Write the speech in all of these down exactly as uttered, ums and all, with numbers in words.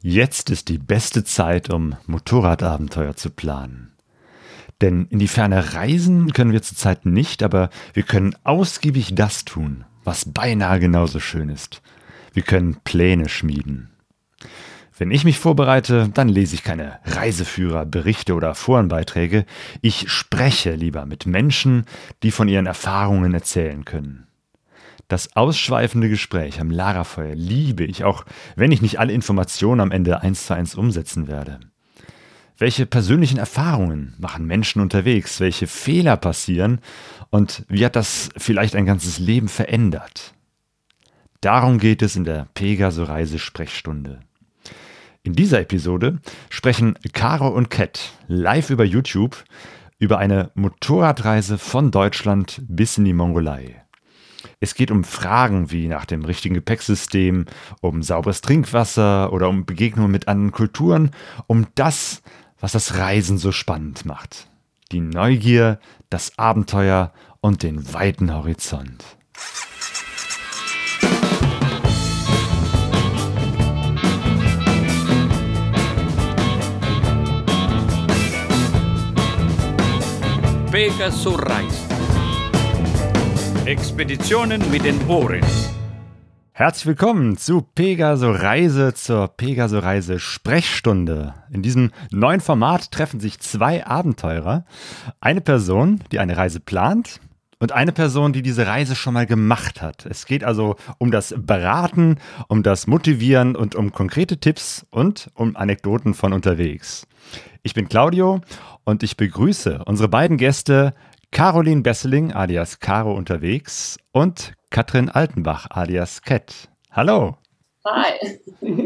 Jetzt ist die beste Zeit, um Motorradabenteuer zu planen. Denn in die Ferne reisen können wir zurzeit nicht, aber wir können ausgiebig das tun, was beinahe genauso schön ist. Wir können Pläne schmieden. Wenn ich mich vorbereite, dann lese ich keine Reiseführer, Berichte oder Forenbeiträge. Ich spreche lieber mit Menschen, die von ihren Erfahrungen erzählen können. Das ausschweifende Gespräch am Lagerfeuer liebe ich, auch wenn ich nicht alle Informationen am Ende eins zu eins umsetzen werde. Welche persönlichen Erfahrungen machen Menschen unterwegs? Welche Fehler passieren? Und wie hat das vielleicht ein ganzes Leben verändert? Darum geht es in der Pegaso-Reise-Sprechstunde. In dieser Episode sprechen Caro und Cat live über YouTube über eine Motorradreise von Deutschland bis in die Mongolei. Es geht um Fragen wie nach dem richtigen Gepäcksystem, um sauberes Trinkwasser oder um Begegnungen mit anderen Kulturen, um das, was das Reisen so spannend macht. Die Neugier, das Abenteuer und den weiten Horizont. Pegaso Reise. Expeditionen mit den Ohren. Herzlich willkommen zu Pegaso Reise, zur Pegaso Reise Sprechstunde. In diesem neuen Format treffen sich zwei Abenteurer. Eine Person, die eine Reise plant, und eine Person, die diese Reise schon mal gemacht hat. Es geht also um das Beraten, um das Motivieren und um konkrete Tipps und um Anekdoten von unterwegs. Ich bin Claudio und ich begrüße unsere beiden Gäste Caroline Besseling alias Caro unterwegs und Katrin Altenbach alias Cat. Hallo. Hi.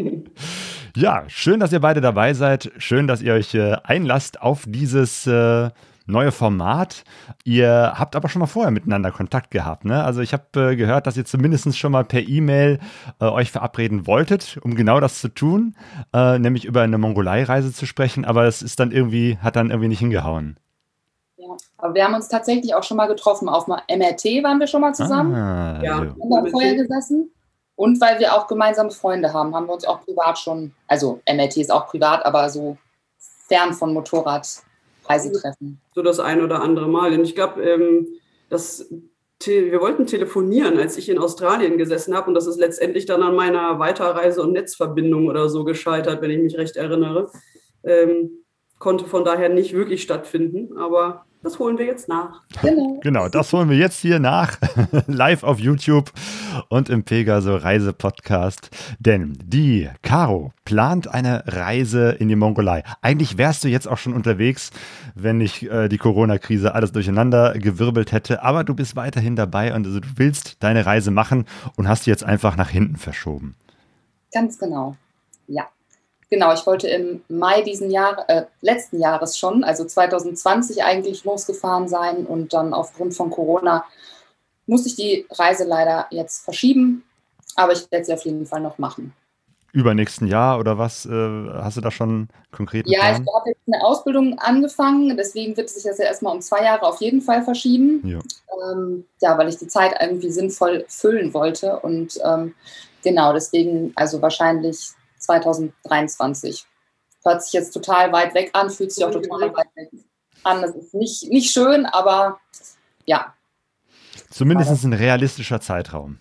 Ja, schön, dass ihr beide dabei seid. Schön, dass ihr euch äh, einlasst auf dieses äh, neue Format. Ihr habt aber schon mal vorher miteinander Kontakt gehabt, ne? Also ich habe äh, gehört, dass ihr zumindest schon mal per E-Mail äh, euch verabreden wolltet, um genau das zu tun, äh, nämlich über eine Mongolei-Reise zu sprechen, aber es ist dann irgendwie, hat dann irgendwie nicht hingehauen. Ja, aber wir haben uns tatsächlich auch schon mal getroffen. Auf M R T waren wir schon mal zusammen. Ah, ja, jo. haben da vorher gesessen. Und weil wir auch gemeinsame Freunde haben, haben wir uns auch privat schon, also M R T ist auch privat, aber so fern von Motorradreisetreffen. So das ein oder andere Mal. Und ich glaube, ähm, das te- wir wollten telefonieren, als ich in Australien gesessen habe. Und das ist letztendlich dann an meiner Weiterreise- und Netzverbindung oder so gescheitert, wenn ich mich recht erinnere. Ähm, konnte von daher nicht wirklich stattfinden, aber das holen wir jetzt nach. Genau. Genau, das holen wir jetzt hier nach, live auf YouTube und im Pegaso Reise Podcast. Denn die Caro plant eine Reise in die Mongolei. Eigentlich wärst du jetzt auch schon unterwegs, wenn nicht äh, die Corona-Krise alles durcheinander gewirbelt hätte. Aber du bist weiterhin dabei und also du willst deine Reise machen und hast die jetzt einfach nach hinten verschoben. Ganz genau, ja. Genau, ich wollte im Mai diesen Jahr, äh, letzten Jahres schon, also zwanzig zwanzig eigentlich losgefahren sein und dann aufgrund von Corona musste ich die Reise leider jetzt verschieben, aber ich werde sie auf jeden Fall noch machen. Übernächsten Jahr oder was? Äh, hast du da schon einen konkreten Ja, Plan? ich habe jetzt eine Ausbildung angefangen, deswegen wird sich das ja erstmal um zwei Jahre auf jeden Fall verschieben. Ja. Ähm, ja, weil ich die Zeit irgendwie sinnvoll füllen wollte und ähm, genau, deswegen also wahrscheinlich zwanzig dreiundzwanzig. Hört sich jetzt total weit weg an, fühlt sich auch total weit weg an. Das ist nicht, nicht schön, aber ja. Zumindest ein realistischer Zeitraum.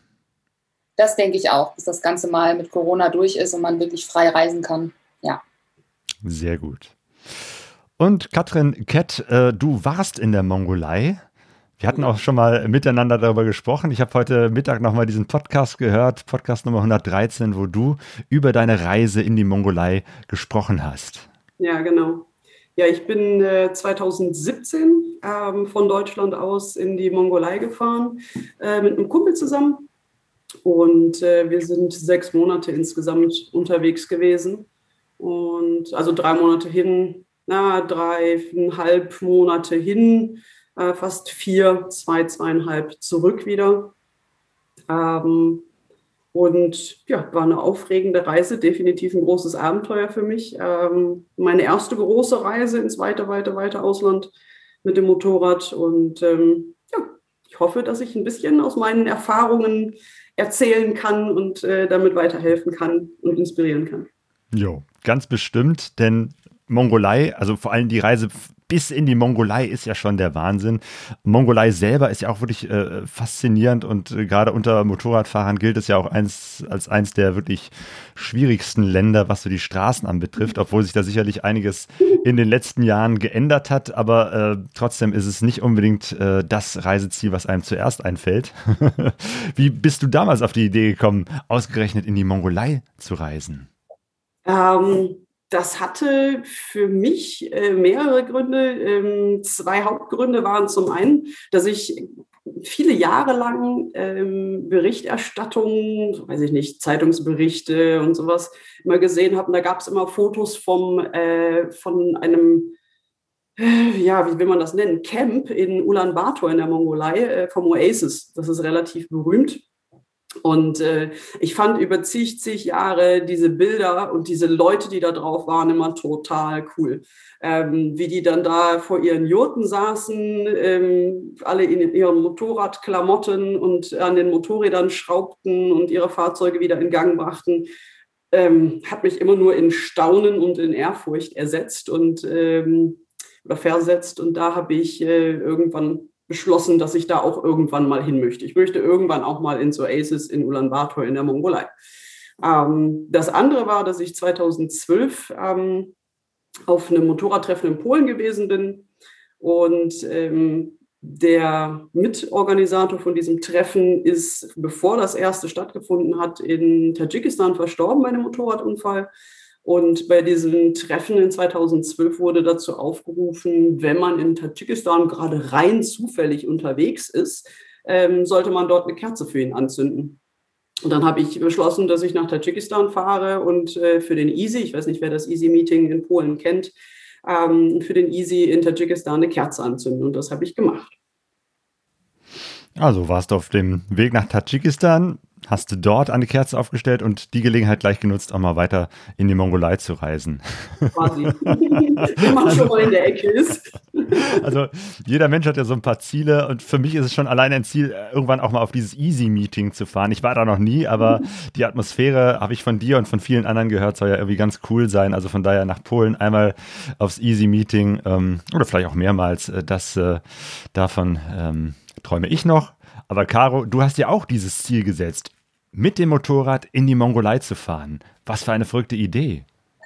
Das denke ich auch, bis das Ganze mal mit Corona durch ist und man wirklich frei reisen kann. Ja. Sehr gut. Und Katrin, Cat, äh, du warst in der Mongolei. Wir hatten auch schon mal miteinander darüber gesprochen. Ich habe heute Mittag nochmal diesen Podcast gehört, Podcast Nummer hundertdreizehn, wo du über deine Reise in die Mongolei gesprochen hast. Ja, genau. Ja, ich bin äh, zwanzig siebzehn ähm, von Deutschland aus in die Mongolei gefahren, äh, mit einem Kumpel zusammen. Und äh, wir sind sechs Monate insgesamt unterwegs gewesen. Und also drei Monate hin, na, dreieinhalb Monate hin, äh, fast vier, zwei, zweieinhalb zurück wieder. Ähm, und ja, war eine aufregende Reise, definitiv ein großes Abenteuer für mich. Ähm, meine erste große Reise ins weite, weite, weite Ausland mit dem Motorrad. Und ähm, ja, ich hoffe, dass ich ein bisschen aus meinen Erfahrungen erzählen kann und äh, damit weiterhelfen kann und inspirieren kann. Jo, ganz bestimmt, denn Mongolei, also vor allem die Reise bis in die Mongolei ist ja schon der Wahnsinn. Mongolei selber ist ja auch wirklich äh, faszinierend und äh, gerade unter Motorradfahrern gilt es ja auch eins, als eins der wirklich schwierigsten Länder, was so die Straßen anbetrifft, obwohl sich da sicherlich einiges in den letzten Jahren geändert hat, aber äh, trotzdem ist es nicht unbedingt äh, das Reiseziel, was einem zuerst einfällt. Wie bist du damals auf die Idee gekommen, ausgerechnet in die Mongolei zu reisen? Ähm, das hatte für mich äh, mehrere Gründe. Ähm, zwei Hauptgründe waren zum einen, dass ich viele Jahre lang ähm, Berichterstattungen, so weiß ich nicht, Zeitungsberichte und sowas immer gesehen habe. Und da gab es immer Fotos vom, äh, von einem, äh, ja, wie will man das nennen, Camp in Ulaanbaatar in der Mongolei, äh, vom Oasis. Das ist relativ berühmt. Und äh, ich fand über zig, zig Jahre diese Bilder und diese Leute, die da drauf waren, immer total cool. Ähm, wie die dann da vor ihren Jurten saßen, ähm, alle in ihren Motorradklamotten und an den Motorrädern schraubten und ihre Fahrzeuge wieder in Gang brachten, ähm, hat mich immer nur in Staunen und in Ehrfurcht ersetzt und ähm, oder versetzt. Und da habe ich äh, irgendwann beschlossen, dass ich da auch irgendwann mal hin möchte. Ich möchte irgendwann auch mal ins Oasis in Ulaanbaatar in der Mongolei. Ähm, das andere war, dass ich zweitausendzwölf ähm, auf einem Motorradtreffen in Polen gewesen bin und ähm, der Mitorganisator von diesem Treffen ist, bevor das erste stattgefunden hat, in Tadschikistan verstorben bei einem Motorradunfall. Und bei diesem Treffen in zweitausendzwölf wurde dazu aufgerufen, wenn man in Tadschikistan gerade rein zufällig unterwegs ist, ähm, sollte man dort eine Kerze für ihn anzünden. Und dann habe ich beschlossen, dass ich nach Tadschikistan fahre und äh, für den Easy, ich weiß nicht, wer das Easy-Meeting in Polen kennt, ähm, für den Easy in Tadschikistan eine Kerze anzünden. Und das habe ich gemacht. Also warst du auf dem Weg nach Tadschikistan, hast du dort eine Kerze aufgestellt und die Gelegenheit gleich genutzt, auch mal weiter in die Mongolei zu reisen. Quasi. Wenn man also, schon mal in der Ecke ist. Also jeder Mensch hat ja so ein paar Ziele und für mich ist es schon allein ein Ziel, irgendwann auch mal auf dieses Easy-Meeting zu fahren. Ich war da noch nie, aber die Atmosphäre habe ich von dir und von vielen anderen gehört, soll ja irgendwie ganz cool sein. Also von daher nach Polen einmal aufs Easy-Meeting ähm, oder vielleicht auch mehrmals, äh, das äh, davon ähm, träume ich noch. Aber Caro, du hast ja auch dieses Ziel gesetzt, mit dem Motorrad in die Mongolei zu fahren. Was für eine verrückte Idee.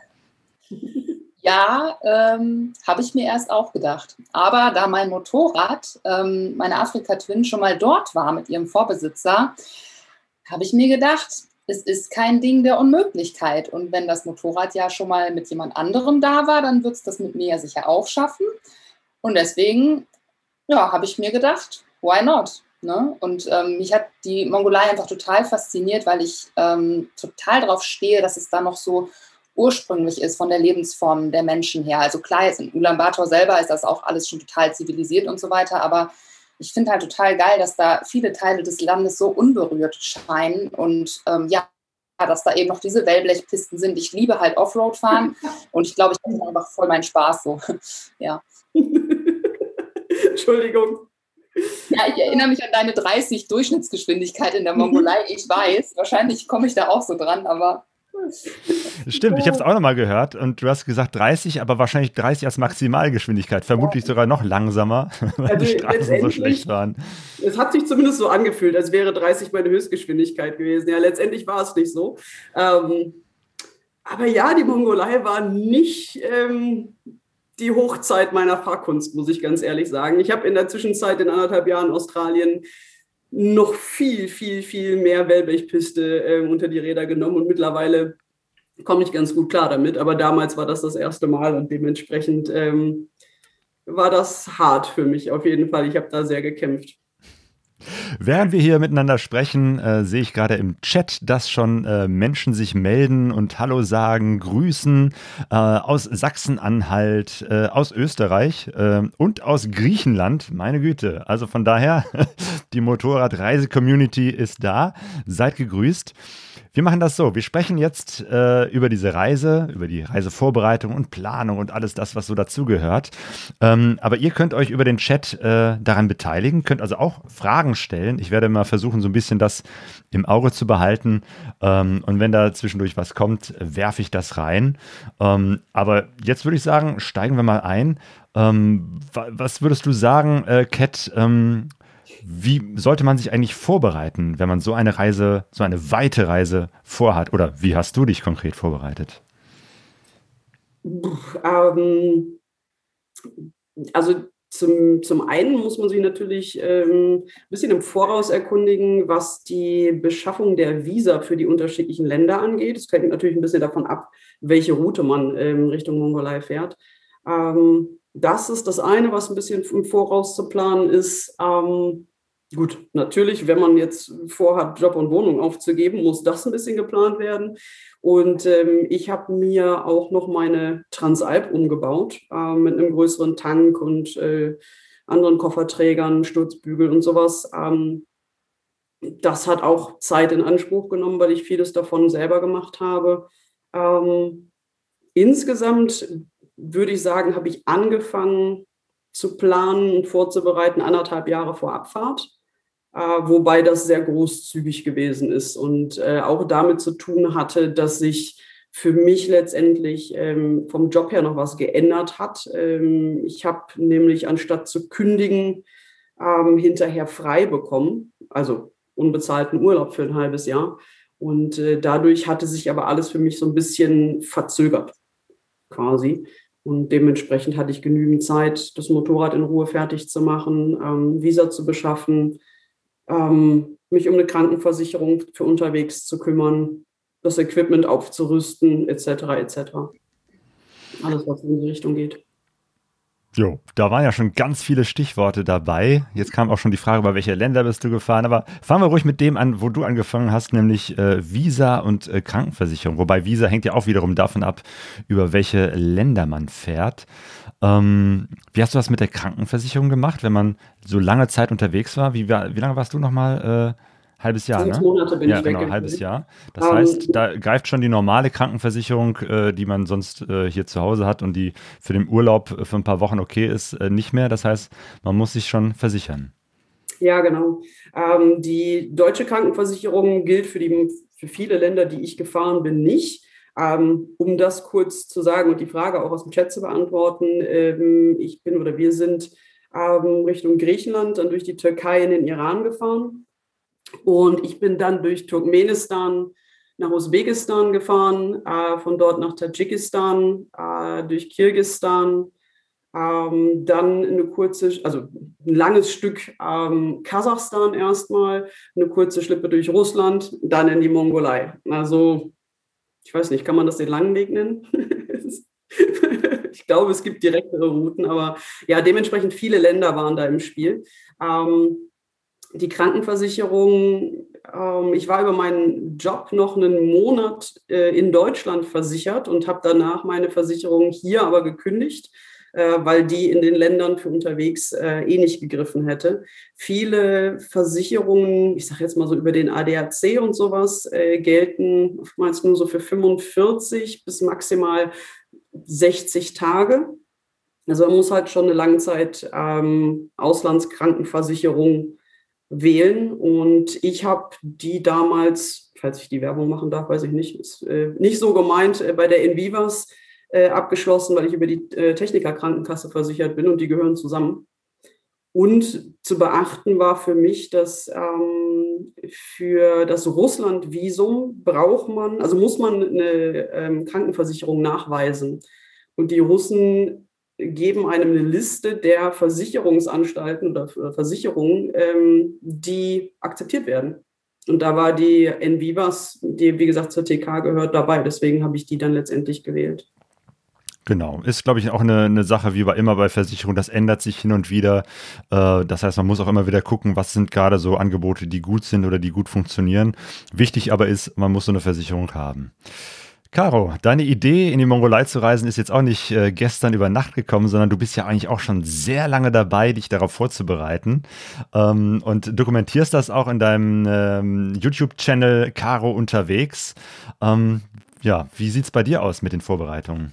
Ja, ähm, habe ich mir erst auch gedacht. Aber da mein Motorrad, ähm, meine Afrika-Twin, schon mal dort war mit ihrem Vorbesitzer, habe ich mir gedacht, es ist kein Ding der Unmöglichkeit. Und wenn das Motorrad ja schon mal mit jemand anderem da war, dann wird es das mit mir ja sicher auch schaffen. Und deswegen, ja, habe ich mir gedacht, why not? Ne? Und ähm, mich hat die Mongolei einfach total fasziniert, weil ich ähm, total drauf stehe, dass es da noch so ursprünglich ist von der Lebensform der Menschen her. Also klar, jetzt in Ulaanbaatar selber ist das auch alles schon total zivilisiert und so weiter, aber ich finde halt total geil, dass da viele Teile des Landes so unberührt scheinen und ähm, ja, dass da eben noch diese Wellblechpisten sind. Ich liebe halt Offroad-Fahren und ich glaube, ich habe einfach voll meinen Spaß so. Ja. Entschuldigung. Ja, ich erinnere mich an deine dreißig Durchschnittsgeschwindigkeit in der Mongolei. Ich weiß, wahrscheinlich komme ich da auch so dran, aber... Stimmt, ich habe es auch nochmal gehört und du hast gesagt dreißig, aber wahrscheinlich dreißig als Maximalgeschwindigkeit, vermutlich sogar noch langsamer, weil also die Straßen so schlecht waren. Es hat sich zumindest so angefühlt, als wäre dreißig meine Höchstgeschwindigkeit gewesen. Ja, letztendlich war es nicht so. Ähm, aber ja, die Mongolei war nicht... Ähm, die Hochzeit meiner Fahrkunst, muss ich ganz ehrlich sagen. Ich habe in der Zwischenzeit in anderthalb Jahren Australien noch viel, viel, viel mehr Wellblechpiste äh, unter die Räder genommen und mittlerweile komme ich ganz gut klar damit. Aber damals war das das erste Mal und dementsprechend ähm, war das hart für mich auf jeden Fall. Ich habe da sehr gekämpft. Während wir hier miteinander sprechen, äh, sehe ich gerade im Chat, dass schon äh, Menschen sich melden und Hallo sagen, grüßen äh, aus Sachsen-Anhalt, äh, aus Österreich äh, und aus Griechenland. Meine Güte. Also von daher, die Motorradreise-Community ist da. Seid gegrüßt. Wir machen das so. Wir sprechen jetzt äh, über diese Reise, über die Reisevorbereitung und Planung und alles das, was so dazugehört. Ähm, aber ihr könnt euch über den Chat äh, daran beteiligen, könnt also auch Fragen stellen. Ich werde mal versuchen, so ein bisschen das im Auge zu behalten. Ähm, und wenn da zwischendurch was kommt, werfe ich das rein. Ähm, aber jetzt würde ich sagen, steigen wir mal ein. Ähm, was würdest du sagen, äh, Kat, ähm, wie sollte man sich eigentlich vorbereiten, wenn man so eine Reise, so eine weite Reise vorhat? Oder wie hast du dich konkret vorbereitet? Ähm, also zum, zum einen muss man sich natürlich ähm, ein bisschen im Voraus erkundigen, was die Beschaffung der Visa für die unterschiedlichen Länder angeht. Es hängt natürlich ein bisschen davon ab, welche Route man ähm, Richtung Mongolei fährt. Ähm, das ist das eine, was ein bisschen im Voraus zu planen ist. Ähm, Gut, natürlich, wenn man jetzt vorhat, Job und Wohnung aufzugeben, muss das ein bisschen geplant werden. Und ähm, ich habe mir auch noch meine Transalp umgebaut äh, mit einem größeren Tank und äh, anderen Kofferträgern, Sturzbügel und sowas. Ähm, das hat auch Zeit in Anspruch genommen, weil ich vieles davon selber gemacht habe. Ähm, insgesamt würde ich sagen, habe ich angefangen zu planen und vorzubereiten anderthalb Jahre vor Abfahrt. Uh, wobei das sehr großzügig gewesen ist und äh, auch damit zu tun hatte, dass sich für mich letztendlich ähm, vom Job her noch was geändert hat. Ähm, ich habe nämlich anstatt zu kündigen, ähm, hinterher frei bekommen, also unbezahlten Urlaub für ein halbes Jahr. Und äh, dadurch hatte sich aber alles für mich so ein bisschen verzögert, quasi. Und dementsprechend hatte ich genügend Zeit, das Motorrad in Ruhe fertig zu machen, ähm, Visa zu beschaffen, Ähm, mich um eine Krankenversicherung für unterwegs zu kümmern, das Equipment aufzurüsten, et cetera et cetera. Alles, was in die Richtung geht. Jo, da waren ja schon ganz viele Stichworte dabei. Jetzt kam auch schon die Frage, über welche Länder bist du gefahren. Aber fangen wir ruhig mit dem an, wo du angefangen hast, nämlich äh, Visa und äh, Krankenversicherung. Wobei Visa hängt ja auch wiederum davon ab, über welche Länder man fährt. Ähm, wie hast du das mit der Krankenversicherung gemacht, wenn man so lange Zeit unterwegs war? Wie, wie lange warst du nochmal? Äh, halbes Jahr, Sechs ne? Monate bin Ja, ich genau, weg. halbes Jahr. Das Ähm, heißt, da greift schon die normale Krankenversicherung, äh, die man sonst äh, hier zu Hause hat und die für den Urlaub äh, für ein paar Wochen okay ist, äh, nicht mehr. Das heißt, man muss sich schon versichern. Ja, genau. Ähm, die deutsche Krankenversicherung gilt für, die, für viele Länder, die ich gefahren bin, nicht. Ähm, um das kurz zu sagen und die Frage auch aus dem Chat zu beantworten, ähm, ich bin oder wir sind ähm, Richtung Griechenland, dann durch die Türkei in den Iran gefahren. Und ich bin dann durch Turkmenistan nach Usbekistan gefahren, äh, von dort nach Tadschikistan, äh, durch Kirgisistan, ähm, dann eine kurze, also ein langes Stück ähm, Kasachstan erstmal, eine kurze Schlippe durch Russland, dann in die Mongolei. Also, ich weiß nicht, kann man das den langen Weg nennen? Ich glaube, es gibt direktere Routen, aber ja, dementsprechend viele Länder waren da im Spiel. Ähm, Die Krankenversicherung, ähm, ich war über meinen Job noch einen Monat äh, in Deutschland versichert und habe danach meine Versicherung hier aber gekündigt, äh, weil die in den Ländern für unterwegs äh, eh nicht gegriffen hätte. Viele Versicherungen, ich sage jetzt mal so über den A D A C und sowas, äh, gelten oftmals nur so für fünfundvierzig bis maximal sechzig Tage. Also man muss halt schon eine Langzeit ähm, Auslandskrankenversicherung wählen und ich habe die damals, falls ich die Werbung machen darf, weiß ich nicht, ist äh, nicht so gemeint, äh, bei der Envivas äh, abgeschlossen, weil ich über die äh, Technikerkrankenkasse versichert bin und die gehören zusammen. Und zu beachten war für mich, dass ähm, für das Russland-Visum braucht man, also muss man eine ähm, Krankenversicherung nachweisen. Und die Russen geben einem eine Liste der Versicherungsanstalten oder Versicherungen, ähm, die akzeptiert werden. Und da war die Envivas, die wie gesagt zur T K gehört, dabei. Deswegen habe ich die dann letztendlich gewählt. Genau, ist, glaube ich, auch eine, eine Sache, wie bei immer bei Versicherungen, das ändert sich hin und wieder. Äh, das heißt, man muss auch immer wieder gucken, was sind gerade so Angebote, die gut sind oder die gut funktionieren. Wichtig aber ist, man muss so eine Versicherung haben. Caro, deine Idee, in die Mongolei zu reisen, ist jetzt auch nicht äh, gestern über Nacht gekommen, sondern du bist ja eigentlich auch schon sehr lange dabei, dich darauf vorzubereiten, ähm, und dokumentierst das auch in deinem ähm, YouTube-Channel Caro unterwegs. Ähm, ja, wie sieht es bei dir aus mit den Vorbereitungen?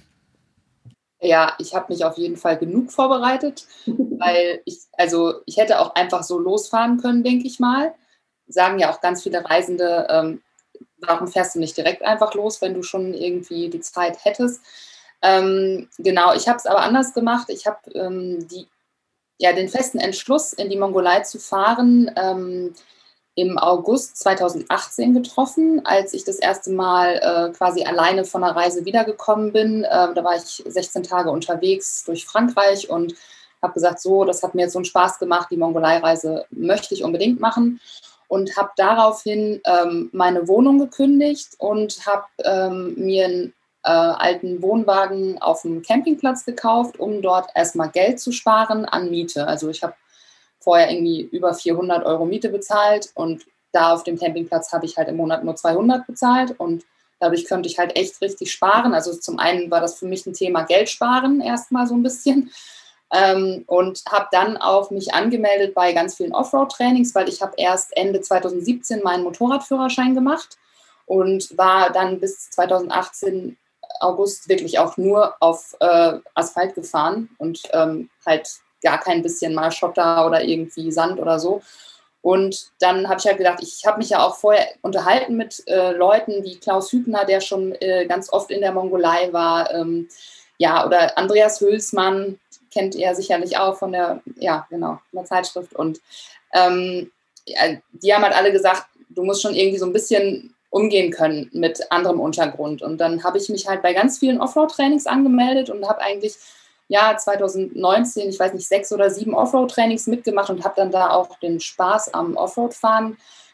Ja, ich habe mich auf jeden Fall genug vorbereitet, weil ich, also ich hätte auch einfach so losfahren können, denke ich mal. Sagen ja auch ganz viele Reisende, ähm, warum fährst du nicht direkt einfach los, wenn du schon irgendwie die Zeit hättest? Ähm, genau, ich habe es aber anders gemacht. Ich habe ähm, die, ja, den festen Entschluss, in die Mongolei zu fahren, ähm, im August zweitausendachtzehn getroffen, als ich das erste Mal äh, quasi alleine von der Reise wiedergekommen bin. Äh, da war ich sechzehn Tage unterwegs durch Frankreich und habe gesagt, so, das hat mir jetzt so einen Spaß gemacht, die Mongolei-Reise möchte ich unbedingt machen. Und habe daraufhin ähm, meine Wohnung gekündigt und habe ähm, mir einen äh, alten Wohnwagen auf dem Campingplatz gekauft, um dort erstmal Geld zu sparen an Miete. Also ich habe vorher irgendwie über vierhundert Euro Miete bezahlt und da auf dem Campingplatz habe ich halt im Monat nur zweihundert bezahlt und dadurch konnte ich halt echt richtig sparen. Also zum einen war das für mich ein Thema Geld sparen erstmal so ein bisschen, ähm, und habe dann auch mich angemeldet bei ganz vielen Offroad-Trainings, weil ich habe erst Ende zweitausendsiebzehn meinen Motorradführerschein gemacht und war dann bis zweitausendachtzehn August wirklich auch nur auf äh, Asphalt gefahren und ähm, halt gar kein bisschen mal Schotter oder irgendwie Sand oder so. Und dann habe ich halt gedacht, ich habe mich ja auch vorher unterhalten mit äh, Leuten wie Klaus Hübner, der schon äh, ganz oft in der Mongolei war, ähm, ja, oder Andreas Hülsmann, kennt ihr sicherlich auch von der, ja, genau, von der Zeitschrift. Und ähm, ja, die haben halt alle gesagt, du musst schon irgendwie so ein bisschen umgehen können mit anderem Untergrund. Und dann habe ich mich halt bei ganz vielen Offroad-Trainings angemeldet und habe eigentlich ja zweitausendneunzehn, ich weiß nicht, sechs oder sieben Offroad-Trainings mitgemacht und habe dann da auch den Spaß am Offroad-Fahren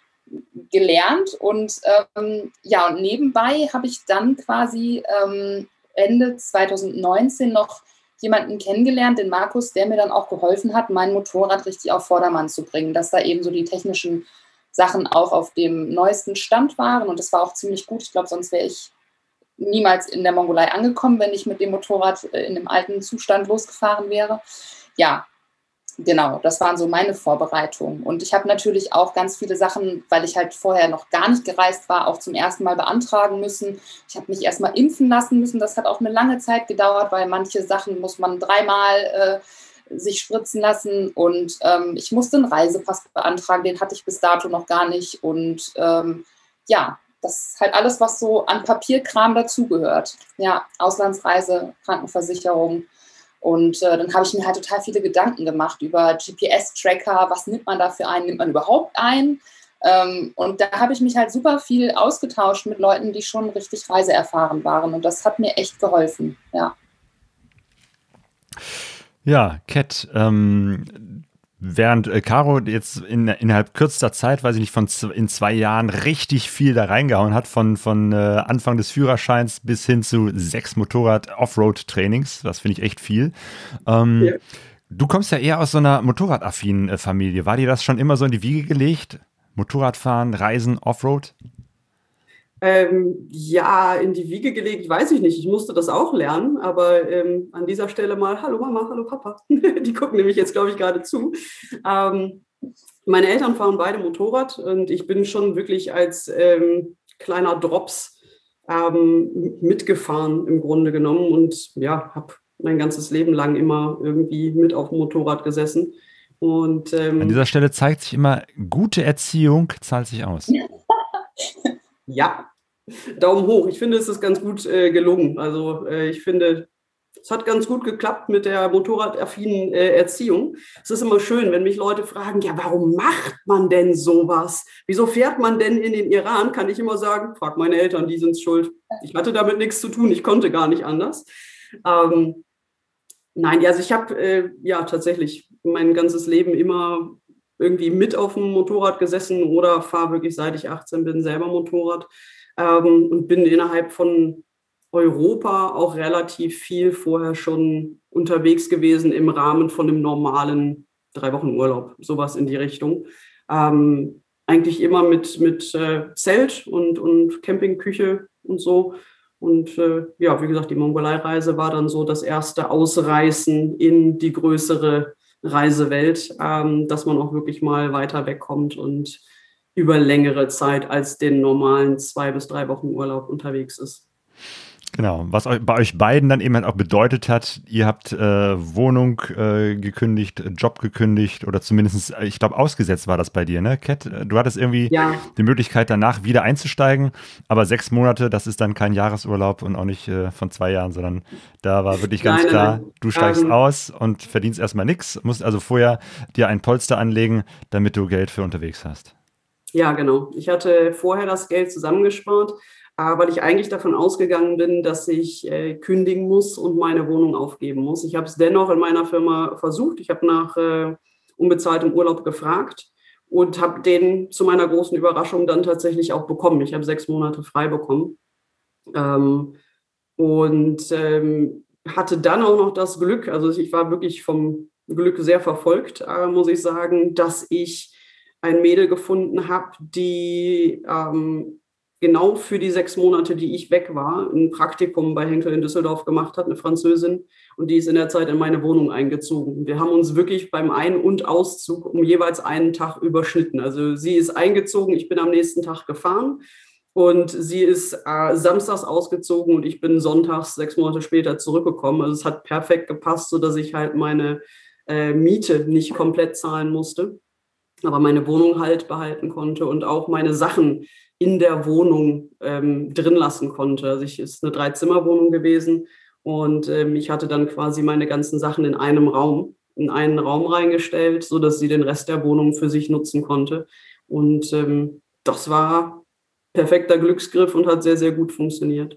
gelernt. Und ähm, ja, und nebenbei habe ich dann quasi ähm, Ende zweitausendneunzehn noch jemanden kennengelernt, den Markus, der mir dann auch geholfen hat, mein Motorrad richtig auf Vordermann zu bringen, dass da eben so die technischen Sachen auch auf dem neuesten Stand waren. Und das war auch ziemlich gut. Ich glaube, sonst wäre ich niemals in der Mongolei angekommen, wenn ich mit dem Motorrad in dem alten Zustand losgefahren wäre. Ja, genau, das waren so meine Vorbereitungen. Und ich habe natürlich auch ganz viele Sachen, weil ich halt vorher noch gar nicht gereist war, auch zum ersten Mal beantragen müssen. Ich habe mich erstmal impfen lassen müssen. Das hat auch eine lange Zeit gedauert, weil manche Sachen muss man dreimal äh, sich spritzen lassen. Und ähm, ich musste einen Reisepass beantragen, den hatte ich bis dato noch gar nicht. Und ähm, ja, das ist halt alles, was so an Papierkram dazugehört. Ja, Auslandsreise, Krankenversicherung. Und äh, dann habe ich mir halt total viele Gedanken gemacht über G P S-Tracker. Was nimmt man dafür ein? Nimmt man überhaupt ein? Ähm, und da habe ich mich halt super viel ausgetauscht mit Leuten, die schon richtig reiseerfahren waren. Und das hat mir echt geholfen, ja. Ja, Kat, ähm, während äh, Caro jetzt in, innerhalb kürzester Zeit, weiß ich nicht, von z- in zwei Jahren richtig viel da reingehauen hat, von, von äh, Anfang des Führerscheins bis hin zu sechs Motorrad-Offroad-Trainings, das finde ich echt viel. Ähm, Ja. Du kommst ja eher aus so einer motorradaffinen äh, Familie. War dir das schon immer so in die Wiege gelegt? Motorradfahren, Reisen, Offroad? Ähm, ja, in die Wiege gelegt, weiß ich nicht. Ich musste das auch lernen, aber ähm, an dieser Stelle mal, hallo Mama, hallo Papa. Die gucken nämlich jetzt, glaube ich, gerade zu. Ähm, meine Eltern fahren beide Motorrad und ich bin schon wirklich als ähm, kleiner Drops ähm, mitgefahren im Grunde genommen und ja, habe mein ganzes Leben lang immer irgendwie mit auf dem Motorrad gesessen. Und An ähm, dieser Stelle zeigt sich immer, gute Erziehung zahlt sich aus. ja, Daumen hoch. Ich finde, es ist ganz gut äh, gelungen. Also äh, ich finde, es hat ganz gut geklappt mit der motorradaffinen äh, Erziehung. Es ist immer schön, wenn mich Leute fragen, ja, warum macht man denn sowas? Wieso fährt man denn in den Iran? Kann ich immer sagen, frag meine Eltern, die sind schuld. Ich hatte damit nichts zu tun, ich konnte gar nicht anders. Ähm, nein, also ich habe äh, ja tatsächlich mein ganzes Leben immer irgendwie mit auf dem Motorrad gesessen oder fahre wirklich seit ich achtzehn bin selber Motorrad. Ähm, und bin innerhalb von Europa auch relativ viel vorher schon unterwegs gewesen im Rahmen von einem normalen drei Wochen Urlaub, sowas in die Richtung. Ähm, eigentlich immer mit, mit äh, Zelt und, und Campingküche und so. Und äh, ja, wie gesagt, die Mongolei-Reise war dann so das erste Ausreißen in die größere Reisewelt, ähm, dass man auch wirklich mal weiter wegkommt und über längere Zeit als den normalen zwei bis drei Wochen Urlaub unterwegs ist. Genau, was euch, bei euch beiden dann eben halt auch bedeutet hat, ihr habt äh, Wohnung äh, gekündigt, Job gekündigt oder zumindest, ich glaube, ausgesetzt war das bei dir, ne, Kat? Du hattest irgendwie ja. die Möglichkeit danach wieder einzusteigen, aber sechs Monate, das ist dann kein Jahresurlaub und auch nicht äh, von zwei Jahren, sondern da war wirklich ganz nein, klar, nein. du steigst ähm, aus und verdienst erstmal nichts, musst also vorher dir ein Polster anlegen, damit du Geld für unterwegs hast. Ja, genau. Ich hatte vorher das Geld zusammengespart, äh, weil ich eigentlich davon ausgegangen bin, dass ich äh, kündigen muss und meine Wohnung aufgeben muss. Ich habe es dennoch in meiner Firma versucht. Ich habe nach äh, unbezahltem Urlaub gefragt und habe den zu meiner großen Überraschung dann tatsächlich auch bekommen. Ich habe sechs Monate frei bekommen ähm, und ähm, hatte dann auch noch das Glück, also ich war wirklich vom Glück sehr verfolgt, äh, muss ich sagen, dass ich ein Mädel gefunden habe, die ähm, genau für die sechs Monate, die ich weg war, ein Praktikum bei Henkel in Düsseldorf gemacht hat, eine Französin, und die ist in der Zeit in meine Wohnung eingezogen. Wir haben uns wirklich beim Ein- und Auszug um jeweils einen Tag überschnitten. Also sie ist eingezogen, ich bin am nächsten Tag gefahren und sie ist äh, samstags ausgezogen und ich bin sonntags sechs Monate später zurückgekommen. Also es hat perfekt gepasst, sodass ich halt meine äh, Miete nicht komplett zahlen musste, aber meine Wohnung halt behalten konnte und auch meine Sachen in der Wohnung ähm, drin lassen konnte. Also ich ist eine Dreizimmerwohnung gewesen und ähm, ich hatte dann quasi meine ganzen Sachen in einem Raum, in einen Raum reingestellt, sodass sie den Rest der Wohnung für sich nutzen konnte. Und ähm, das war perfekter Glücksgriff und hat sehr, sehr gut funktioniert.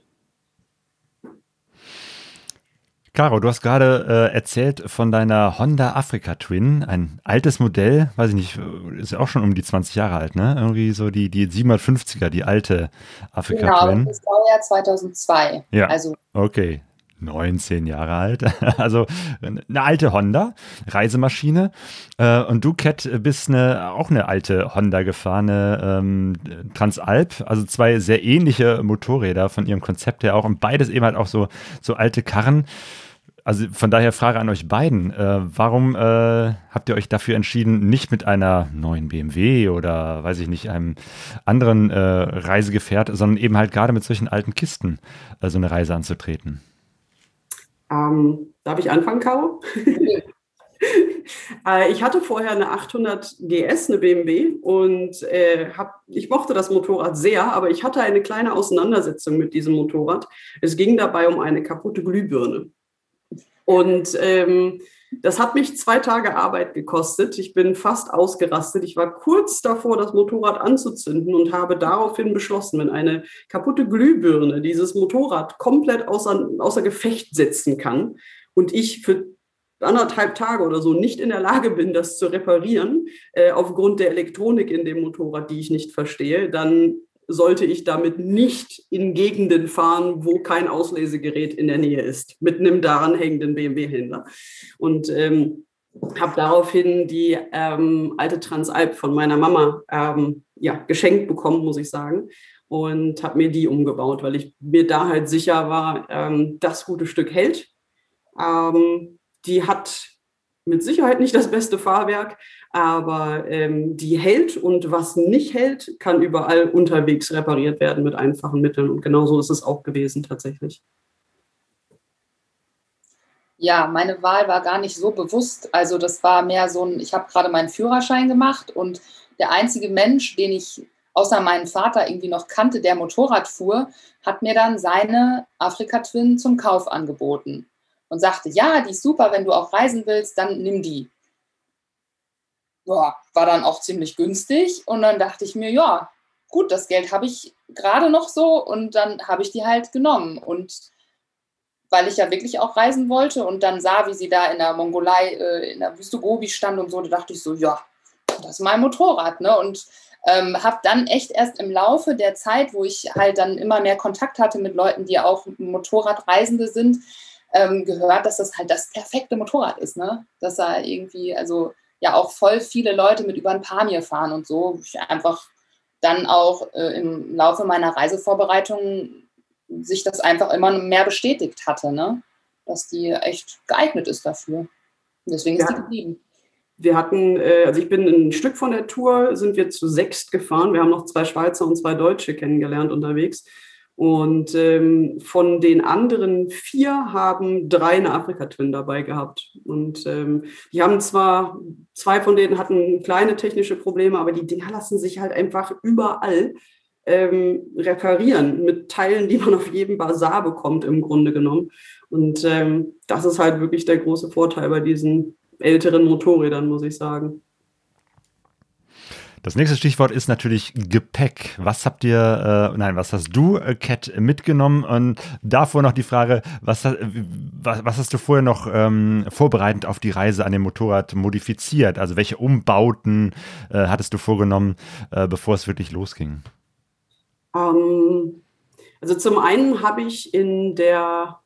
Caro, du hast gerade äh, erzählt von deiner Honda Africa Twin, ein altes Modell, weiß ich nicht, ist ja auch schon um die zwanzig Jahre alt, ne? Irgendwie so die, die siebenhundertfünfziger, die alte Africa genau, Twin. das Baujahr zweitausendzwei. Ja, Also okay. neunzehn Jahre alt, also eine alte Honda, Reisemaschine. Äh, und du, Kat, bist eine, auch eine alte Honda gefahren, eine ähm, Transalp, also zwei sehr ähnliche Motorräder von ihrem Konzept her auch und beides eben halt auch so, so alte Karren. Also von daher Frage an euch beiden, äh, warum äh, habt ihr euch dafür entschieden, nicht mit einer neuen B M W oder, weiß ich nicht, einem anderen äh, Reisegefährt, sondern eben halt gerade mit solchen alten Kisten äh, so eine Reise anzutreten? Ähm, darf ich anfangen, Caro? äh, ich hatte vorher eine achthundert G S, eine B M W, und äh, hab, ich mochte das Motorrad sehr, aber ich hatte eine kleine Auseinandersetzung mit diesem Motorrad. Es ging dabei um eine kaputte Glühbirne. Und ähm, das hat mich zwei Tage Arbeit gekostet. Ich bin fast ausgerastet. Ich war kurz davor, das Motorrad anzuzünden und habe daraufhin beschlossen, wenn eine kaputte Glühbirne dieses Motorrad komplett außer, außer Gefecht setzen kann und ich für anderthalb Tage oder so nicht in der Lage bin, das zu reparieren, äh, aufgrund der Elektronik in dem Motorrad, die ich nicht verstehe, dann sollte ich damit nicht in Gegenden fahren, wo kein Auslesegerät in der Nähe ist, mit einem daran hängenden B M W-Händler. Und ähm, habe daraufhin die ähm, alte Transalp von meiner Mama ähm, ja, geschenkt bekommen, muss ich sagen, und habe mir die umgebaut, weil ich mir da halt sicher war, ähm, das gute Stück hält. Ähm, die hat mit Sicherheit nicht das beste Fahrwerk, aber ähm, die hält, und was nicht hält, kann überall unterwegs repariert werden mit einfachen Mitteln. Und genauso ist es auch gewesen tatsächlich. ja, meine Wahl war gar nicht so bewusst. Also das war mehr so ein, ich habe gerade meinen Führerschein gemacht und der einzige Mensch, den ich außer meinem Vater irgendwie noch kannte, der Motorrad fuhr, hat mir dann seine Africa Twin zum Kauf angeboten und sagte, ja, die ist super, wenn du auch reisen willst, dann nimm die. Ja, war dann auch ziemlich günstig und dann dachte ich mir, ja, gut, das Geld habe ich gerade noch so und dann habe ich die halt genommen und weil ich ja wirklich auch reisen wollte und dann sah, wie sie da in der Mongolei, äh, in der Wüste Gobi stand und so, da dachte ich so, ja, das ist mein Motorrad, ne, und ähm, habe dann echt erst im Laufe der Zeit, wo ich halt dann immer mehr Kontakt hatte mit Leuten, die auch Motorradreisende sind, ähm, gehört, dass das halt das perfekte Motorrad ist, ne, dass da irgendwie, also ja auch voll viele Leute mit über ein Pamir fahren und so. Ich einfach dann auch äh, im Laufe meiner Reisevorbereitung sich das einfach immer mehr bestätigt hatte, ne? Dass die echt geeignet ist dafür. Und deswegen ist Ja. die geblieben. Wir hatten, äh, also ich bin ein Stück von der Tour, sind wir zu sechst gefahren. Wir haben noch zwei Schweizer und zwei Deutsche kennengelernt unterwegs. Und ähm, von den anderen vier haben drei eine Afrika-Twin dabei gehabt. Und ähm, die haben zwar, zwei von denen hatten kleine technische Probleme, aber die Dinger lassen sich halt einfach überall ähm, reparieren mit Teilen, die man auf jedem Basar bekommt im Grunde genommen. Und ähm, das ist halt wirklich der große Vorteil bei diesen älteren Motorrädern, muss ich sagen. Das nächste Stichwort ist natürlich Gepäck. Was habt ihr, äh, nein, was hast du, äh, Kat, mitgenommen? Und davor noch die Frage, was, was, was hast du vorher noch ähm, vorbereitend auf die Reise an dem Motorrad modifiziert? Also welche Umbauten äh, hattest du vorgenommen, äh, bevor es wirklich losging? Ähm, also zum einen habe ich in der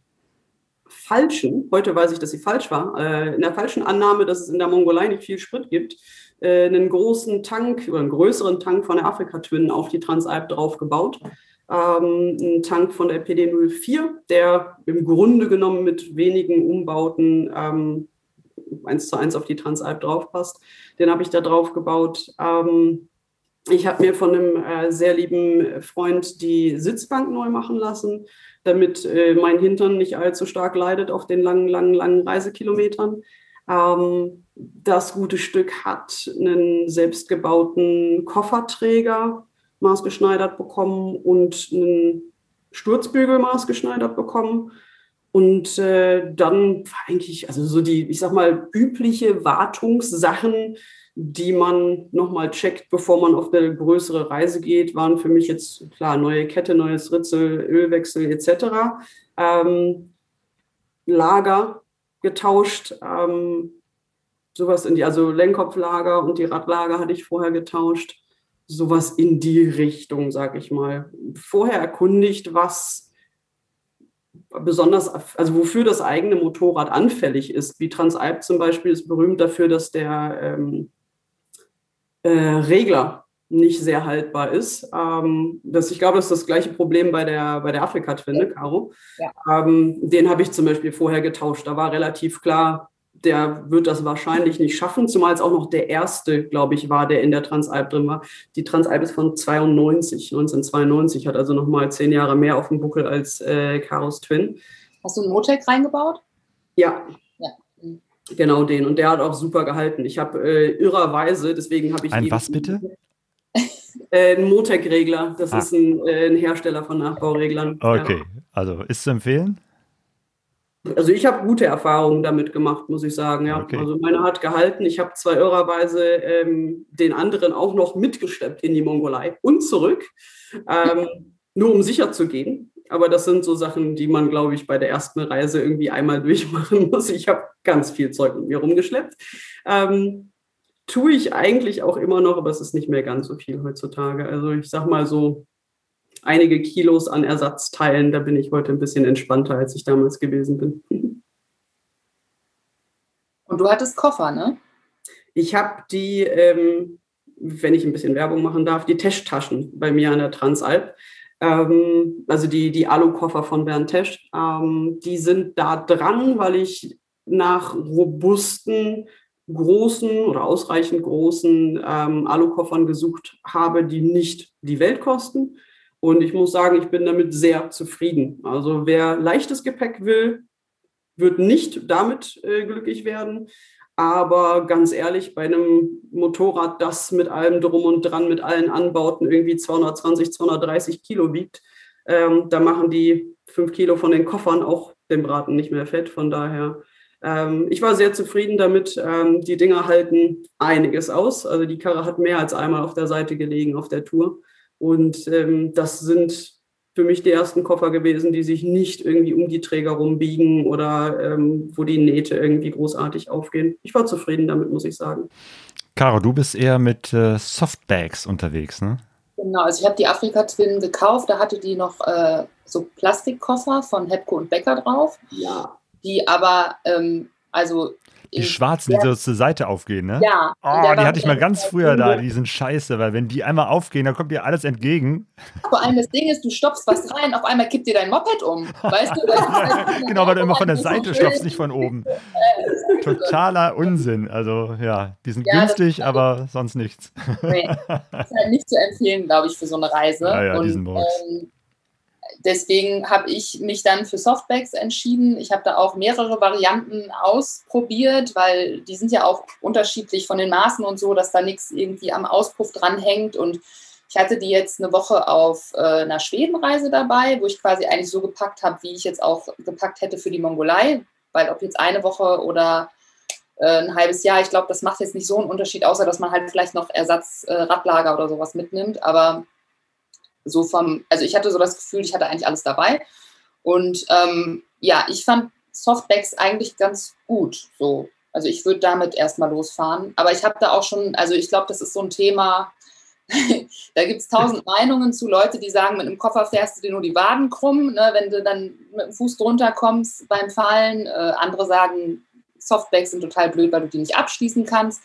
falschen, heute weiß ich, dass sie falsch war, äh, in der falschen Annahme, dass es in der Mongolei nicht viel Sprit gibt, äh, einen großen Tank oder einen größeren Tank von der Afrika-Twin auf die Transalp drauf gebaut. Ähm, ein Tank von der P D null vier, der im Grunde genommen mit wenigen Umbauten ähm, eins zu eins auf die Transalp drauf passt. Den habe ich da drauf gebaut. Ähm, ich habe mir von einem äh, sehr lieben Freund die Sitzbank neu machen lassen, damit äh, mein Hintern nicht allzu stark leidet auf den langen, langen, langen Reisekilometern. Ähm, das gute Stück hat einen selbstgebauten Kofferträger maßgeschneidert bekommen und einen Sturzbügel maßgeschneidert bekommen. Und äh, dann war eigentlich, also so die, ich sag mal, übliche Wartungssachen, die man nochmal checkt, bevor man auf eine größere Reise geht, waren für mich jetzt klar neue Kette, neues Ritzel, Ölwechsel et cetera. Ähm, Lager getauscht, ähm, sowas in die, also Lenkkopflager und die Radlager hatte ich vorher getauscht, sowas in die Richtung, sag ich mal. Vorher erkundigt, was besonders, also wofür das eigene Motorrad anfällig ist. Wie Transalp zum Beispiel ist berühmt dafür, dass der ähm, äh, Regler nicht sehr haltbar ist. Ähm, das, ich glaube, das ist das gleiche Problem bei der, bei der Afrika-Twin, ne, Caro? Ja. Ähm, den habe ich zum Beispiel vorher getauscht. Da war relativ klar, der wird das wahrscheinlich nicht schaffen, zumal es auch noch der erste, glaube ich, war, der in der Transalp drin war. Die Transalp ist von zweiundneunzig, neunzehnhundertzweiundneunzig, hat also nochmal zehn Jahre mehr auf dem Buckel als äh, Caros Twin. Hast du einen Motec reingebaut? Ja. Ja. Mhm. Genau den. Und der hat auch super gehalten. Ich habe äh, irrerweise, deswegen habe ich... Ein was bitte? Äh, ein Motec-Regler. Das Ah. ist ein, äh, ein Hersteller von Nachbaureglern. Okay, Ja. also ist zu empfehlen? Also ich habe gute Erfahrungen damit gemacht, muss ich sagen. Ja. Okay. Also meine hat gehalten. Ich habe zwar irrerweise ähm, den anderen auch noch mitgeschleppt in die Mongolei und zurück, ähm, nur um sicher zu gehen. Aber das sind so Sachen, die man, glaube ich, bei der ersten Reise irgendwie einmal durchmachen muss. Ich habe ganz viel Zeug mit mir rumgeschleppt. Ähm, tue ich eigentlich auch immer noch, aber es ist nicht mehr ganz so viel heutzutage. Also ich sag mal so einige Kilos an Ersatzteilen, da bin ich heute ein bisschen entspannter, als ich damals gewesen bin. Und du hattest Koffer, ne? Ich habe die, ähm, wenn ich ein bisschen Werbung machen darf, die Tesch-Taschen bei mir an der Transalp. Ähm, also die, die Alu-Koffer von Bernd Tesch. Ähm, die sind da dran, weil ich nach robusten, großen oder ausreichend großen ähm, Alu-Koffern gesucht habe, die nicht die Welt kosten. Und ich muss sagen, ich bin damit sehr zufrieden. Also wer leichtes Gepäck will, wird nicht damit äh, glücklich werden. Aber ganz ehrlich, bei einem Motorrad, das mit allem drum und dran, mit allen Anbauten irgendwie zweihundertzwanzig, zweihundertdreißig Kilo wiegt, ähm, da machen die fünf Kilo von den Koffern auch den Braten nicht mehr fett. Von daher, ähm, ich war sehr zufrieden damit. Ähm, die Dinger halten einiges aus. Also die Karre hat mehr als einmal auf der Seite gelegen auf der Tour. Und ähm, das sind für mich die ersten Koffer gewesen, die sich nicht irgendwie um die Träger rumbiegen oder ähm, wo die Nähte irgendwie großartig aufgehen. Ich war zufrieden damit, muss ich sagen. Caro, du bist eher mit äh, Softbags unterwegs, ne? Genau, also ich habe die Afrika-Twin gekauft, da hatte die noch äh, so Plastikkoffer von Hepco und Becker drauf. Ja. Die aber, ähm, also Die schwarzen, die so zur Seite aufgehen, ne? Ja. Oh, die hatte ich mal ganz früher da, die sind scheiße, weil wenn die einmal aufgehen, dann kommt dir alles entgegen. Vor allem das Ding ist, du stopfst was rein, auf einmal kippt dir dein Moped um, weißt du? Ja, genau, weil du immer von der Seite stopfst, nicht von oben. Totaler Unsinn, also ja, die sind ja, günstig, das, aber sonst nichts. Nee, das ist halt nicht zu empfehlen, glaube ich, für so eine Reise. Ja, ja, und, diesen ähm, deswegen habe ich mich dann für Softbags entschieden. Ich habe da auch mehrere Varianten ausprobiert, weil die sind ja auch unterschiedlich von den Maßen und so, dass da nichts irgendwie am Auspuff dranhängt. Und ich hatte die jetzt eine Woche auf äh, einer Schwedenreise dabei, wo ich quasi eigentlich so gepackt habe, wie ich jetzt auch gepackt hätte für die Mongolei. Weil ob jetzt eine Woche oder äh, ein halbes Jahr, ich glaube, das macht jetzt nicht so einen Unterschied, außer dass man halt vielleicht noch Ersatz-Radlager äh, oder sowas mitnimmt. Aber so vom, also ich hatte so das Gefühl, ich hatte eigentlich alles dabei. Und ähm, ja, ich fand Softbags eigentlich ganz gut. So. Also ich würde damit erstmal losfahren. Aber ich habe da auch schon, also ich glaube, das ist so ein Thema, da gibt es tausend Meinungen zu, Leute, die sagen, mit einem Koffer fährst du dir nur die Waden krumm, ne, wenn du dann mit dem Fuß drunter kommst beim Fallen. Äh, andere sagen, Softbags sind total blöd, weil du die nicht abschließen kannst.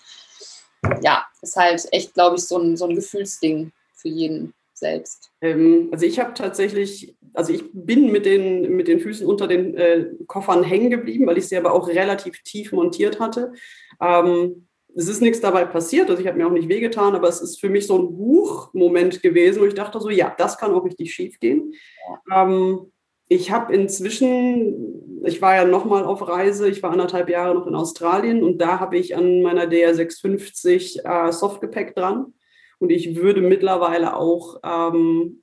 Ja, ist halt echt, glaube ich, so ein, so ein Gefühlsding für jeden selbst. Ähm, also ich habe tatsächlich, also ich bin mit den, mit den Füßen unter den äh, Koffern hängen geblieben, weil ich sie aber auch relativ tief montiert hatte. Ähm, es ist nichts dabei passiert, also ich habe mir auch nicht wehgetan, aber es ist für mich so ein Buchmoment gewesen, wo ich dachte so, ja, das kann auch richtig schief gehen. Ja. Ähm, ich habe inzwischen, ich war ja nochmal auf Reise, ich war anderthalb Jahre noch in Australien und da habe ich an meiner D R sechshundertfünfzig äh, Softgepäck dran. Und ich würde mittlerweile auch ähm,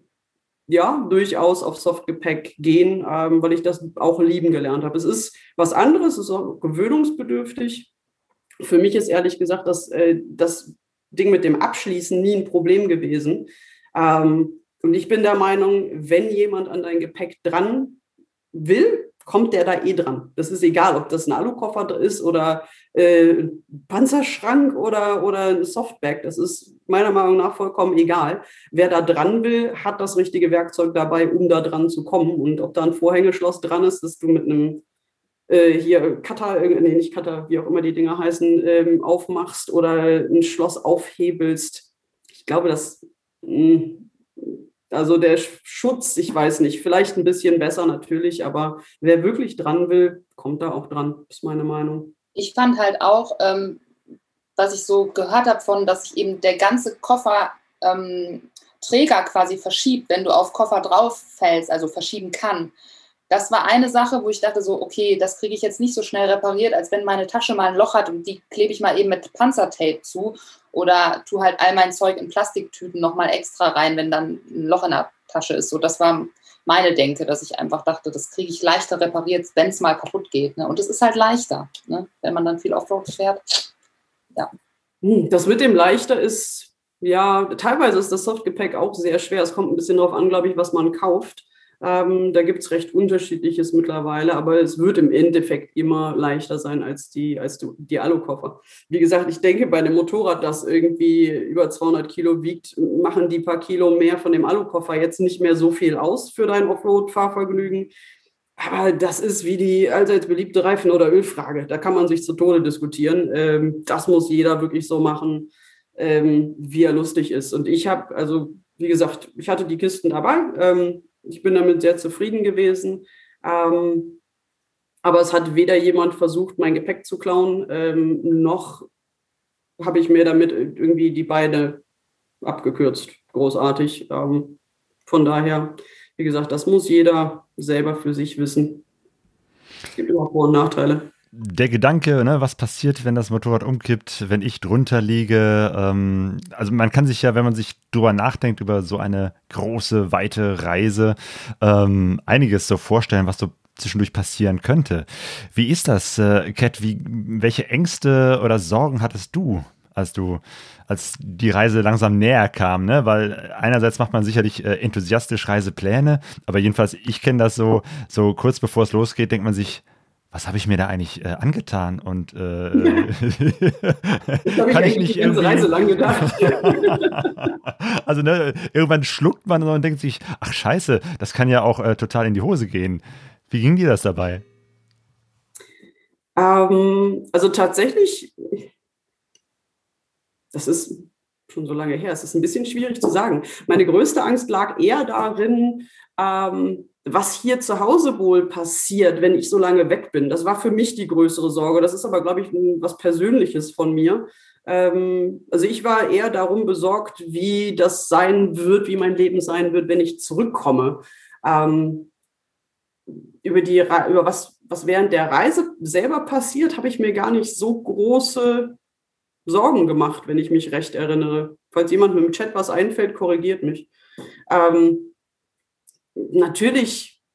ja, durchaus auf Softgepäck gehen, ähm, weil ich das auch lieben gelernt habe. Es ist was anderes, es ist auch gewöhnungsbedürftig. Für mich ist ehrlich gesagt das, äh, das Ding mit dem Abschließen nie ein Problem gewesen. Ähm, und ich bin der Meinung, wenn jemand an dein Gepäck dran will, kommt der da eh dran. Das ist egal, ob das ein Alukoffer ist oder äh, Panzerschrank oder, oder ein Softbag. Das ist meiner Meinung nach vollkommen egal. Wer da dran will, hat das richtige Werkzeug dabei, um da dran zu kommen. Und ob da ein Vorhängeschloss dran ist, dass du mit einem äh, hier Cutter, nee, nicht Cutter, wie auch immer die Dinger heißen, ähm, aufmachst oder ein Schloss aufhebelst. Ich glaube, das mh, also der Schutz, ich weiß nicht, vielleicht ein bisschen besser natürlich, aber wer wirklich dran will, kommt da auch dran, ist meine Meinung. Ich fand halt auch, ähm, was ich so gehört habe von, dass sich eben der ganze Kofferträger ähm, quasi verschiebt, wenn du auf Koffer drauf fällst, also verschieben kann. Das war eine Sache, wo ich dachte so, okay, das kriege ich jetzt nicht so schnell repariert, als wenn meine Tasche mal ein Loch hat und die klebe ich mal eben mit Panzertape zu oder tue halt all mein Zeug in Plastiktüten nochmal extra rein, wenn dann ein Loch in der Tasche ist. So, das war meine Denke, dass ich einfach dachte, das kriege ich leichter repariert, wenn es mal kaputt geht. Ne? Und es ist halt leichter, ne? Wenn man dann viel Offroad fährt. Ja. Das mit dem leichter ist, ja, teilweise ist das Softgepäck auch sehr schwer. Es kommt ein bisschen darauf an, glaube ich, was man kauft. Ähm, da gibt es recht Unterschiedliches mittlerweile, aber es wird im Endeffekt immer leichter sein als die, als die, die Alukoffer. Wie gesagt, ich denke, bei einem Motorrad, das irgendwie über zweihundert Kilo wiegt, machen die paar Kilo mehr von dem Alukoffer jetzt nicht mehr so viel aus für dein Offroad-Fahrvergnügen. Aber das ist wie die allseits beliebte Reifen- oder Ölfrage. Da kann man sich zu Tode diskutieren. Ähm, das muss jeder wirklich so machen, ähm, wie er lustig ist. Und ich habe, also wie gesagt, ich hatte die Kisten dabei. Ähm, Ich bin damit sehr zufrieden gewesen. Ähm, aber es hat weder jemand versucht, mein Gepäck zu klauen, ähm, noch habe ich mir damit irgendwie die Beine abgekürzt. Großartig. Ähm, von daher, wie gesagt, das muss jeder selber für sich wissen. Es gibt immer Vor- und Nachteile. Der Gedanke, ne, was passiert, wenn das Motorrad umkippt, wenn ich drunter liege, ähm, also man kann sich ja, wenn man sich drüber nachdenkt, über so eine große, weite Reise, ähm, einiges so vorstellen, was so zwischendurch passieren könnte. Wie ist das, äh, Kat, wie, welche Ängste oder Sorgen hattest du, als du, als die Reise langsam näher kam, ne? Weil einerseits macht man sicherlich äh, enthusiastisch Reisepläne, aber jedenfalls, ich kenne das so, so kurz bevor es losgeht, denkt man sich, was habe ich mir da eigentlich äh, angetan? Und äh, kann ich, ich nicht die ganze Reise lang gedacht. Also ne, irgendwann schluckt man und denkt sich, ach scheiße, das kann ja auch äh, total in die Hose gehen. Wie ging dir das dabei? Ähm, also tatsächlich, das ist schon so lange her, es ist ein bisschen schwierig zu sagen. Meine größte Angst lag eher darin, ähm, was hier zu Hause wohl passiert, wenn ich so lange weg bin. Das war für mich die größere Sorge. Das ist aber, glaube ich, was Persönliches von mir. Ähm, also ich war eher darum besorgt, wie das sein wird, wie mein Leben sein wird, wenn ich zurückkomme. Ähm, über die, über was, was während der Reise selber passiert, habe ich mir gar nicht so große Sorgen gemacht, wenn ich mich recht erinnere. Falls jemand im Chat was einfällt, korrigiert mich. Ähm, natürlich,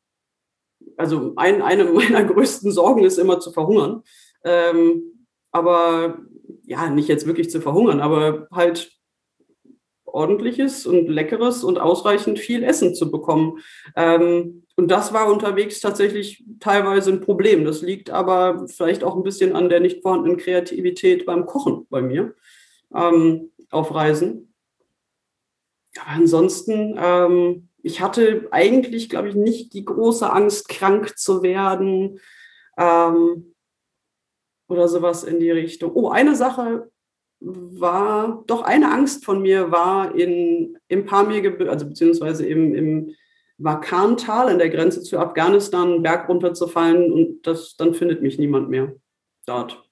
also ein, eine meiner größten Sorgen ist immer zu verhungern. Ähm, aber ja, nicht jetzt wirklich zu verhungern, aber halt ordentliches und leckeres und ausreichend viel Essen zu bekommen. Ähm, und das war unterwegs tatsächlich teilweise ein Problem. Das liegt aber vielleicht auch ein bisschen an der nicht vorhandenen Kreativität beim Kochen bei mir ähm, auf Reisen. Aber ansonsten, ähm, ich hatte eigentlich, glaube ich, nicht die große Angst, krank zu werden ähm, oder sowas in die Richtung. Oh, eine Sache war, doch eine Angst von mir war in, im Pamirgebirge, also beziehungsweise im, im Wakhan-Tal an der Grenze zu Afghanistan, einen Berg runterzufallen und das, dann findet mich niemand mehr dort.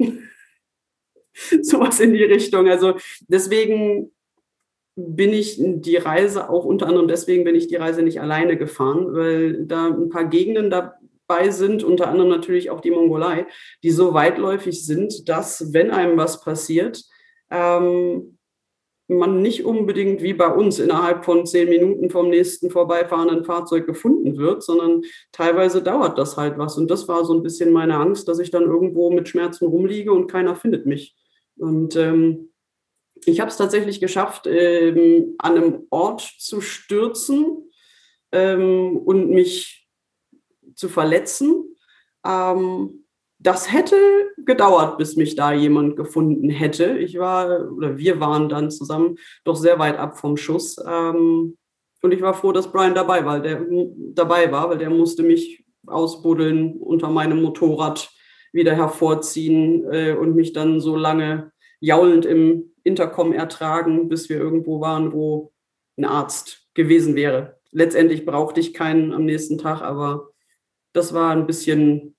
Sowas in die Richtung. Also deswegen bin ich die Reise, auch unter anderem deswegen bin ich die Reise nicht alleine gefahren, weil da ein paar Gegenden dabei sind, unter anderem natürlich auch die Mongolei, die so weitläufig sind, dass, wenn einem was passiert, ähm, man nicht unbedingt wie bei uns innerhalb von zehn Minuten vom nächsten vorbeifahrenden Fahrzeug gefunden wird, sondern teilweise dauert das halt was. Und das war so ein bisschen meine Angst, dass ich dann irgendwo mit Schmerzen rumliege und keiner findet mich. Und ähm, ich habe es tatsächlich geschafft, ähm, an einem Ort zu stürzen ähm, und mich zu verletzen. Ähm, das hätte gedauert, bis mich da jemand gefunden hätte. Ich war, oder wir waren dann zusammen doch sehr weit ab vom Schuss. Ähm, und ich war froh, dass Brian dabei war, der dabei war, weil der musste mich ausbuddeln, unter meinem Motorrad wieder hervorziehen äh, und mich dann so lange jaulend im Intercom ertragen, bis wir irgendwo waren, wo ein Arzt gewesen wäre. Letztendlich brauchte ich keinen am nächsten Tag, aber das war ein bisschen,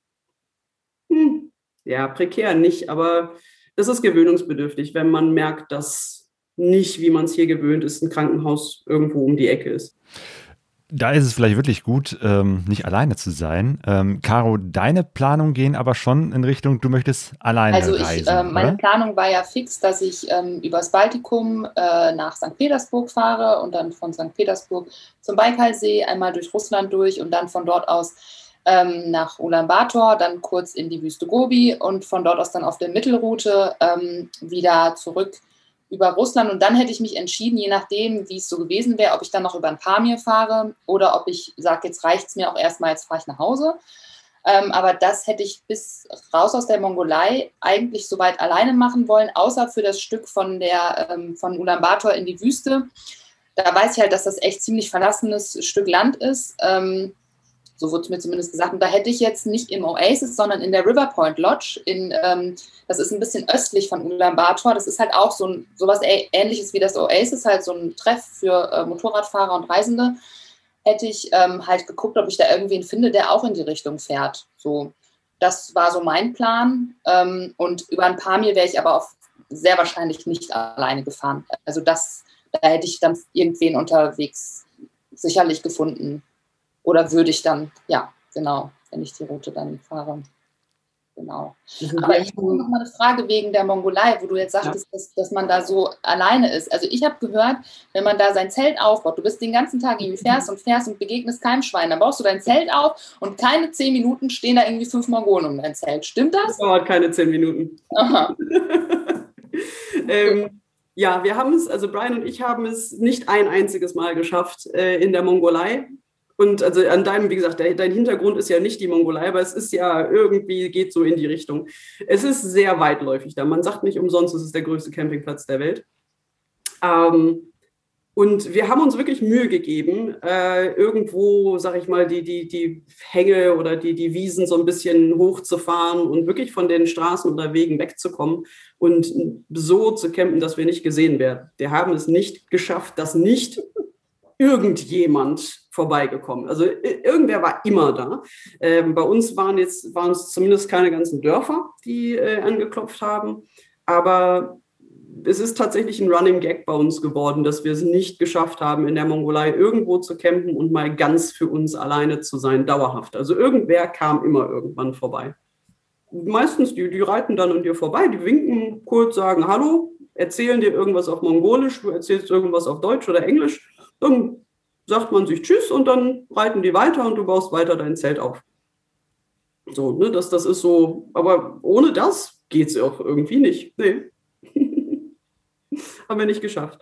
hm, ja, prekär nicht, aber das ist gewöhnungsbedürftig, wenn man merkt, dass nicht, wie man es hier gewöhnt ist, ein Krankenhaus irgendwo um die Ecke ist. Da ist es vielleicht wirklich gut, ähm, nicht alleine zu sein. Ähm, Caro, deine Planungen gehen aber schon in Richtung, du möchtest alleine also ich, reisen, äh, meine oder? Planung war ja fix, dass ich ähm, übers Baltikum äh, nach Sankt Petersburg fahre und dann von Sankt Petersburg zum Baikalsee, einmal durch Russland durch und dann von dort aus ähm, nach Ulaanbaatar, dann kurz in die Wüste Gobi und von dort aus dann auf der Mittelroute ähm, wieder zurück über Russland. Und dann hätte ich mich entschieden, je nachdem, wie es so gewesen wäre, ob ich dann noch über ein Pamir fahre oder ob ich sage, jetzt reicht es mir auch erstmal, jetzt fahre ich nach Hause. Ähm, aber das hätte ich bis raus aus der Mongolei eigentlich soweit alleine machen wollen, außer für das Stück von, der, ähm, von Ulaanbaatar in die Wüste. Da weiß ich halt, dass das echt ziemlich verlassenes Stück Land ist. Ähm, so wurde es mir zumindest gesagt. Und da hätte ich jetzt nicht im Oasis, sondern in der River Point Lodge. In, ähm, das ist ein bisschen östlich von Ulaanbaatar. Das ist halt auch so ein, sowas Ähnliches wie das Oasis, halt so ein Treff für äh, Motorradfahrer und Reisende. Hätte ich ähm, halt geguckt, ob ich da irgendwen finde, der auch in die Richtung fährt. So, das war so mein Plan. Ähm, und über ein Pamir wäre ich aber auch sehr wahrscheinlich nicht alleine gefahren. Also das, da hätte ich dann irgendwen unterwegs sicherlich gefunden. Oder würde ich dann, ja, genau, wenn ich die Route dann fahre. Genau. Aber ich habe noch mal eine Frage wegen der Mongolei, wo du jetzt sagtest, ja. dass, dass man da so alleine ist. Also ich habe gehört, wenn man da sein Zelt aufbaut, du bist den ganzen Tag irgendwie fährst und fährst und begegnest keinem Schwein, dann baust du dein Zelt auf und keine zehn Minuten stehen da irgendwie fünf Mongolen um dein Zelt. Stimmt das? Das dauert keine zehn Minuten. Aha. ähm, ja, wir haben es, also Brian und ich haben es nicht ein einziges Mal geschafft äh, in der Mongolei. Und also an deinem, wie gesagt, dein Hintergrund ist ja nicht die Mongolei, aber es ist ja irgendwie, geht so in die Richtung. Es ist sehr weitläufig da. Man sagt nicht umsonst, es ist der größte Campingplatz der Welt. Ähm, Und wir haben uns wirklich Mühe gegeben, äh, irgendwo, sag ich mal, die, die, die Hänge oder die, die Wiesen so ein bisschen hochzufahren und wirklich von den Straßen oder Wegen wegzukommen und so zu campen, dass wir nicht gesehen werden. Wir haben es nicht geschafft, dass nicht irgendjemand vorbeigekommen. Also irgendwer war immer da. Ähm, bei uns waren jetzt waren es zumindest keine ganzen Dörfer, die äh, angeklopft haben, aber es ist tatsächlich ein Running Gag bei uns geworden, dass wir es nicht geschafft haben, in der Mongolei irgendwo zu campen und mal ganz für uns alleine zu sein, dauerhaft. Also irgendwer kam immer irgendwann vorbei. Meistens, die, die reiten dann an dir vorbei, die winken kurz, sagen Hallo, erzählen dir irgendwas auf Mongolisch, du erzählst irgendwas auf Deutsch oder Englisch, dann sagt man sich Tschüss und dann reiten die weiter und du baust weiter dein Zelt auf. So, ne, das, das ist so, aber ohne das geht es auch irgendwie nicht. Nee. Haben wir nicht geschafft.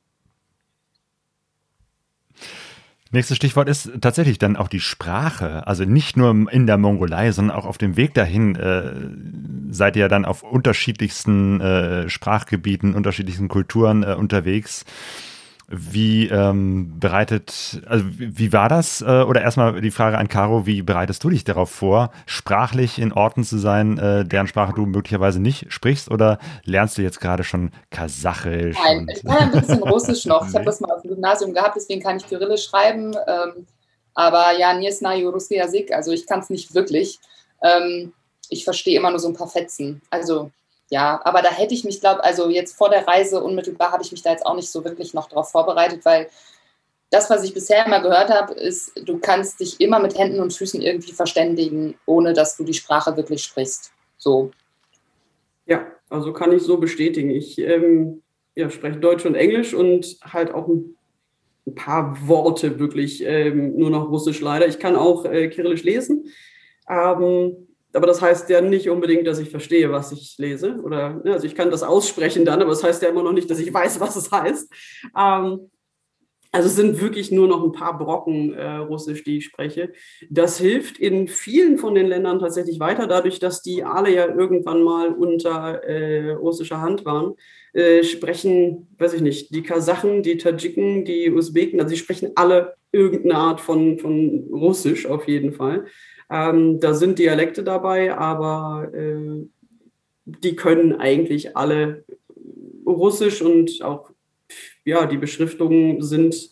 Nächstes Stichwort ist tatsächlich dann auch die Sprache. Also nicht nur in der Mongolei, sondern auch auf dem Weg dahin äh, seid ihr dann auf unterschiedlichsten äh, Sprachgebieten, unterschiedlichsten Kulturen äh, unterwegs. Wie ähm, bereitet, also wie, wie war das? Äh, oder erstmal die Frage an Caro, wie bereitest du dich darauf vor, sprachlich in Orten zu sein, äh, deren Sprache du möglicherweise nicht sprichst? Oder lernst du jetzt gerade schon Kasachisch? Nein, ich kann ein bisschen Russisch noch. Ich habe das mal auf dem Gymnasium gehabt, deswegen kann ich Kyrillisch schreiben. Ähm, aber ja, nie znаю ruski jazyk, also ich kann es nicht wirklich. Ähm, ich verstehe immer nur so ein paar Fetzen. Also ja, aber da hätte ich mich, glaube also jetzt vor der Reise unmittelbar habe ich mich da jetzt auch nicht so wirklich noch drauf vorbereitet, weil das, was ich bisher immer gehört habe, ist, du kannst dich immer mit Händen und Füßen irgendwie verständigen, ohne dass du die Sprache wirklich sprichst. So. Ja, also kann ich so bestätigen. Ich ähm, ja, spreche Deutsch und Englisch und halt auch ein, ein paar Worte wirklich, ähm, nur noch Russisch leider. Ich kann auch äh, Kyrillisch lesen. Ähm, Aber das heißt ja nicht unbedingt, dass ich verstehe, was ich lese. Oder, also ich kann das aussprechen dann, aber das heißt ja immer noch nicht, dass ich weiß, was es heißt. Ähm, also es sind wirklich nur noch ein paar Brocken äh, Russisch, die ich spreche. Das hilft in vielen von den Ländern tatsächlich weiter, dadurch, dass die alle ja irgendwann mal unter äh, russischer Hand waren. Äh, sprechen, weiß ich nicht, die Kasachen, die Tadschiken, die Usbeken, also sie sprechen alle irgendeine Art von, von Russisch auf jeden Fall. Ähm, da sind Dialekte dabei, aber äh, die können eigentlich alle Russisch und auch ja, die Beschriftungen sind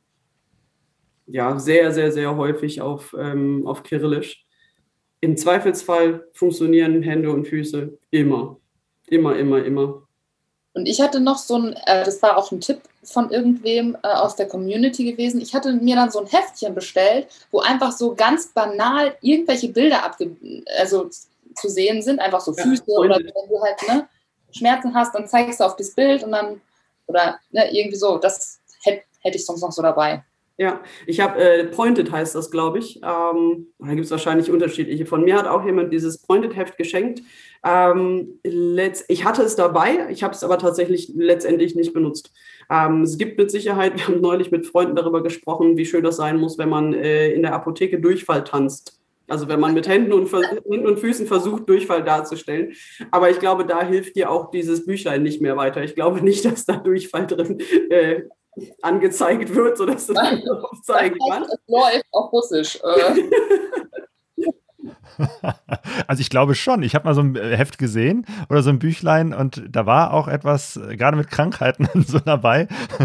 ja sehr, sehr, sehr häufig auf, ähm, auf Kyrillisch. Im Zweifelsfall funktionieren Hände und Füße immer. Immer, immer, immer. Und ich hatte noch so ein, äh, das war auch ein Tipp von irgendwem äh, aus der Community gewesen, ich hatte mir dann so ein Heftchen bestellt, wo einfach so ganz banal irgendwelche Bilder abge also zu sehen sind, einfach so Füße ja, oder wenn du halt ne, Schmerzen hast, dann zeigst du auf das Bild und dann, oder ne, irgendwie so, das hätte hätt ich sonst noch so dabei. Ja, ich habe, äh, Pointed heißt das, glaube ich. Ähm, da gibt es wahrscheinlich unterschiedliche. Von mir hat auch jemand dieses Pointed-Heft geschenkt. Ähm, ich hatte es dabei, ich habe es aber tatsächlich letztendlich nicht benutzt. Ähm, es gibt mit Sicherheit, wir haben neulich mit Freunden darüber gesprochen, wie schön das sein muss, wenn man äh, in der Apotheke Durchfall tanzt. Also wenn man mit Händen und, Händen und Füßen versucht, Durchfall darzustellen. Aber ich glaube, da hilft dir auch dieses Büchlein nicht mehr weiter. Ich glaube nicht, dass da Durchfall drin äh, angezeigt wird, sodass du dann darauf zeigen kannst. Es läuft auf Russisch. Also ich glaube schon. Ich habe mal so ein Heft gesehen oder so ein Büchlein und da war auch etwas, gerade mit Krankheiten und so dabei.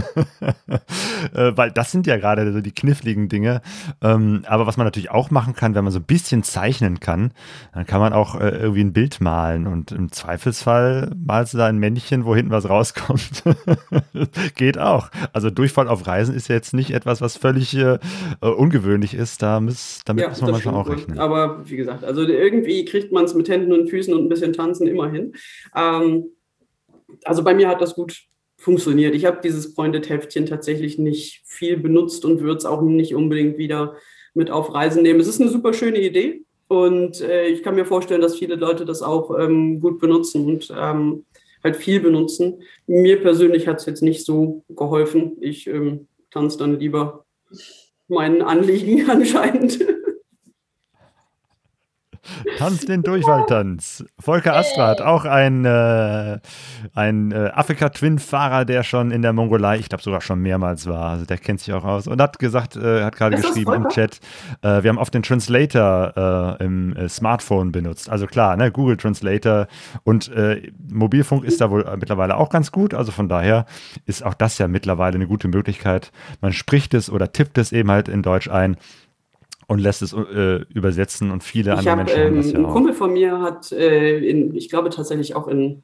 Weil das sind ja gerade so die kniffligen Dinge. Aber was man natürlich auch machen kann, wenn man so ein bisschen zeichnen kann, dann kann man auch irgendwie ein Bild malen und im Zweifelsfall malst du da ein Männchen, wo hinten was rauskommt. Geht auch. Also Durchfall auf Reisen ist ja jetzt nicht etwas, was völlig äh, ungewöhnlich ist. Da muss, damit ja, muss man manchmal auch rechnen. Aber wie gesagt, also irgendwie kriegt man es mit Händen und Füßen und ein bisschen Tanzen immer hin. Ähm, also bei mir hat das gut funktioniert. Ich habe dieses Pointed-Heftchen tatsächlich nicht viel benutzt und würde es auch nicht unbedingt wieder mit auf Reisen nehmen. Es ist eine super schöne Idee und äh, ich kann mir vorstellen, dass viele Leute das auch ähm, gut benutzen und ähm, halt viel benutzen. Mir persönlich hat es jetzt nicht so geholfen. Ich ähm, tanze dann lieber meinen Anliegen anscheinend. Tanz den Durchfalltanz. Volker Astra hat auch ein, äh, ein äh, Afrika-Twin-Fahrer, der schon in der Mongolei, ich glaube sogar schon mehrmals war. Also der kennt sich auch aus und hat gesagt, äh, hat gerade geschrieben im Chat, äh, wir haben oft den Translator äh, im äh, Smartphone benutzt. Also klar, ne, Google Translator und äh, Mobilfunk ist da wohl äh, mittlerweile auch ganz gut. Also von daher ist auch das ja mittlerweile eine gute Möglichkeit. Man spricht es oder tippt es eben halt in Deutsch ein und lässt es äh, übersetzen und viele ich andere hab, Menschen haben das ja ähm, auch. Ein Kumpel von mir hat, äh, in, ich glaube tatsächlich auch in,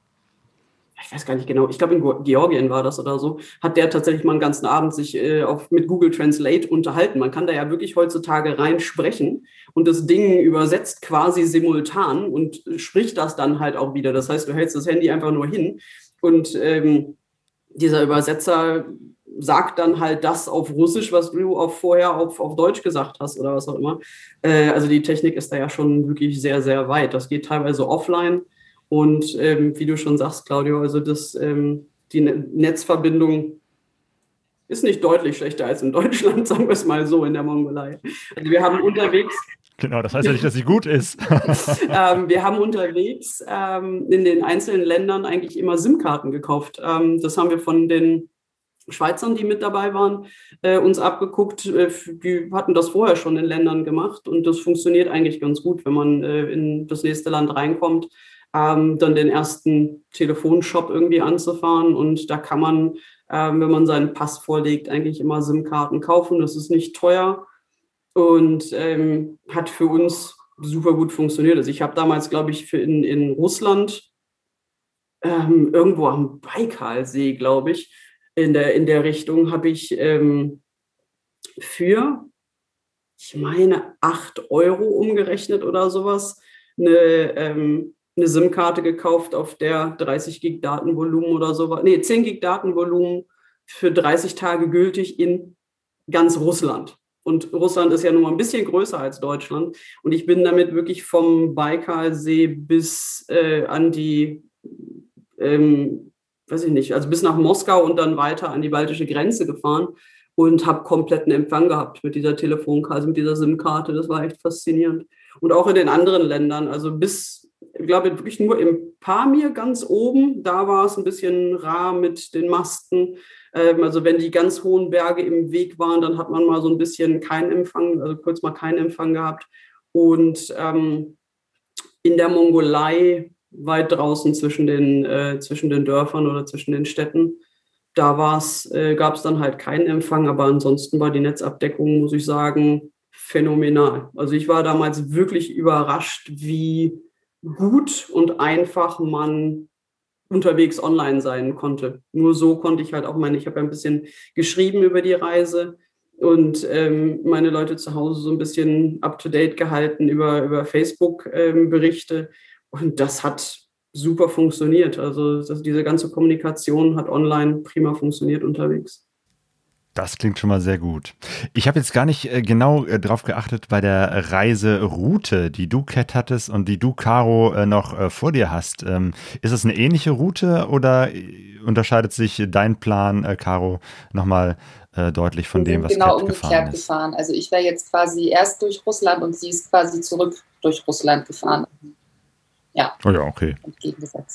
ich weiß gar nicht genau, ich glaube in Georgien war das oder so, hat der tatsächlich mal einen ganzen Abend sich äh, auf, mit Google Translate unterhalten. Man kann da ja wirklich heutzutage rein sprechen und das Ding übersetzt quasi simultan und spricht das dann halt auch wieder. Das heißt, du hältst das Handy einfach nur hin und ähm, dieser Übersetzer sagt dann halt das auf Russisch, was du auch vorher auf, auf Deutsch gesagt hast oder was auch immer. Äh, also die Technik ist da ja schon wirklich sehr, sehr weit. Das geht teilweise offline und ähm, wie du schon sagst, Claudio, also das, ähm, die Netzverbindung ist nicht deutlich schlechter als in Deutschland, sagen wir es mal so, in der Mongolei. Also wir haben unterwegs... Genau, das heißt ja nicht, dass sie gut ist. ähm, wir haben unterwegs ähm, in den einzelnen Ländern eigentlich immer SIM-Karten gekauft. Ähm, das haben wir von den Schweizern, die mit dabei waren, äh, uns abgeguckt. Äh, die hatten das vorher schon in Ländern gemacht und das funktioniert eigentlich ganz gut, wenn man äh, in das nächste Land reinkommt, ähm, dann den ersten Telefonshop irgendwie anzufahren und da kann man, äh, wenn man seinen Pass vorlegt, eigentlich immer SIM-Karten kaufen. Das ist nicht teuer und ähm, hat für uns super gut funktioniert. Also ich habe damals, glaube ich, für in, in Russland ähm, irgendwo am Baikalsee, glaube ich, in der, in der Richtung habe ich ähm, für, ich meine, acht Euro umgerechnet oder sowas, eine, ähm, eine SIM-Karte gekauft, auf der dreißig Gig Datenvolumen oder sowas, nee, zehn Gig Datenvolumen für dreißig Tage gültig in ganz Russland. Und Russland ist ja nun mal ein bisschen größer als Deutschland. Und ich bin damit wirklich vom Baikalsee bis äh, an die ähm, weiß ich nicht, also bis nach Moskau und dann weiter an die baltische Grenze gefahren und habe kompletten Empfang gehabt mit dieser Telefonkarte, also mit dieser SIM-Karte. Das war echt faszinierend. Und auch in den anderen Ländern, also bis, ich glaube, wirklich nur im Pamir ganz oben, da war es ein bisschen rar mit den Masten. Ähm, also wenn die ganz hohen Berge im Weg waren, dann hat man mal so ein bisschen keinen Empfang, also kurz mal keinen Empfang gehabt. Und ähm, in der Mongolei, weit draußen zwischen den, äh, zwischen den Dörfern oder zwischen den Städten. Da äh, gab es dann halt keinen Empfang, aber ansonsten war die Netzabdeckung, muss ich sagen, phänomenal. Also ich war damals wirklich überrascht, wie gut und einfach man unterwegs online sein konnte. Nur so konnte ich halt auch meine, ich habe ein bisschen geschrieben über die Reise und ähm, meine Leute zu Hause so ein bisschen up-to-date gehalten über, über Facebook-Berichte. Ähm, Und das hat super funktioniert. Also das, diese ganze Kommunikation hat online prima funktioniert unterwegs. Das klingt schon mal sehr gut. Ich habe jetzt gar nicht äh, genau äh, drauf geachtet bei der Reiseroute, die du, Kat, hattest und die du, Caro, äh, noch äh, vor dir hast. Ähm, ist es eine ähnliche Route oder unterscheidet sich dein Plan, äh, Caro, nochmal äh, deutlich von dem, was genau Kat umgekehrt gefahren ist? gefahren. Also ich wäre jetzt quasi erst durch Russland und sie ist quasi zurück durch Russland gefahren. Ja. Oh ja, okay. Entgegengesetzt.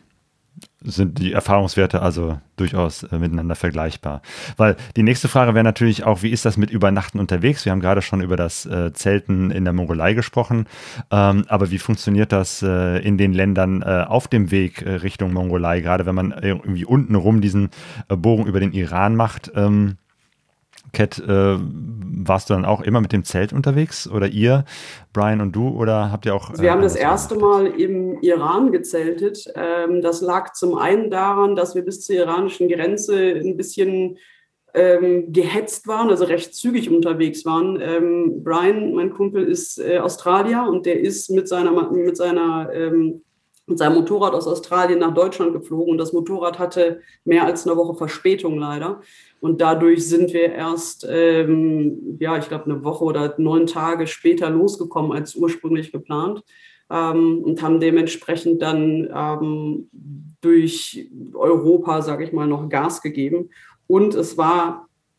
Sind die Erfahrungswerte also durchaus äh, miteinander vergleichbar. Weil die nächste Frage wäre natürlich auch, wie ist das mit Übernachten unterwegs? Wir haben gerade schon über das äh, Zelten in der Mongolei gesprochen, ähm, aber wie funktioniert das äh, in den Ländern äh, auf dem Weg äh, Richtung Mongolei, gerade wenn man irgendwie unten rum diesen äh, Bogen über den Iran macht? Ähm, Kat, äh, warst du dann auch immer mit dem Zelt unterwegs oder ihr, Brian und du, oder habt ihr auch... Also wir äh, haben das erste Mal im Iran gezeltet. Ähm, das lag zum einen daran, dass wir bis zur iranischen Grenze ein bisschen ähm, gehetzt waren, also recht zügig unterwegs waren. Ähm, Brian, mein Kumpel, ist äh, Australier und der ist mit seiner, mit seiner ähm, mit seinem Motorrad aus Australien nach Deutschland geflogen und das Motorrad hatte mehr als eine Woche Verspätung leider. Und dadurch sind wir erst, ähm, ja, ich glaube, eine Woche oder neun Tage später losgekommen als ursprünglich geplant ähm, und haben dementsprechend dann ähm, durch Europa, sage ich mal, noch Gas gegeben. Und es war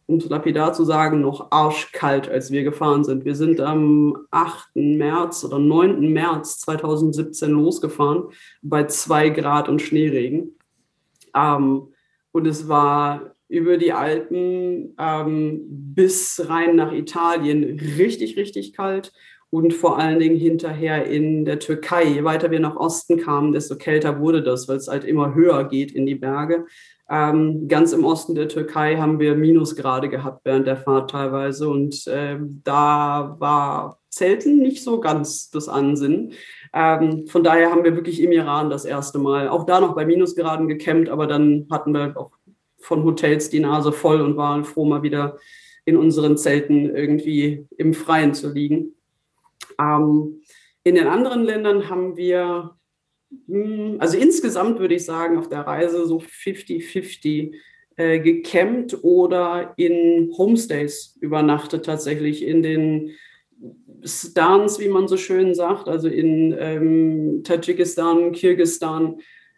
um es lapidar zu sagen, noch arschkalt, als wir gefahren sind. Wir sind am achten März oder neunten März zweitausendsiebzehn losgefahren bei zwei Grad und Schneeregen. Ähm, und es war über die Alpen ähm, bis rein nach Italien richtig, richtig kalt. Und vor allen Dingen hinterher in der Türkei. Je weiter wir nach Osten kamen, desto kälter wurde das, weil es halt immer höher geht in die Berge. Ähm, ganz im Osten der Türkei haben wir Minusgrade gehabt während der Fahrt teilweise. Und äh, da war Zelten nicht so ganz das Ansinnen. Ähm, von daher haben wir wirklich im Iran das erste Mal auch da noch bei Minusgraden gecampt, aber dann hatten wir auch von Hotels die Nase voll und waren froh, mal wieder in unseren Zelten irgendwie im Freien zu liegen. Ähm, in den anderen Ländern haben wir, mh, also insgesamt würde ich sagen, auf der Reise so fünfzig fünfzig äh, gecampt oder in Homestays übernachtet, tatsächlich in den Stans, wie man so schön sagt, also in ähm, Tadschikistan, Kirgisistan,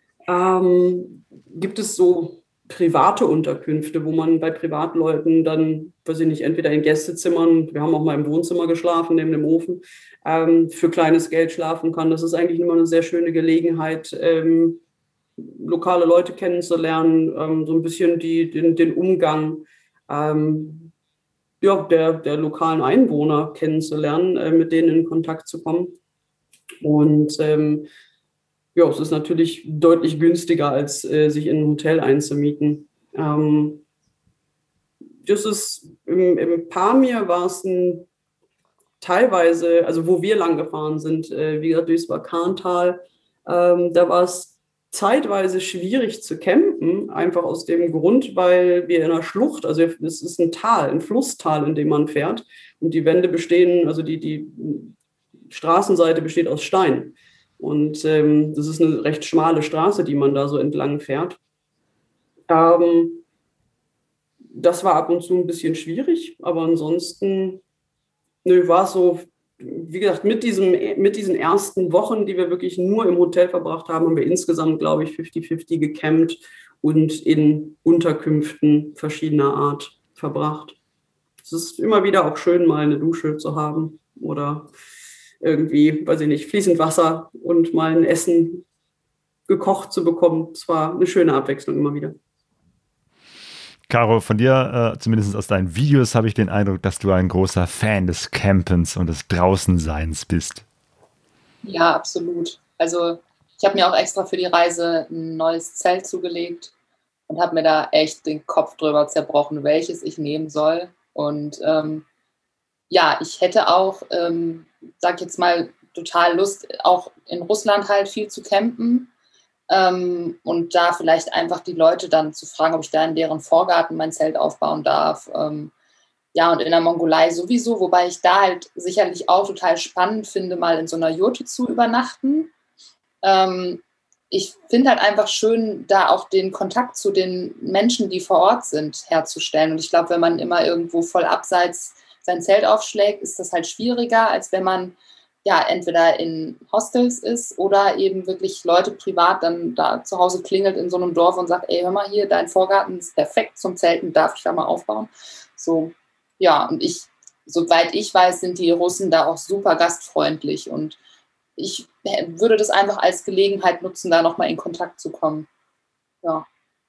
ähm, gibt es so private Unterkünfte, wo man bei Privatleuten dann, weiß ich nicht, entweder in Gästezimmern, wir haben auch mal im Wohnzimmer geschlafen, neben dem Ofen, ähm, für kleines Geld schlafen kann. Das ist eigentlich immer eine sehr schöne Gelegenheit, ähm, lokale Leute kennenzulernen, ähm, so ein bisschen die, den, den Umgang ähm, ja, der, der lokalen Einwohner kennenzulernen, äh, mit denen in Kontakt zu kommen. Und ähm, ja, es ist natürlich deutlich günstiger, als äh, sich in ein Hotel einzumieten. Ähm, das ist im, im Pamir war es ein, teilweise, also wo wir lang gefahren sind, äh, wie gesagt, durchs Barkantal, ähm, da war es zeitweise schwierig zu campen, einfach aus dem Grund, weil wir in einer Schlucht, also es ist ein Tal, ein Flusstal, in dem man fährt, und die Wände bestehen, also die, die Straßenseite besteht aus Stein. Und ähm, das ist eine recht schmale Straße, die man da so entlang fährt. Ähm, das war ab und zu ein bisschen schwierig, aber ansonsten nö, war es so, wie gesagt, mit, diesem, mit diesen ersten Wochen, die wir wirklich nur im Hotel verbracht haben, haben wir insgesamt, glaube ich, fünfzig fünfzig gecampt und in Unterkünften verschiedener Art verbracht. Es ist immer wieder auch schön, mal eine Dusche zu haben oder irgendwie, weiß ich nicht, fließend Wasser und mal ein Essen gekocht zu bekommen. Es war eine schöne Abwechslung immer wieder. Caro, von dir, äh, zumindest aus deinen Videos, habe ich den Eindruck, dass du ein großer Fan des Campens und des Draußenseins bist. Ja, absolut. Also ich habe mir auch extra für die Reise ein neues Zelt zugelegt und habe mir da echt den Kopf drüber zerbrochen, welches ich nehmen soll. Und ähm, ja, ich hätte auch, ähm, sag jetzt mal, total Lust, auch in Russland halt viel zu campen. Ähm, und da vielleicht einfach die Leute dann zu fragen, ob ich da in deren Vorgarten mein Zelt aufbauen darf. Ähm, ja, und in der Mongolei sowieso, wobei ich da halt sicherlich auch total spannend finde, mal in so einer Jurte zu übernachten. Ähm, ich finde halt einfach schön, da auch den Kontakt zu den Menschen, die vor Ort sind, herzustellen. Und ich glaube, wenn man immer irgendwo voll abseits sein Zelt aufschlägt, ist das halt schwieriger, als wenn man ja entweder in Hostels ist oder eben wirklich Leute privat dann da zu Hause klingelt in so einem Dorf und sagt, ey, hör mal hier, dein Vorgarten ist perfekt zum Zelten, darf ich da mal aufbauen? So, ja, und ich, soweit ich weiß, sind die Russen da auch super gastfreundlich und ich würde das einfach als Gelegenheit nutzen, da nochmal in Kontakt zu kommen. Ja.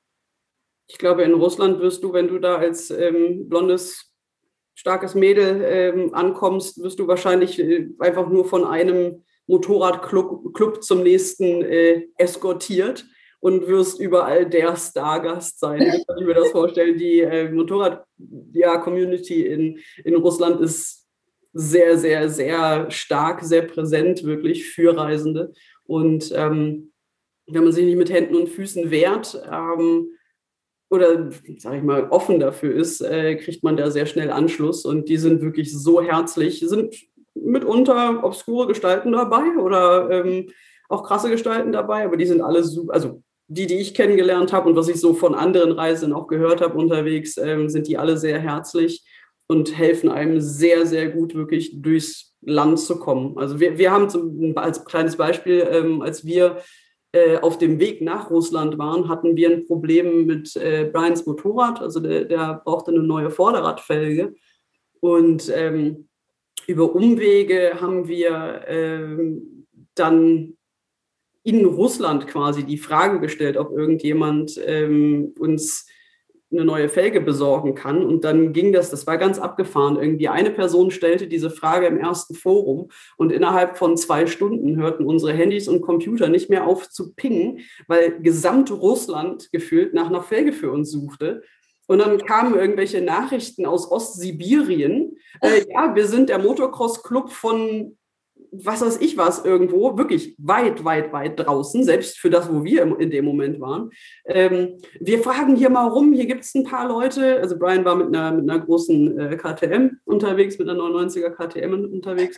Ich glaube, in Russland wirst du, wenn du da als ähm, blondes, starkes Mädel ähm, ankommst, wirst du wahrscheinlich äh, einfach nur von einem Motorradclub Club zum nächsten äh, eskortiert und wirst überall der Stargast sein. Ich kann mir das vorstellen. Die äh, Motorrad-Community ja, in, in Russland ist sehr, sehr, sehr stark, sehr präsent wirklich für Reisende. Und ähm, wenn man sich nicht mit Händen und Füßen wehrt, ähm, oder, sage ich mal, offen dafür ist, äh, kriegt man da sehr schnell Anschluss. Und die sind wirklich so herzlich, sind mitunter obskure Gestalten dabei oder ähm, auch krasse Gestalten dabei, aber die sind alle super, also die, die ich kennengelernt habe und was ich so von anderen Reisenden auch gehört habe unterwegs, ähm, sind die alle sehr herzlich und helfen einem sehr, sehr gut wirklich durchs Land zu kommen. Also wir, wir haben zum, als kleines Beispiel, ähm, als wir äh, auf dem Weg nach Russland waren, hatten wir ein Problem mit äh, Brians Motorrad. Also der, der brauchte eine neue Vorderradfelge. Und ähm, über Umwege haben wir ähm, dann in Russland quasi die Frage gestellt, ob irgendjemand ähm, uns eine neue Felge besorgen kann. Und dann ging das, das war ganz abgefahren. Irgendwie eine Person stellte diese Frage im ersten Forum und innerhalb von zwei Stunden hörten unsere Handys und Computer nicht mehr auf zu pingen, weil gesamt Russland gefühlt nach einer Felge für uns suchte. Und dann kamen irgendwelche Nachrichten aus Ostsibirien. Äh, ja, wir sind der Motocross-Club von was weiß ich was irgendwo, wirklich weit, weit, weit draußen, selbst für das, wo wir in dem Moment waren. Ähm, wir fragen hier mal rum, hier gibt es ein paar Leute, also Brian war mit einer, mit einer großen äh, K T M unterwegs, mit einer neunundneunziger K T M unterwegs.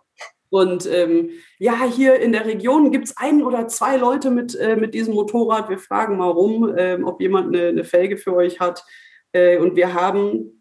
Und ähm, ja, hier in der Region gibt es ein oder zwei Leute mit, äh, mit diesem Motorrad. Wir fragen mal rum, äh, ob jemand eine, eine Felge für euch hat. Äh, und wir haben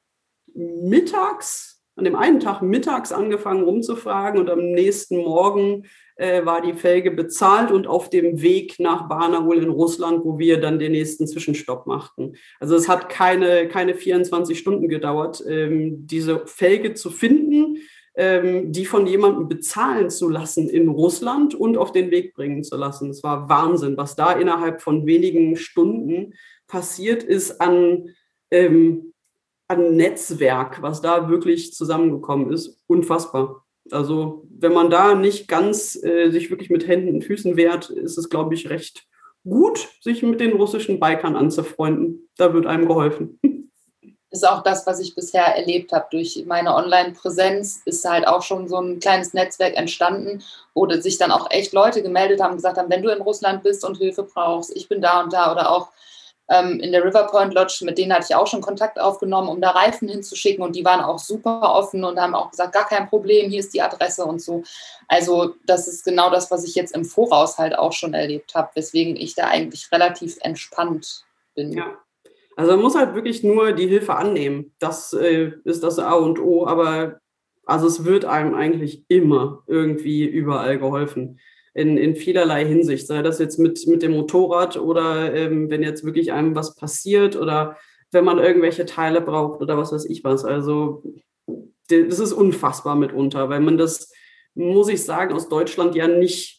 mittags, an dem einen Tag mittags angefangen rumzufragen und am nächsten Morgen äh, war die Felge bezahlt und auf dem Weg nach Barnaul in Russland, wo wir dann den nächsten Zwischenstopp machten. Also es hat keine, keine vierundzwanzig Stunden gedauert, ähm, diese Felge zu finden, ähm, die von jemandem bezahlen zu lassen in Russland und auf den Weg bringen zu lassen. Es war Wahnsinn, was da innerhalb von wenigen Stunden passiert ist an ähm, an Netzwerk, was da wirklich zusammengekommen ist, unfassbar. Also wenn man da nicht ganz äh, sich wirklich mit Händen und Füßen wehrt, ist es, glaube ich, recht gut, sich mit den russischen Bikern anzufreunden. Da wird einem geholfen. Ist auch das, was ich bisher erlebt habe. Durch meine Online-Präsenz ist halt auch schon so ein kleines Netzwerk entstanden, wo sich dann auch echt Leute gemeldet haben, gesagt haben, wenn du in Russland bist und Hilfe brauchst, ich bin da und da, oder auch in der Riverpoint Lodge, mit denen hatte ich auch schon Kontakt aufgenommen, um da Reifen hinzuschicken, und die waren auch super offen und haben auch gesagt, gar kein Problem, hier ist die Adresse und so. Also das ist genau das, was ich jetzt im Voraus halt auch schon erlebt habe, weswegen ich da eigentlich relativ entspannt bin. Ja, also man muss halt wirklich nur die Hilfe annehmen. Das äh, ist das A und O, aber also es wird einem eigentlich immer irgendwie überall geholfen. In, in vielerlei Hinsicht, sei das jetzt mit, mit dem Motorrad oder ähm, wenn jetzt wirklich einem was passiert oder wenn man irgendwelche Teile braucht oder was weiß ich was. Also das ist unfassbar mitunter, weil man das, muss ich sagen, aus Deutschland ja nicht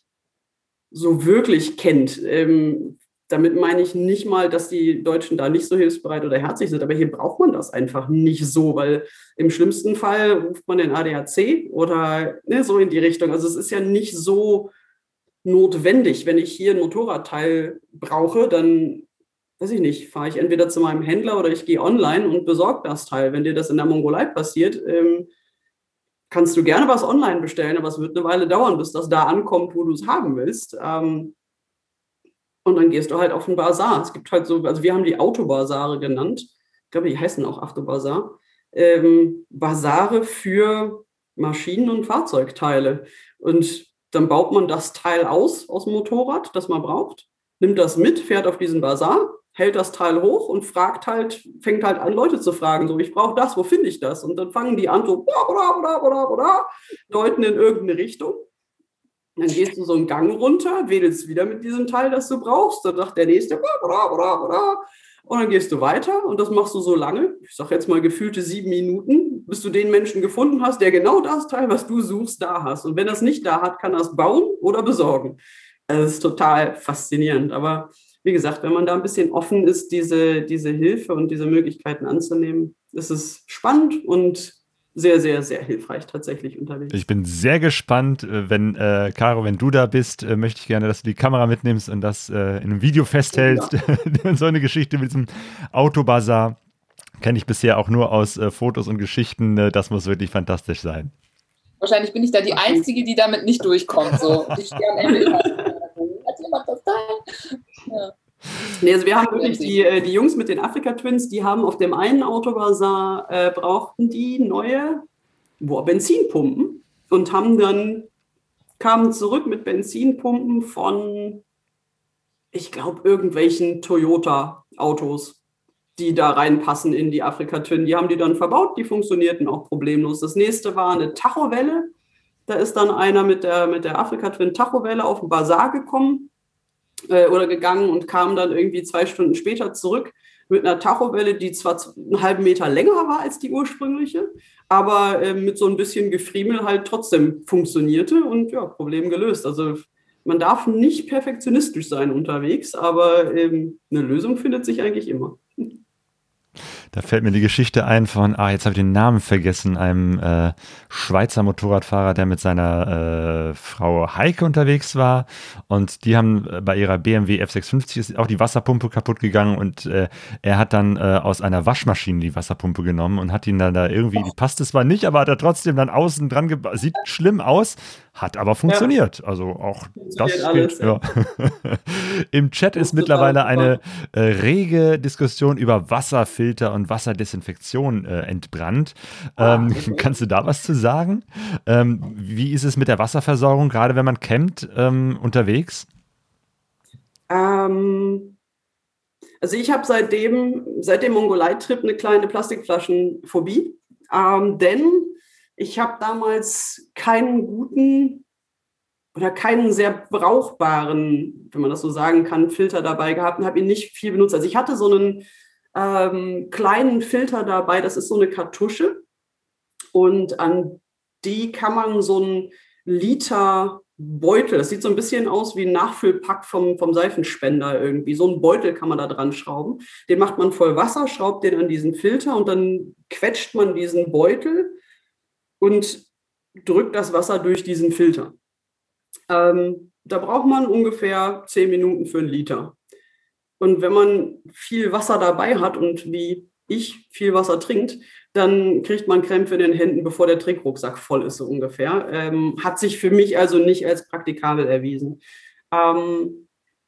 so wirklich kennt. Ähm, damit meine ich nicht mal, dass die Deutschen da nicht so hilfsbereit oder herzlich sind, aber hier braucht man das einfach nicht so, weil im schlimmsten Fall ruft man den A D A C oder ne, so in die Richtung. Also es ist ja nicht so notwendig. Wenn ich hier ein Motorradteil brauche, dann, weiß ich nicht, fahre ich entweder zu meinem Händler oder ich gehe online und besorge das Teil. Wenn dir das in der Mongolei passiert, ähm, kannst du gerne was online bestellen, aber es wird eine Weile dauern, bis das da ankommt, wo du es haben willst. Ähm, und dann gehst du halt auf den Bazar. Es gibt halt so, also wir haben die Autobasare genannt. Ich glaube, die heißen auch Autobasar. Ähm, Basare für Maschinen- und Fahrzeugteile. Und dann baut man das Teil aus, aus dem Motorrad, das man braucht, nimmt das mit, fährt auf diesen Bazar, hält das Teil hoch und fragt halt, fängt halt an, Leute zu fragen, so, ich brauche das, wo finde ich das? Und dann fangen die an, so, bla, bla, bla, bla, bla, deuten in irgendeine Richtung. Dann gehst du so einen Gang runter, wedelst wieder mit diesem Teil, das du brauchst, dann sagt der Nächste, bla, bla, bla, bla. Und dann gehst du weiter und das machst du so lange, ich sage jetzt mal gefühlte sieben Minuten, bis du den Menschen gefunden hast, der genau das Teil, was du suchst, da hast. Und wenn er es nicht da hat, kann er es bauen oder besorgen. Das ist total faszinierend. Aber wie gesagt, wenn man da ein bisschen offen ist, diese, diese Hilfe und diese Möglichkeiten anzunehmen, ist es spannend und sehr, sehr, sehr hilfreich tatsächlich unterwegs. Ich bin sehr gespannt, wenn, äh, Caro, wenn du da bist, äh, möchte ich gerne, dass du die Kamera mitnimmst und das äh, in einem Video festhältst. Ja. So eine Geschichte mit diesem Autobazar kenne ich bisher auch nur aus äh, Fotos und Geschichten. Äh, das muss wirklich fantastisch sein. Wahrscheinlich bin ich da die Einzige, die damit nicht durchkommt. So. Ich stehe am Ende immer. Hat jemand das da? Ja. Nee, also wir haben wirklich die, die Jungs mit den Afrika-Twins, die haben auf dem einen Autobazar, äh, brauchten die neue boah, Benzinpumpen und haben dann, kamen zurück mit Benzinpumpen von, ich glaube, irgendwelchen Toyota-Autos, die da reinpassen in die Afrika-Twin. Die haben die dann verbaut, die funktionierten auch problemlos. Das nächste war eine Tachowelle. Da ist dann einer mit der, mit der Afrika-Twin Tachowelle auf den Bazar gekommen. äh, oder gegangen und kam dann irgendwie zwei Stunden später zurück mit einer Tachowelle, die zwar einen halben Meter länger war als die ursprüngliche, aber äh, mit so ein bisschen Gefriemel halt trotzdem funktionierte und ja, Problem gelöst. Also man darf nicht perfektionistisch sein unterwegs, aber ähm, eine Lösung findet sich eigentlich immer. Da fällt mir die Geschichte ein von, ah, jetzt habe ich den Namen vergessen, einem äh, Schweizer Motorradfahrer, der mit seiner äh, Frau Heike unterwegs war und die haben äh, bei ihrer B M W F sechshundertfünfzig ist auch die Wasserpumpe kaputt gegangen und äh, er hat dann äh, aus einer Waschmaschine die Wasserpumpe genommen und hat ihn dann da irgendwie, die passte zwar nicht, aber hat er trotzdem dann außen dran gebaut, sieht schlimm aus, hat aber funktioniert. Ja. Also auch das alles, geht. Ja. Ja. Im Chat ist mittlerweile eine äh, rege Diskussion über Wasserfilter und Wasserdesinfektion äh, entbrannt. Ähm, ah, okay. Kannst du da was zu sagen? Ähm, wie ist es mit der Wasserversorgung, gerade wenn man campt, ähm, unterwegs? Ähm, also ich habe seitdem, seit dem Mongolei-Trip eine kleine Plastikflaschenphobie, ähm, denn ich habe damals keinen guten oder keinen sehr brauchbaren, wenn man das so sagen kann, Filter dabei gehabt und habe ihn nicht viel benutzt. Also ich hatte so einen ähm, kleinen Filter dabei, das ist so eine Kartusche und an die kann man so einen Liter Beutel, das sieht so ein bisschen aus wie ein Nachfüllpack vom, vom Seifenspender irgendwie, so einen Beutel kann man da dran schrauben, den macht man voll Wasser, schraubt den an diesen Filter und dann quetscht man diesen Beutel und drückt das Wasser durch diesen Filter. Ähm, da braucht man ungefähr zehn Minuten für einen Liter. Und wenn man viel Wasser dabei hat und wie ich viel Wasser trinkt, dann kriegt man Krämpfe in den Händen, bevor der Trinkrucksack voll ist, so ungefähr. Ähm, hat sich für mich also nicht als praktikabel erwiesen. Ähm,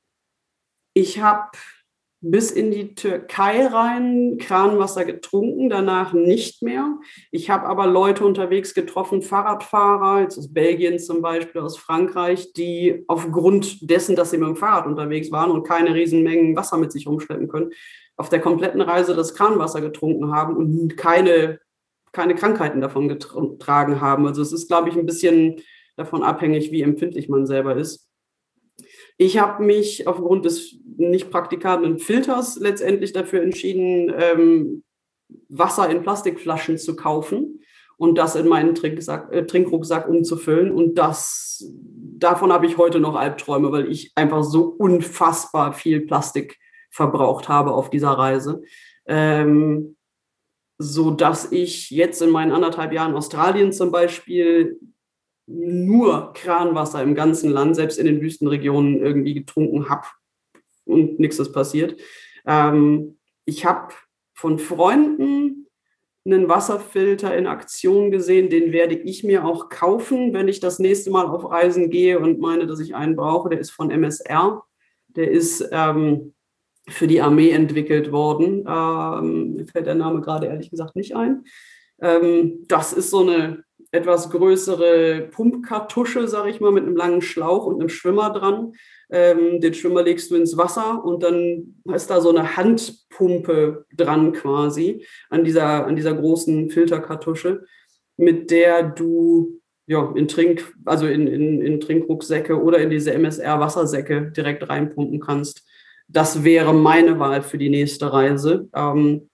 ich habe bis in die Türkei rein Kranwasser getrunken, danach nicht mehr. Ich habe aber Leute unterwegs getroffen, Fahrradfahrer, jetzt aus Belgien zum Beispiel, aus Frankreich, die aufgrund dessen, dass sie mit dem Fahrrad unterwegs waren und keine Riesenmengen Wasser mit sich rumschleppen können, auf der kompletten Reise das Kranwasser getrunken haben und keine, keine Krankheiten davon getragen haben. Also es ist, glaube ich, ein bisschen davon abhängig, wie empfindlich man selber ist. Ich habe mich aufgrund des nicht praktikablen Filters letztendlich dafür entschieden, ähm, Wasser in Plastikflaschen zu kaufen und das in meinen Trinksack, äh, Trinkrucksack umzufüllen. Und das, davon habe ich heute noch Albträume, weil ich einfach so unfassbar viel Plastik verbraucht habe auf dieser Reise. Ähm, so dass ich jetzt in meinen anderthalb Jahren Australien zum Beispiel nur Kranwasser im ganzen Land, selbst in den Wüstenregionen irgendwie getrunken habe und nichts ist passiert. Ähm, ich habe von Freunden einen Wasserfilter in Aktion gesehen, den werde ich mir auch kaufen, wenn ich das nächste Mal auf Reisen gehe und meine, dass ich einen brauche. Der ist von M S R, der ist ähm, für die Armee entwickelt worden. Ähm, mir fällt der Name gerade ehrlich gesagt nicht ein. Ähm, das ist so eine etwas größere Pumpkartusche, sage ich mal, mit einem langen Schlauch und einem Schwimmer dran. Ähm, den Schwimmer legst du ins Wasser und dann ist da so eine Handpumpe dran quasi an dieser, an dieser großen Filterkartusche, mit der du ja, in Trink, also in, in, in Trinkrucksäcke oder in diese M S R-Wassersäcke direkt reinpumpen kannst. Das wäre meine Wahl für die nächste Reise. Ähm,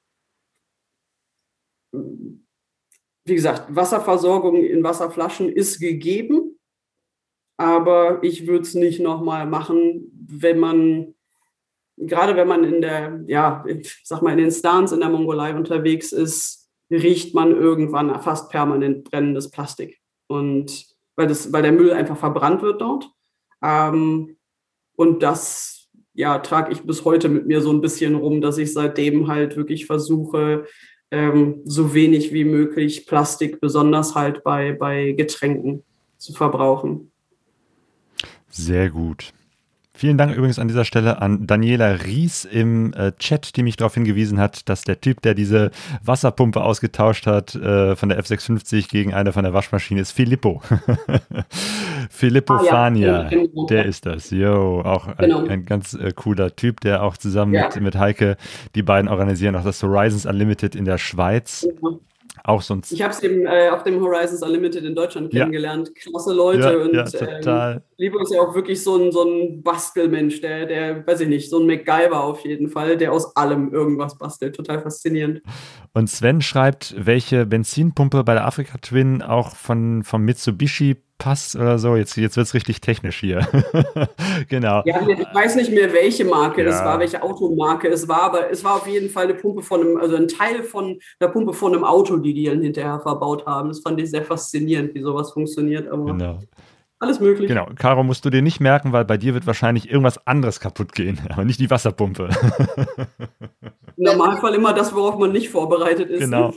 Wie gesagt, Wasserversorgung in Wasserflaschen ist gegeben, aber ich würde es nicht nochmal machen, wenn man, gerade wenn man in der, ja, ich sag mal, in den Stans in der Mongolei unterwegs ist, riecht man irgendwann fast permanent brennendes Plastik. Und weil, das, weil der Müll einfach verbrannt wird dort. Ähm, und das, ja, trage ich bis heute mit mir so ein bisschen rum, dass ich seitdem halt wirklich versuche, Ähm, so wenig wie möglich Plastik, besonders halt bei, bei Getränken, zu verbrauchen. Sehr gut. Vielen Dank übrigens an dieser Stelle an Daniela Ries im äh, Chat, die mich darauf hingewiesen hat, dass der Typ, der diese Wasserpumpe ausgetauscht hat äh, von der F sechshundertfünfzig gegen eine von der Waschmaschine, ist Filippo. Filippo ah, ja. Fania, genau. Der ist das. Jo, auch genau. ein, ein ganz äh, cooler Typ, der auch zusammen ja. mit, mit Heike, die beiden organisieren auch das Horizons Unlimited in der Schweiz. Ja. Auch sonst. Ich habe es eben äh, auf dem Horizons Unlimited in Deutschland Ja. kennengelernt. Klasse Leute Ja, und ja, total. ähm, Libo ist ja auch wirklich so ein, so ein Bastelmensch, der, der, weiß ich nicht, so ein MacGyver auf jeden Fall, der aus allem irgendwas bastelt. Total faszinierend. Und Sven schreibt, welche Benzinpumpe bei der Afrika Twin auch von, von Mitsubishi passt oder so. Jetzt, jetzt wird es richtig technisch hier. Genau. Ja, ich weiß nicht mehr, welche Marke Ja. es war, welche Automarke es war, aber es war auf jeden Fall eine Pumpe von einem, also ein Teil von der Pumpe von einem Auto, die die dann hinterher verbaut haben. Das fand ich sehr faszinierend, wie sowas funktioniert, aber Genau. alles möglich. Genau. Caro, musst du dir nicht merken, weil bei dir wird wahrscheinlich irgendwas anderes kaputt gehen, aber nicht die Wasserpumpe. Im Normalfall immer das, worauf man nicht vorbereitet ist. Genau.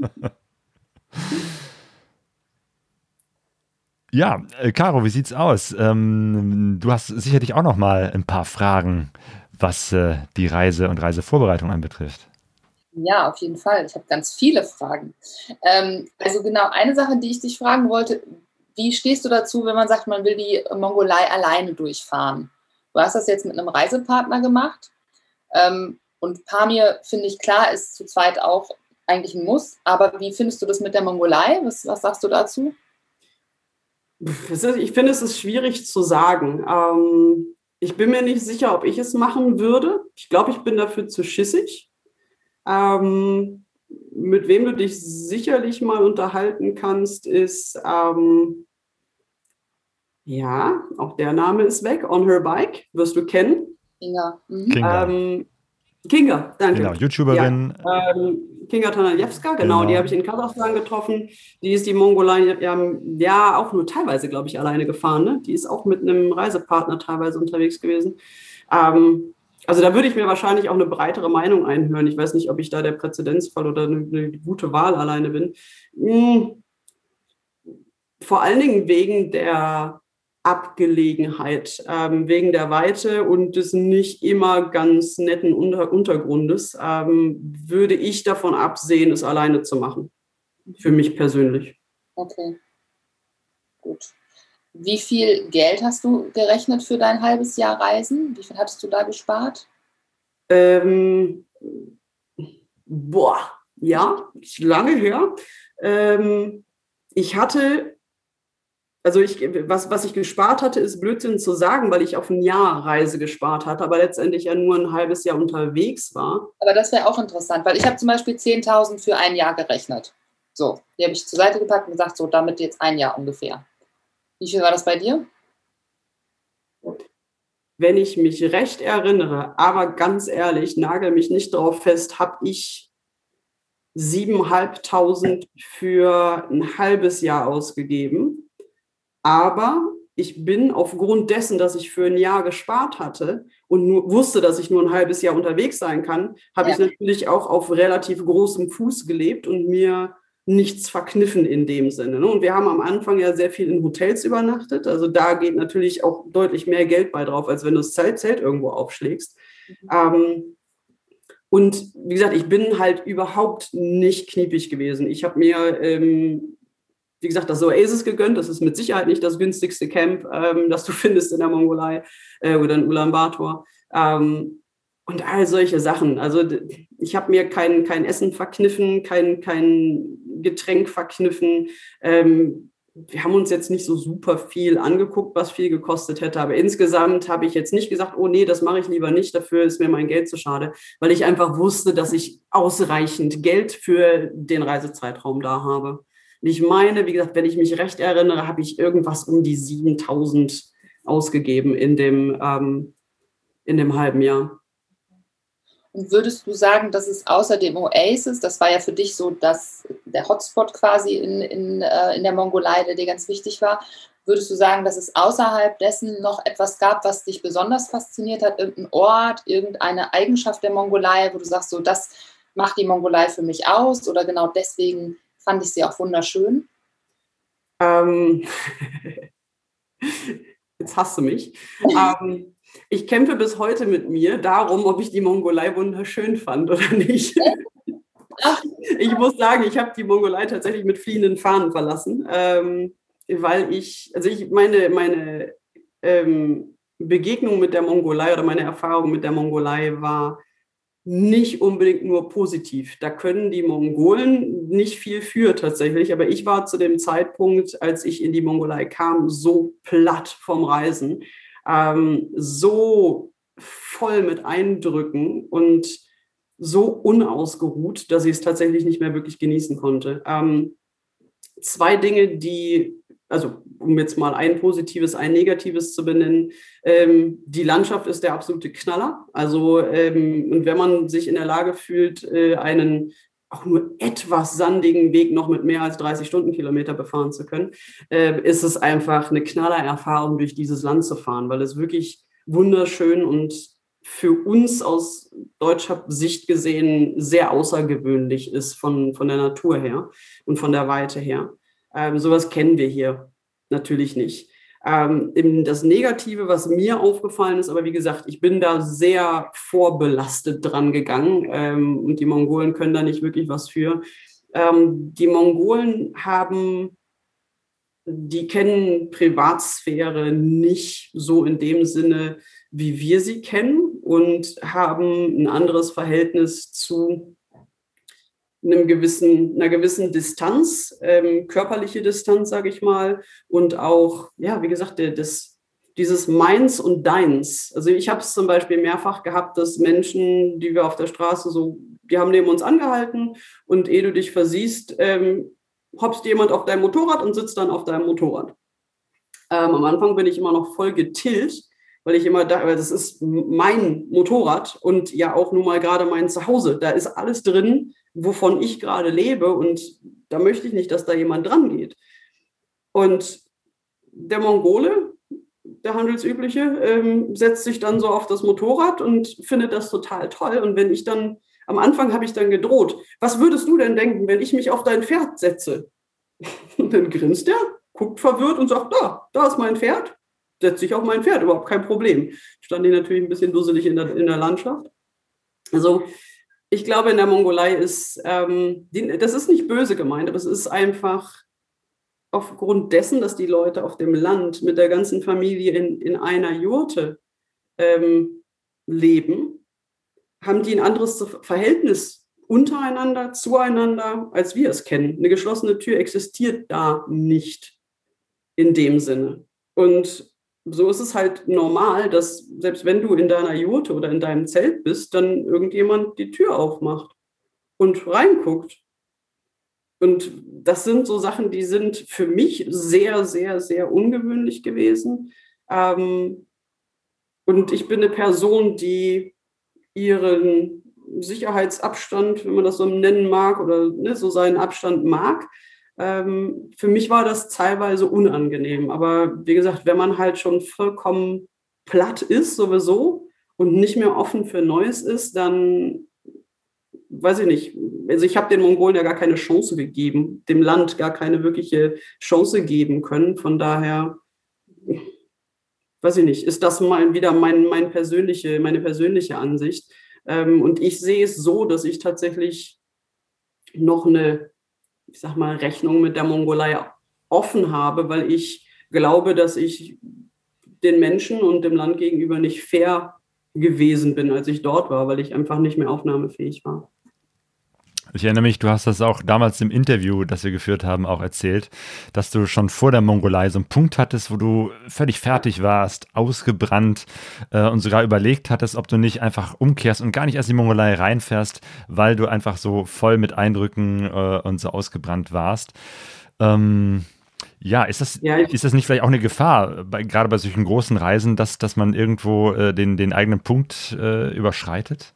Ja, äh, Caro, wie sieht's aus? Ähm, du hast sicherlich auch noch mal ein paar Fragen, was äh, die Reise und Reisevorbereitung anbetrifft. Ja, auf jeden Fall. Ich habe ganz viele Fragen. Ähm, also genau, eine Sache, die ich dich fragen wollte, wie stehst du dazu, wenn man sagt, man will die Mongolei alleine durchfahren? Du hast das jetzt mit einem Reisepartner gemacht. Ähm, und Pamir, finde ich, klar, ist zu zweit auch eigentlich ein Muss. Aber wie findest du das mit der Mongolei? Was, was sagst du dazu? Ich finde, es ist schwierig zu sagen. Ähm, ich bin mir nicht sicher, ob ich es machen würde. Ich glaube, ich bin dafür zu schissig. Ähm, mit wem du dich sicherlich mal unterhalten kannst, ist, ähm, ja, auch der Name ist weg, On Her Bike, wirst du kennen. Kinga. Mhm. Kinga. Ähm, Kinga, danke. Genau, YouTuberin. Ja, ähm, Kinga Tanajewska, genau, Genau. die habe ich in Kasachstan getroffen. Die ist die Mongolei ja, ja auch nur teilweise, glaube ich, alleine gefahren. Ne? Die ist auch mit einem Reisepartner teilweise unterwegs gewesen. Ähm, also da würde ich mir wahrscheinlich auch eine breitere Meinung einhören. Ich weiß nicht, ob ich da der Präzedenzfall oder eine, eine gute Wahl alleine bin. Hm. Vor allen Dingen wegen der Abgelegenheit, ähm, wegen der Weite und des nicht immer ganz netten Unter- Untergrundes, ähm, würde ich davon absehen, es alleine zu machen. Für mich persönlich. Okay, gut. Wie viel Geld hast du gerechnet für dein halbes Jahr Reisen? Wie viel hattest du da gespart? Ähm, boah, ja, ist lange her. Ähm, ich hatte Also ich, was, was ich gespart hatte, ist Blödsinn zu sagen, weil ich auf ein Jahr Reise gespart hatte, aber letztendlich ja nur ein halbes Jahr unterwegs war. Aber das wäre auch interessant, weil ich habe zum Beispiel zehntausend für ein Jahr gerechnet. So, die habe ich zur Seite gepackt und gesagt, so damit jetzt ein Jahr ungefähr. Wie viel war das bei dir? Wenn ich mich recht erinnere, aber ganz ehrlich, nagel mich nicht drauf fest, habe ich siebentausendfünfhundert für ein halbes Jahr ausgegeben. Aber ich bin aufgrund dessen, dass ich für ein Jahr gespart hatte und nur wusste, dass ich nur ein halbes Jahr unterwegs sein kann, habe Ja. ich natürlich auch auf relativ großem Fuß gelebt und mir nichts verkniffen in dem Sinne. Und wir haben am Anfang ja sehr viel in Hotels übernachtet. Also da geht natürlich auch deutlich mehr Geld bei drauf, als wenn du das Zelt, Zelt irgendwo aufschlägst. Mhm. Ähm, und wie gesagt, ich bin halt überhaupt nicht kniepig gewesen. Ich habe mir... Ähm, wie gesagt, das Oasis gegönnt. Das ist mit Sicherheit nicht das günstigste Camp, ähm, das du findest in der Mongolei äh, oder in Ulaanbaatar. Ähm, und all solche Sachen. Also ich habe mir kein, kein Essen verkniffen, kein, kein Getränk verkniffen. Ähm, wir haben uns jetzt nicht so super viel angeguckt, was viel gekostet hätte. Aber insgesamt habe ich jetzt nicht gesagt, oh nee, das mache ich lieber nicht, dafür ist mir mein Geld zu schade. Weil ich einfach wusste, dass ich ausreichend Geld für den Reisezeitraum da habe. Ich meine, wie gesagt, wenn ich mich recht erinnere, habe ich irgendwas um die siebentausend ausgegeben in dem, ähm, in dem halben Jahr. Und würdest du sagen, dass es außer dem Oasis, das war ja für dich so das, der Hotspot quasi in, in, äh, in der Mongolei, der dir ganz wichtig war, würdest du sagen, dass es außerhalb dessen noch etwas gab, was dich besonders fasziniert hat? Irgendein Ort, irgendeine Eigenschaft der Mongolei, wo du sagst, so das macht die Mongolei für mich aus oder genau deswegen fand ich sie auch wunderschön? Ähm, jetzt hasst du mich. ähm, ich kämpfe bis heute mit mir darum, ob ich die Mongolei wunderschön fand oder nicht. Ich muss sagen, ich habe die Mongolei tatsächlich mit fliehenden Fahnen verlassen, ähm, weil ich, also ich meine, meine ähm, Begegnung mit der Mongolei oder meine Erfahrung mit der Mongolei war nicht unbedingt nur positiv. Da können die Mongolen nicht viel für tatsächlich, aber ich war zu dem Zeitpunkt, als ich in die Mongolei kam, so platt vom Reisen, ähm, so voll mit Eindrücken und so unausgeruht, dass ich es tatsächlich nicht mehr wirklich genießen konnte. Ähm, zwei Dinge, die, also um jetzt mal ein positives, ein negatives zu benennen, ähm, die Landschaft ist der absolute Knaller. Also ähm, und wenn man sich in der Lage fühlt, äh, einen auch nur etwas sandigen Weg noch mit mehr als dreißig Stundenkilometer befahren zu können, äh, ist es einfach eine Knallererfahrung, durch dieses Land zu fahren, weil es wirklich wunderschön und für uns aus deutscher Sicht gesehen sehr außergewöhnlich ist von, von der Natur her und von der Weite her. Ähm, sowas kennen wir hier natürlich nicht. Ähm, das Negative, was mir aufgefallen ist, aber wie gesagt, ich bin da sehr vorbelastet dran gegangen ähm, und die Mongolen können da nicht wirklich was für. Ähm, die Mongolen haben, die kennen Privatsphäre nicht so in dem Sinne, wie wir sie kennen und haben ein anderes Verhältnis zu einem gewissen, einer gewissen Distanz, ähm, körperliche Distanz, sage ich mal, und auch, ja, wie gesagt, der, das, dieses Meins und Deins. Also ich habe es zum Beispiel mehrfach gehabt, dass Menschen, die wir auf der Straße so, die haben neben uns angehalten und ehe du dich versiehst, ähm, hoppst jemand auf dein Motorrad und sitzt dann auf deinem Motorrad. Ähm, am Anfang bin ich immer noch voll getillt, weil ich immer da, das ist mein Motorrad und ja auch nun mal gerade mein Zuhause. Da ist alles drin, wovon ich gerade lebe und da möchte ich nicht, dass da jemand dran geht. Und der Mongole, der Handelsübliche, ähm, setzt sich dann so auf das Motorrad und findet das total toll. Und wenn ich dann, am Anfang habe ich dann gedroht, was würdest du denn denken, wenn ich mich auf dein Pferd setze? Und dann grinst er, guckt verwirrt und sagt, da, da ist mein Pferd. Setze ich auf mein Pferd, überhaupt kein Problem. Stand ich natürlich ein bisschen dusselig in der, in der Landschaft. Also ich glaube, in der Mongolei ist, ähm, die, das ist nicht böse gemeint, aber es ist einfach aufgrund dessen, dass die Leute auf dem Land mit der ganzen Familie in, in einer Jurte ähm, leben, haben die ein anderes Verhältnis untereinander, zueinander, als wir es kennen. Eine geschlossene Tür existiert da nicht in dem Sinne. Und so ist es halt normal, dass selbst wenn du in deiner Jurte oder in deinem Zelt bist, dann irgendjemand die Tür aufmacht und reinguckt. Und das sind so Sachen, die sind für mich sehr, sehr, sehr ungewöhnlich gewesen. Ähm, und ich bin eine Person, die ihren Sicherheitsabstand, wenn man das so nennen mag, oder ne, so seinen Abstand mag. Ähm, für mich war das teilweise unangenehm. Aber wie gesagt, wenn man halt schon vollkommen platt ist sowieso und nicht mehr offen für Neues ist, dann weiß ich nicht. Also ich habe den Mongolen ja gar keine Chance gegeben, dem Land gar keine wirkliche Chance geben können. Von daher, weiß ich nicht, ist das mal wieder mein, mein persönliche, meine persönliche Ansicht. Ähm, und ich sehe es so, dass ich tatsächlich noch eine, ich sag mal, Rechnung mit der Mongolei offen habe, weil ich glaube, dass ich den Menschen und dem Land gegenüber nicht fair gewesen bin, als ich dort war, weil ich einfach nicht mehr aufnahmefähig war. Ich erinnere mich, du hast das auch damals im Interview, das wir geführt haben, auch erzählt, dass du schon vor der Mongolei so einen Punkt hattest, wo du völlig fertig warst, ausgebrannt äh, und sogar überlegt hattest, ob du nicht einfach umkehrst und gar nicht erst in die Mongolei reinfährst, weil du einfach so voll mit Eindrücken äh, und so ausgebrannt warst. Ähm, ja, ist das, ja, ist das nicht vielleicht auch eine Gefahr, bei, gerade bei solchen großen Reisen, dass, dass man irgendwo äh, den, den eigenen Punkt äh, überschreitet?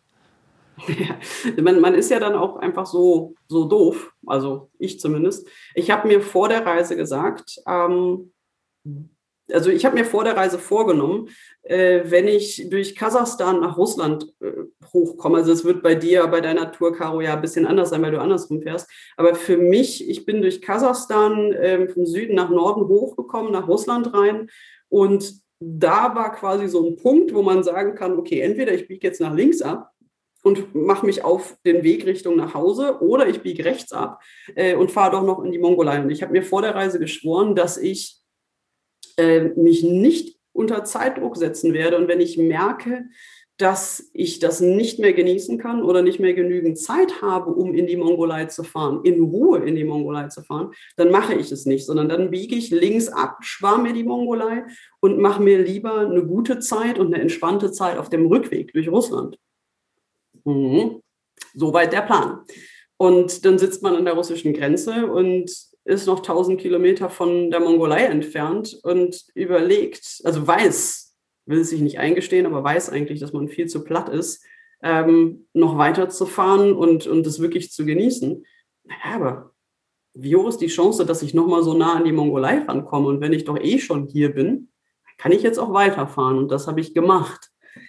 Ja, man, man ist ja dann auch einfach so, so doof, also ich zumindest. Ich habe mir vor der Reise gesagt, ähm, also ich habe mir vor der Reise vorgenommen, äh, wenn ich durch Kasachstan nach Russland äh, hochkomme, also es wird bei dir, bei deiner Tour, Caro, ja ein bisschen anders sein, weil du andersrum fährst, aber für mich, ich bin durch Kasachstan äh, vom Süden nach Norden hochgekommen, nach Russland rein und da war quasi so ein Punkt, wo man sagen kann, okay, entweder ich biege jetzt nach links ab, und mache mich auf den Weg Richtung nach Hause oder ich biege rechts ab äh, und fahre doch noch in die Mongolei. Und ich habe mir vor der Reise geschworen, dass ich äh, mich nicht unter Zeitdruck setzen werde. Und wenn ich merke, dass ich das nicht mehr genießen kann oder nicht mehr genügend Zeit habe, um in die Mongolei zu fahren, in Ruhe in die Mongolei zu fahren, dann mache ich es nicht, sondern dann biege ich links ab, spare mir die Mongolei und mache mir lieber eine gute Zeit und eine entspannte Zeit auf dem Rückweg durch Russland. Mhm. Soweit der Plan. Und dann sitzt man an der russischen Grenze und ist noch tausend Kilometer von der Mongolei entfernt und überlegt, also weiß, will es sich nicht eingestehen, aber weiß eigentlich, dass man viel zu platt ist, ähm, noch weiter zu fahren und, und das wirklich zu genießen. Naja, aber wie hoch ist die Chance, dass ich nochmal so nah an die Mongolei rankomme? Und wenn ich doch eh schon hier bin, kann ich jetzt auch weiterfahren. Und das habe ich gemacht.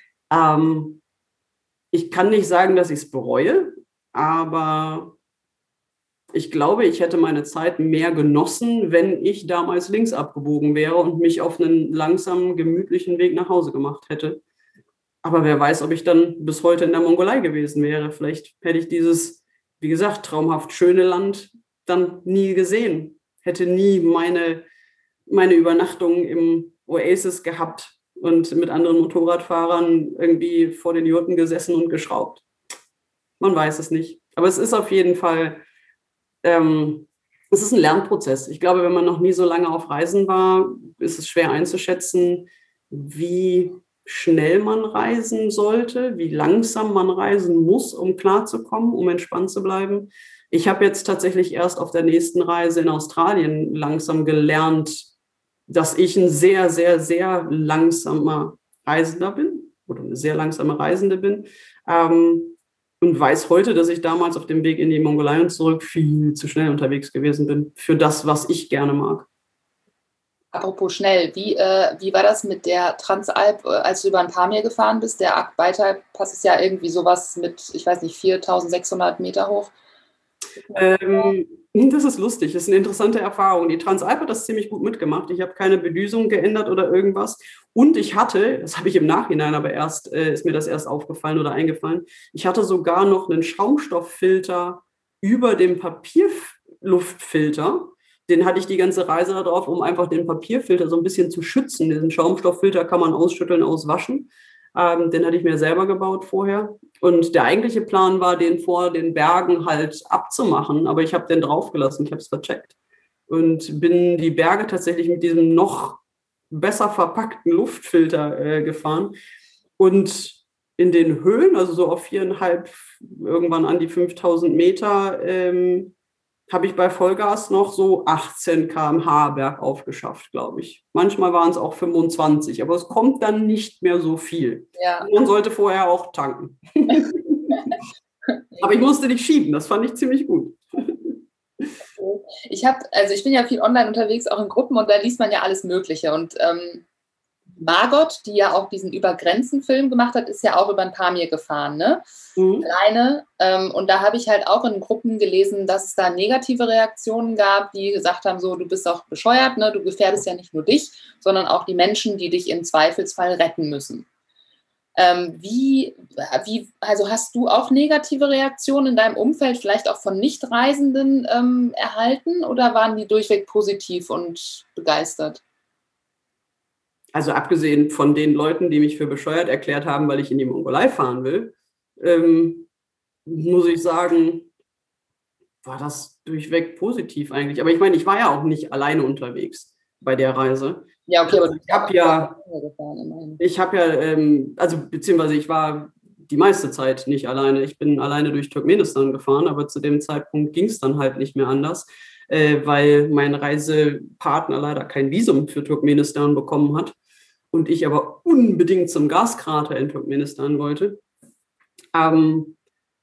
Ähm, ich kann nicht sagen, dass ich es bereue, aber ich glaube, ich hätte meine Zeit mehr genossen, wenn ich damals links abgebogen wäre und mich auf einen langsamen, gemütlichen Weg nach Hause gemacht hätte. Aber wer weiß, ob ich dann bis heute in der Mongolei gewesen wäre. Vielleicht hätte ich dieses, wie gesagt, traumhaft schöne Land dann nie gesehen. Hätte nie meine, meine Übernachtung im Oasis gehabt und mit anderen Motorradfahrern irgendwie vor den Jurten gesessen und geschraubt. Man weiß es nicht. Aber es ist auf jeden Fall... Ähm, es ist ein Lernprozess. Ich glaube, wenn man noch nie so lange auf Reisen war, ist es schwer einzuschätzen, wie schnell man reisen sollte, wie langsam man reisen muss, um klarzukommen, um entspannt zu bleiben. Ich habe jetzt tatsächlich erst auf der nächsten Reise in Australien langsam gelernt, dass ich ein sehr, sehr, sehr langsamer Reisender bin oder eine sehr langsame Reisende bin. Ähm, Und weiß heute, dass ich damals auf dem Weg in die Mongolei und zurück viel zu schnell unterwegs gewesen bin für das, was ich gerne mag. Apropos schnell, wie, äh, wie war das mit der Transalp, äh, als du über den Pamir gefahren bist? Der Akbaitai-Pass ist ja irgendwie sowas mit, ich weiß nicht, viertausendsechshundert Meter hoch. Ähm, das ist lustig, das ist eine interessante Erfahrung. Die Transalp hat das ziemlich gut mitgemacht. Ich habe keine Bedüsung geändert oder irgendwas. Und ich hatte, das habe ich im Nachhinein aber erst, äh, ist mir das erst aufgefallen oder eingefallen, ich hatte sogar noch einen Schaumstofffilter über dem Papierluftfilter. Den hatte ich die ganze Reise da drauf, um einfach den Papierfilter so ein bisschen zu schützen. Diesen Schaumstofffilter kann man ausschütteln, auswaschen. Ähm, den hatte ich mir selber gebaut vorher. Und der eigentliche Plan war, den vor den Bergen halt abzumachen. Aber ich habe den draufgelassen, ich habe es vercheckt. Und bin die Berge tatsächlich mit diesem noch besser verpackten Luftfilter äh, gefahren. Und in den Höhen, also so auf viereinhalb, irgendwann an die fünftausend Meter, ähm, habe ich bei Vollgas noch so achtzehn Kilometer pro Stunde bergauf geschafft, glaube ich. Manchmal waren es auch fünfundzwanzig, aber es kommt dann nicht mehr so viel. Ja. Man sollte vorher auch tanken. Aber ich musste nicht schieben, das fand ich ziemlich gut. Ich habe, also ich bin ja viel online unterwegs, auch in Gruppen, und da liest man ja alles Mögliche. Und ähm, Margot, die ja auch diesen Über-Grenzen-Film gemacht hat, ist ja auch über den Pamir gefahren, ne? Mhm. Alleine. Ähm, und da habe ich halt auch in Gruppen gelesen, dass es da negative Reaktionen gab, die gesagt haben, so, du bist auch bescheuert, ne? Du gefährdest ja nicht nur dich, sondern auch die Menschen, die dich im Zweifelsfall retten müssen. Ähm, wie, wie, also hast du auch negative Reaktionen in deinem Umfeld, vielleicht auch von Nichtreisenden ähm, erhalten, oder waren die durchweg positiv und begeistert? Also abgesehen von den Leuten, die mich für bescheuert erklärt haben, weil ich in die Mongolei fahren will, ähm, muss ich sagen, war das durchweg positiv eigentlich. Aber ich meine, ich war ja auch nicht alleine unterwegs bei der Reise. Ja, okay, aber ich habe ja, ich habe ja, ähm, also beziehungsweise ich war die meiste Zeit nicht alleine. Ich bin alleine durch Turkmenistan gefahren, aber zu dem Zeitpunkt ging es dann halt nicht mehr anders, äh, weil mein Reisepartner leider kein Visum für Turkmenistan bekommen hat und ich aber unbedingt zum Gaskrater in Turkmenistan wollte. Ähm,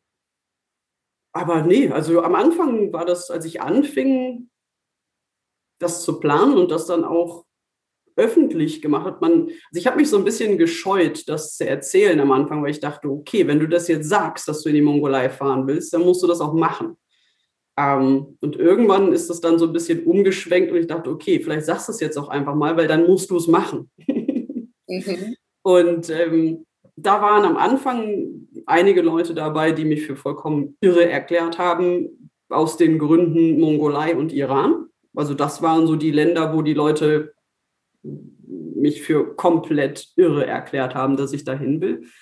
aber nee, also am Anfang war das, als ich anfing, das zu planen und das dann auch öffentlich gemacht hat, man, also ich habe mich so ein bisschen gescheut, das zu erzählen am Anfang, weil ich dachte, okay, wenn du das jetzt sagst, dass du in die Mongolei fahren willst, dann musst du das auch machen. Ähm, und irgendwann ist das dann so ein bisschen umgeschwenkt und ich dachte, okay, vielleicht sagst du es jetzt auch einfach mal, weil dann musst du es machen. Mhm. Und ähm, da waren am Anfang einige Leute dabei, die mich für vollkommen irre erklärt haben, aus den Gründen Mongolei und Iran. Also das waren so die Länder, wo die Leute mich für komplett irre erklärt haben, dass ich dahin will.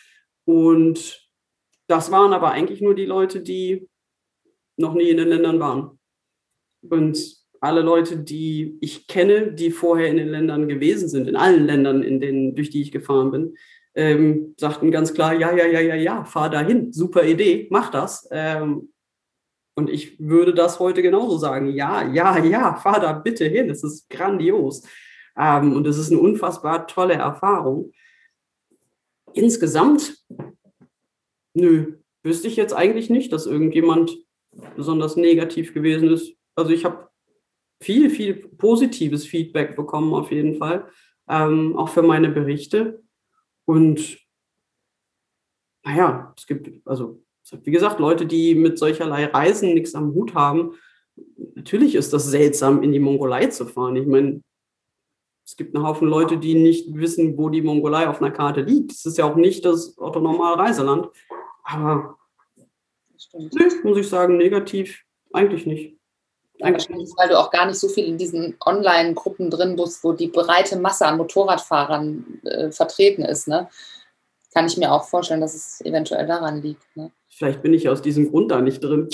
Und das waren aber eigentlich nur die Leute, die noch nie in den Ländern waren. Und alle Leute, die ich kenne, die vorher in den Ländern gewesen sind, in allen Ländern, in denen, durch die ich gefahren bin, ähm, sagten ganz klar, ja, ja, ja, ja, ja, fahr dahin, super Idee, mach das. Ähm, und ich würde das heute genauso sagen, ja, ja, ja, fahr da bitte hin, es ist grandios. Ähm, und es ist eine unfassbar tolle Erfahrung. Insgesamt, nö, wüsste ich jetzt eigentlich nicht, dass irgendjemand besonders negativ gewesen ist. Also ich habe viel, viel positives Feedback bekommen auf jeden Fall, ähm, auch für meine Berichte. Und naja, es gibt, also wie gesagt, Leute, die mit solcherlei Reisen nichts am Hut haben. Natürlich ist das seltsam, in die Mongolei zu fahren. Ich meine, es gibt einen Haufen Leute, die nicht wissen, wo die Mongolei auf einer Karte liegt. Es ist ja auch nicht das orthonormale Reiseland. Aber nee, muss ich sagen, negativ eigentlich nicht. Ja, wahrscheinlich, weil du auch gar nicht so viel in diesen Online-Gruppen drin bist, wo die breite Masse an Motorradfahrern äh, vertreten ist. Ne? Kann ich mir auch vorstellen, dass es eventuell daran liegt. Ne? Vielleicht bin ich aus diesem Grund da nicht drin.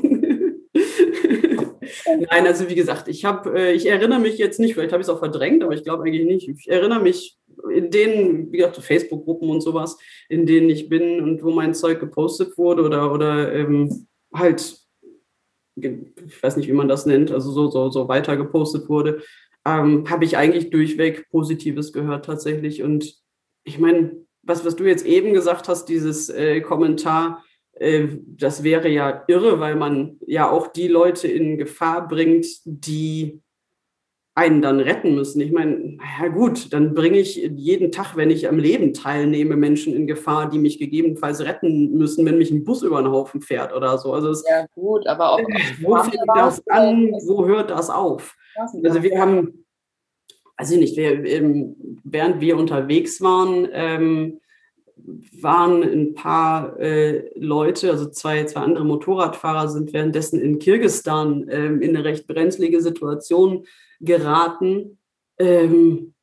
Nein, also wie gesagt, ich habe, äh, ich erinnere mich jetzt nicht, vielleicht habe ich es auch verdrängt, aber ich glaube eigentlich nicht. Ich erinnere mich in denen, wie gesagt, Facebook-Gruppen und sowas, in denen ich bin und wo mein Zeug gepostet wurde oder, oder ähm, halt, ich weiß nicht, wie man das nennt, also so, so, so weiter gepostet wurde, ähm, habe ich eigentlich durchweg Positives gehört tatsächlich. Und ich meine, was, was du jetzt eben gesagt hast, dieses äh, Kommentar, äh, das wäre ja irre, weil man ja auch die Leute in Gefahr bringt, die einen dann retten müssen. Ich meine, ja gut, dann bringe ich jeden Tag, wenn ich am Leben teilnehme, Menschen in Gefahr, die mich gegebenenfalls retten müssen, wenn mich ein Bus über den Haufen fährt oder so. Also es, ja gut, aber auch... Wo fängt das an, wo hört das auf? Also wir haben, weiß ich nicht, wir, während wir unterwegs waren, ähm, waren ein paar äh, Leute, also zwei, zwei andere Motorradfahrer sind währenddessen in Kirgisistan ähm, in eine recht brenzlige Situation geraten, ähm,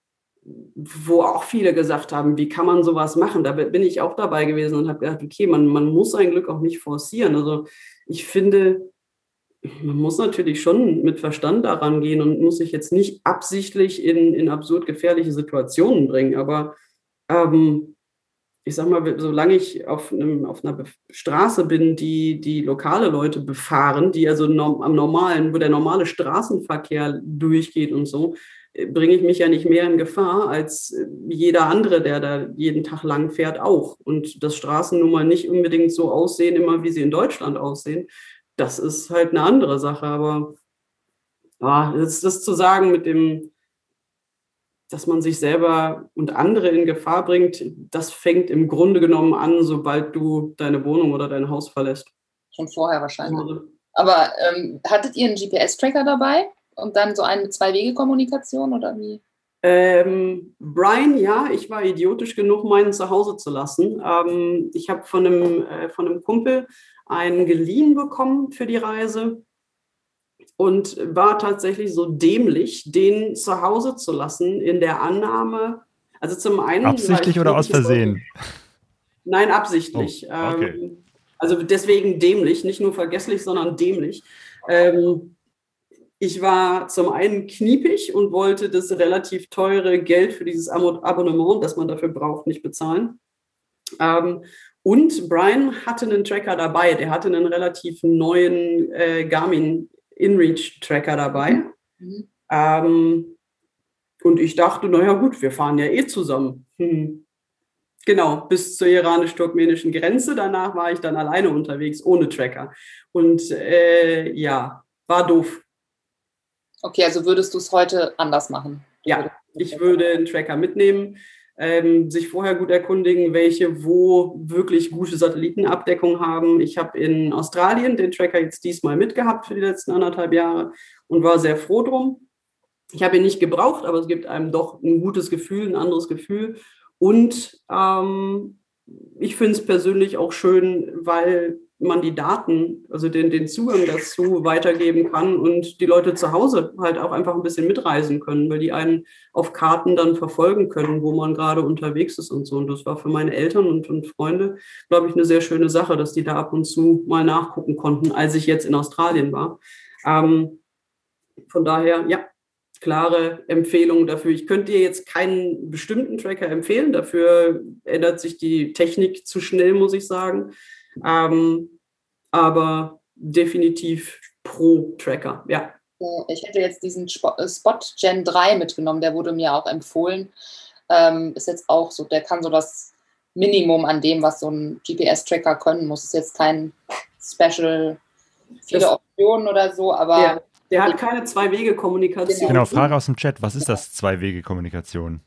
wo auch viele gesagt haben, wie kann man sowas machen? Da bin ich auch dabei gewesen und habe gedacht, okay, man, man muss sein Glück auch nicht forcieren. Also ich finde, man muss natürlich schon mit Verstand daran gehen und muss sich jetzt nicht absichtlich in, in absurd gefährliche Situationen bringen. Aber ähm, ich sag mal, solange ich auf, einem, auf einer Straße bin, die die lokale Leute befahren, die also norm, am normalen, wo der normale Straßenverkehr durchgeht und so, bringe ich mich ja nicht mehr in Gefahr als jeder andere, der da jeden Tag lang fährt, auch. Und dass Straßen nun mal nicht unbedingt so aussehen, immer wie sie in Deutschland aussehen, das ist halt eine andere Sache. Aber ja, das, das zu sagen mit dem, dass man sich selber und andere in Gefahr bringt, das fängt im Grunde genommen an, sobald du deine Wohnung oder dein Haus verlässt. Schon vorher wahrscheinlich. Also, aber ähm, hattet ihr einen G P S-Tracker dabei und dann so eine Zwei-Wege-Kommunikation oder wie? Ähm, Brian, ja, ich war idiotisch genug, meinen zu Hause zu lassen. Ähm, ich habe von einem, äh, von einem Kumpel einen geliehen bekommen für die Reise. Und war tatsächlich so dämlich, den zu Hause zu lassen, in der Annahme, also zum einen... Absichtlich oder aus Versehen? Nein, absichtlich. Oh, okay. ähm, also deswegen dämlich, nicht nur vergesslich, sondern dämlich. Ähm, ich war zum einen kniepig und wollte das relativ teure Geld für dieses Abonnement, das man dafür braucht, nicht bezahlen. Ähm, und Brian hatte einen Tracker dabei, der hatte einen relativ neuen äh, Garmin InReach-Tracker dabei. Mhm. Ähm, und ich dachte, naja gut, wir fahren ja eh zusammen. Hm. Genau, bis zur iranisch-turkmenischen Grenze. Danach war ich dann alleine unterwegs, ohne Tracker. Und äh, ja, war doof. Okay, also würdest du es heute anders machen? Du ja, ich würde einen Tracker mitnehmen, ähm, sich vorher gut erkundigen, welche wo wirklich gute Satellitenabdeckung haben. Ich habe in Australien den Tracker jetzt diesmal mitgehabt für die letzten anderthalb Jahre und war sehr froh drum. Ich habe ihn nicht gebraucht, aber es gibt einem doch ein gutes Gefühl, ein anderes Gefühl. Und ähm, ich finde es persönlich auch schön, weil man die Daten, also den, den Zugang dazu weitergeben kann und die Leute zu Hause halt auch einfach ein bisschen mitreisen können, weil die einen auf Karten dann verfolgen können, wo man gerade unterwegs ist und so. Und das war für meine Eltern und, und Freunde, glaube ich, eine sehr schöne Sache, dass die da ab und zu mal nachgucken konnten, als ich jetzt in Australien war. Ähm, von daher, ja, klare Empfehlung dafür. Ich könnte dir jetzt keinen bestimmten Tracker empfehlen, dafür ändert sich die Technik zu schnell, muss ich sagen. Ähm, aber definitiv pro Tracker, ja. Ich hätte jetzt diesen Spot Gen drei mitgenommen, der wurde mir auch empfohlen. Ähm, ist jetzt auch so, der kann so das Minimum an dem, was so ein G P S-Tracker können muss. Ist jetzt kein Special, viele das, Optionen oder so, aber... Ja, der hat keine Zwei-Wege-Kommunikation. Genau, Frage aus dem Chat, was ist das Zwei-Wege-Kommunikation?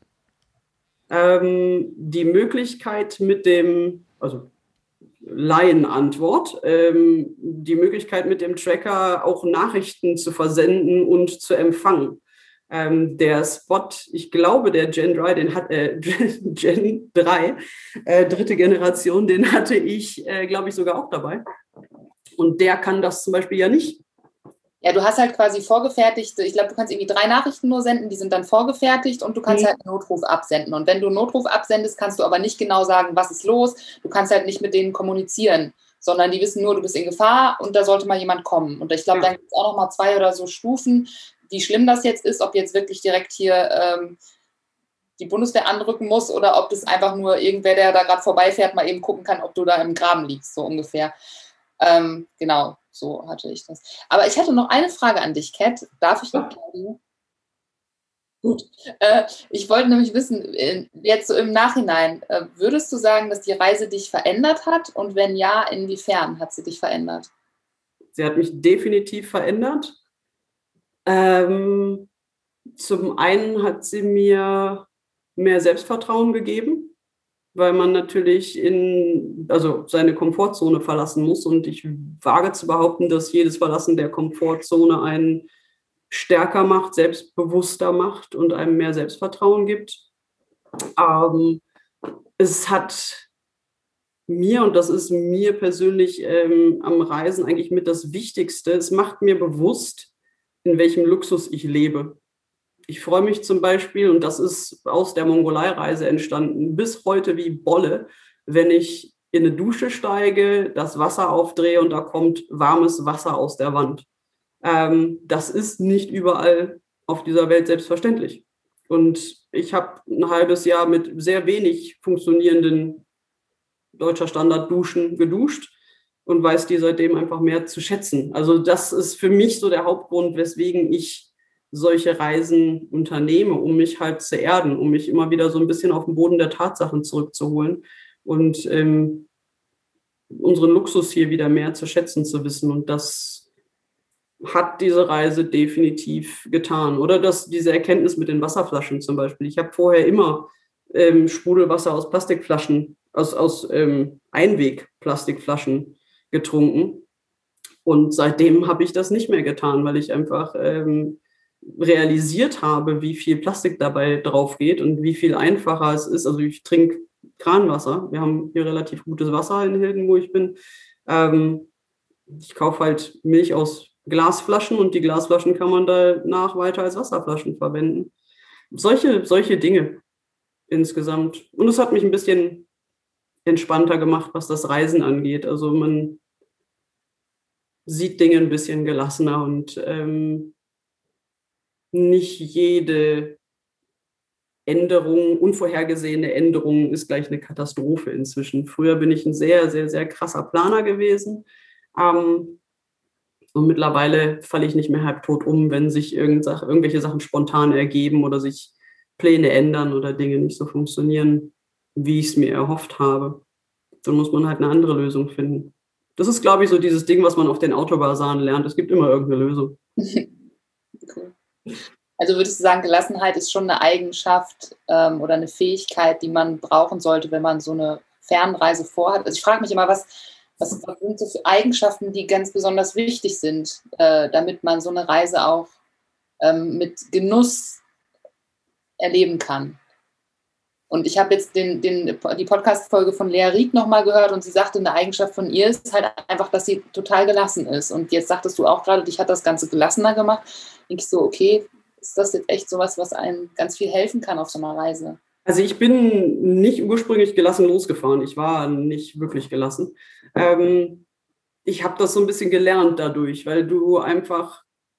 Ähm, die Möglichkeit mit dem, also Laienantwort, ähm, die Möglichkeit mit dem Tracker auch Nachrichten zu versenden und zu empfangen. Ähm, der Spot, ich glaube, der Gen drei, den hat, äh, Gen drei, äh, dritte Generation, den hatte ich, äh, glaube ich, sogar auch dabei. Und der kann das zum Beispiel ja nicht. Ja, du hast halt quasi vorgefertigte, ich glaube, du kannst irgendwie drei Nachrichten nur senden, die sind dann vorgefertigt und du kannst mhm. halt einen Notruf absenden. Und wenn du einen Notruf absendest, kannst du aber nicht genau sagen, was ist los. Du kannst halt nicht mit denen kommunizieren, sondern die wissen nur, du bist in Gefahr und da sollte mal jemand kommen. Und ich glaube, ja. dann gibt es auch noch mal zwei oder so Stufen, wie schlimm das jetzt ist, ob jetzt wirklich direkt hier ähm, die Bundeswehr anrücken muss oder ob das einfach nur irgendwer, der da gerade vorbeifährt, mal eben gucken kann, ob du da im Graben liegst, so ungefähr. Ähm, genau, so hatte ich das. Aber ich hatte noch eine Frage an dich, Kat. Darf ich noch? Ja. Gut. Äh, ich wollte nämlich wissen, jetzt so im Nachhinein, äh, würdest du sagen, dass die Reise dich verändert hat? Und wenn ja, inwiefern hat sie dich verändert? Sie hat mich definitiv verändert. Ähm, zum einen hat sie mir mehr Selbstvertrauen gegeben, weil man natürlich in, also seine Komfortzone verlassen muss. Und ich wage zu behaupten, dass jedes Verlassen der Komfortzone einen stärker macht, selbstbewusster macht und einem mehr Selbstvertrauen gibt. Ähm, es hat mir, und das ist mir persönlich ähm, am Reisen eigentlich mit das Wichtigste, es macht mir bewusst, in welchem Luxus ich lebe. Ich freue mich zum Beispiel, und das ist aus der Mongolei-Reise entstanden, bis heute wie Bolle, wenn ich in eine Dusche steige, das Wasser aufdrehe und da kommt warmes Wasser aus der Wand. Ähm, das ist nicht überall auf dieser Welt selbstverständlich. Und ich habe ein halbes Jahr mit sehr wenig funktionierenden deutscher Standardduschen geduscht und weiß die seitdem einfach mehr zu schätzen. Also das ist für mich so der Hauptgrund, weswegen ich solche Reisen unternehme, um mich halt zu erden, um mich immer wieder so ein bisschen auf den Boden der Tatsachen zurückzuholen und ähm, unseren Luxus hier wieder mehr zu schätzen zu wissen. Und das hat diese Reise definitiv getan. Oder das, diese Erkenntnis mit den Wasserflaschen zum Beispiel. Ich habe vorher immer ähm, Sprudelwasser aus Plastikflaschen, aus, aus ähm, Einweg-Plastikflaschen getrunken. Und seitdem habe ich das nicht mehr getan, weil ich einfach ähm, realisiert habe, wie viel Plastik dabei drauf geht und wie viel einfacher es ist. Also ich trinke Kranwasser. Wir haben hier relativ gutes Wasser in Hilden, wo ich bin. Ähm, ich kaufe halt Milch aus Glasflaschen und die Glasflaschen kann man danach weiter als Wasserflaschen verwenden. Solche, solche Dinge insgesamt. Und es hat mich ein bisschen entspannter gemacht, was das Reisen angeht. Also man sieht Dinge ein bisschen gelassener und ähm, nicht jede Änderung, unvorhergesehene Änderung ist gleich eine Katastrophe inzwischen. Früher bin ich ein sehr, sehr, sehr krasser Planer gewesen. Ähm, und mittlerweile falle ich nicht mehr halbtot um, wenn sich irgendwelche Sachen spontan ergeben oder sich Pläne ändern oder Dinge nicht so funktionieren, wie ich es mir erhofft habe. Dann muss man halt eine andere Lösung finden. Das ist, glaube ich, so dieses Ding, was man auf den Autobasaren lernt. Es gibt immer irgendeine Lösung. Cool. Also würdest du sagen, Gelassenheit ist schon eine Eigenschaft ähm, oder eine Fähigkeit, die man brauchen sollte, wenn man so eine Fernreise vorhat? Also ich frage mich immer, was, was, was sind so für Eigenschaften, die ganz besonders wichtig sind, äh, damit man so eine Reise auch ähm, mit Genuss erleben kann? Und ich habe jetzt den, den, die Podcast-Folge von Lea Rieck nochmal gehört und sie sagte, eine Eigenschaft von ihr ist halt einfach, dass sie total gelassen ist. Und jetzt sagtest du auch gerade, dich hat das Ganze gelassener gemacht. Denke ich so, okay, ist das jetzt echt sowas, was einem ganz viel helfen kann auf so einer Reise? Also ich bin nicht ursprünglich gelassen losgefahren. Ich war nicht wirklich gelassen. Ähm, ich habe das so ein bisschen gelernt dadurch, weil du einfach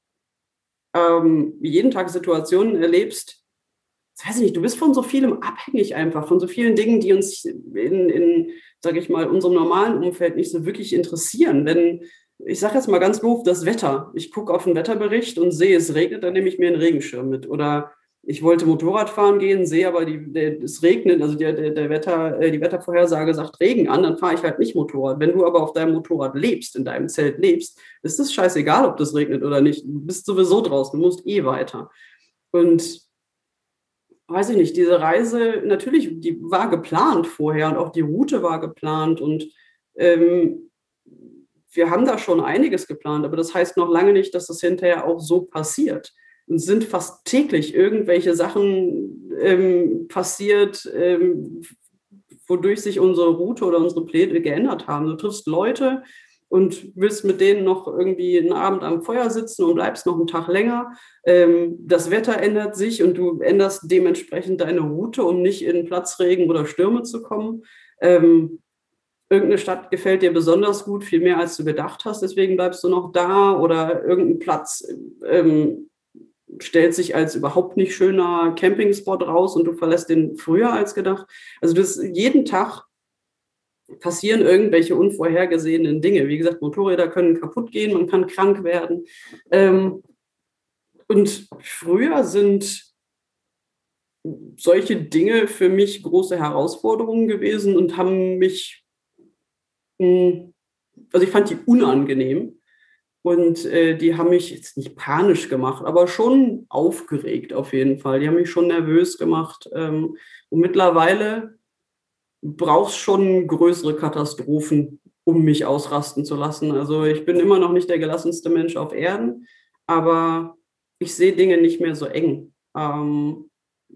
ähm, jeden Tag Situationen erlebst, das weiß ich nicht, du bist von so vielem abhängig einfach, von so vielen Dingen, die uns in, in sage ich mal, unserem normalen Umfeld nicht so wirklich interessieren. Wenn, ich sage jetzt mal ganz doof, das Wetter. Ich gucke auf den Wetterbericht und sehe, es regnet, dann nehme ich mir einen Regenschirm mit. Oder ich wollte Motorrad fahren gehen, sehe aber, die, der, es regnet, also der, der, der Wetter, die Wettervorhersage sagt Regen an, dann fahre ich halt nicht Motorrad. Wenn du aber auf deinem Motorrad lebst, in deinem Zelt lebst, ist es scheißegal, ob das regnet oder nicht. Du bist sowieso draußen, du musst eh weiter. Und weiß ich nicht, diese Reise, natürlich, die war geplant vorher und auch die Route war geplant und ähm, wir haben da schon einiges geplant, aber das heißt noch lange nicht, dass das hinterher auch so passiert. Und es sind fast täglich irgendwelche Sachen ähm, passiert, ähm, wodurch sich unsere Route oder unsere Pläne geändert haben. Du triffst Leute und willst mit denen noch irgendwie einen Abend am Feuer sitzen und bleibst noch einen Tag länger. Ähm, das Wetter ändert sich und du änderst dementsprechend deine Route, um nicht in Platzregen oder Stürme zu kommen. Ähm, irgendeine Stadt gefällt dir besonders gut, viel mehr als du gedacht hast, deswegen bleibst du noch da, oder irgendein Platz ähm, stellt sich als überhaupt nicht schöner Campingspot raus und du verlässt den früher als gedacht. Also das jeden Tag passieren irgendwelche unvorhergesehenen Dinge. Wie gesagt, Motorräder können kaputt gehen, man kann krank werden. Ähm, und früher sind solche Dinge für mich große Herausforderungen gewesen und haben mich, mh, also ich fand die unangenehm und äh, die haben mich jetzt nicht panisch gemacht, aber schon aufgeregt auf jeden Fall. Die haben mich schon nervös gemacht. Ähm, und mittlerweile brauchst schon größere Katastrophen, um mich ausrasten zu lassen. Also ich bin immer noch nicht der gelassenste Mensch auf Erden, aber ich sehe Dinge nicht mehr so eng. Ähm,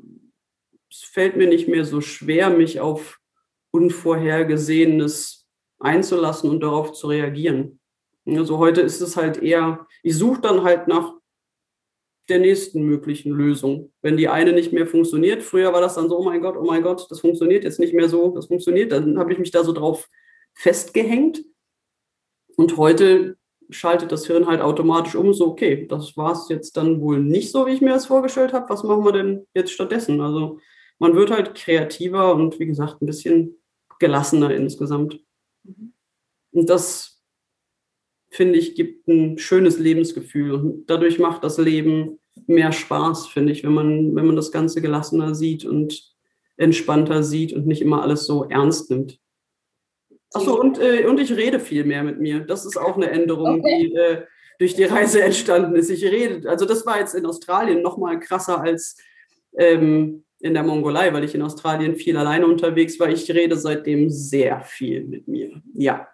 es fällt mir nicht mehr so schwer, mich auf Unvorhergesehenes einzulassen und darauf zu reagieren. Also heute ist es halt eher, ich suche dann halt nach der nächsten möglichen Lösung. Wenn die eine nicht mehr funktioniert, früher war das dann so, oh mein Gott, oh mein Gott, das funktioniert jetzt nicht mehr so, das funktioniert, dann habe ich mich da so drauf festgehängt und heute schaltet das Hirn halt automatisch um, so okay, das war es jetzt dann wohl nicht so, wie ich mir das vorgestellt habe, was machen wir denn jetzt stattdessen? Also man wird halt kreativer und wie gesagt ein bisschen gelassener insgesamt. Und das, finde ich, gibt ein schönes Lebensgefühl und dadurch macht das Leben mehr Spaß, finde ich, wenn man, wenn man das Ganze gelassener sieht und entspannter sieht und nicht immer alles so ernst nimmt. Achso, und, äh, und ich rede viel mehr mit mir. Das ist auch eine Änderung, okay, die äh, durch die Reise entstanden ist. Ich rede, also das war jetzt in Australien noch mal krasser als ähm, in der Mongolei, weil ich in Australien viel alleine unterwegs war. Ich rede seitdem sehr viel mit mir. Ja.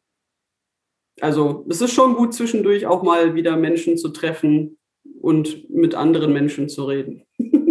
Also es ist schon gut, zwischendurch auch mal wieder Menschen zu treffen und mit anderen Menschen zu reden.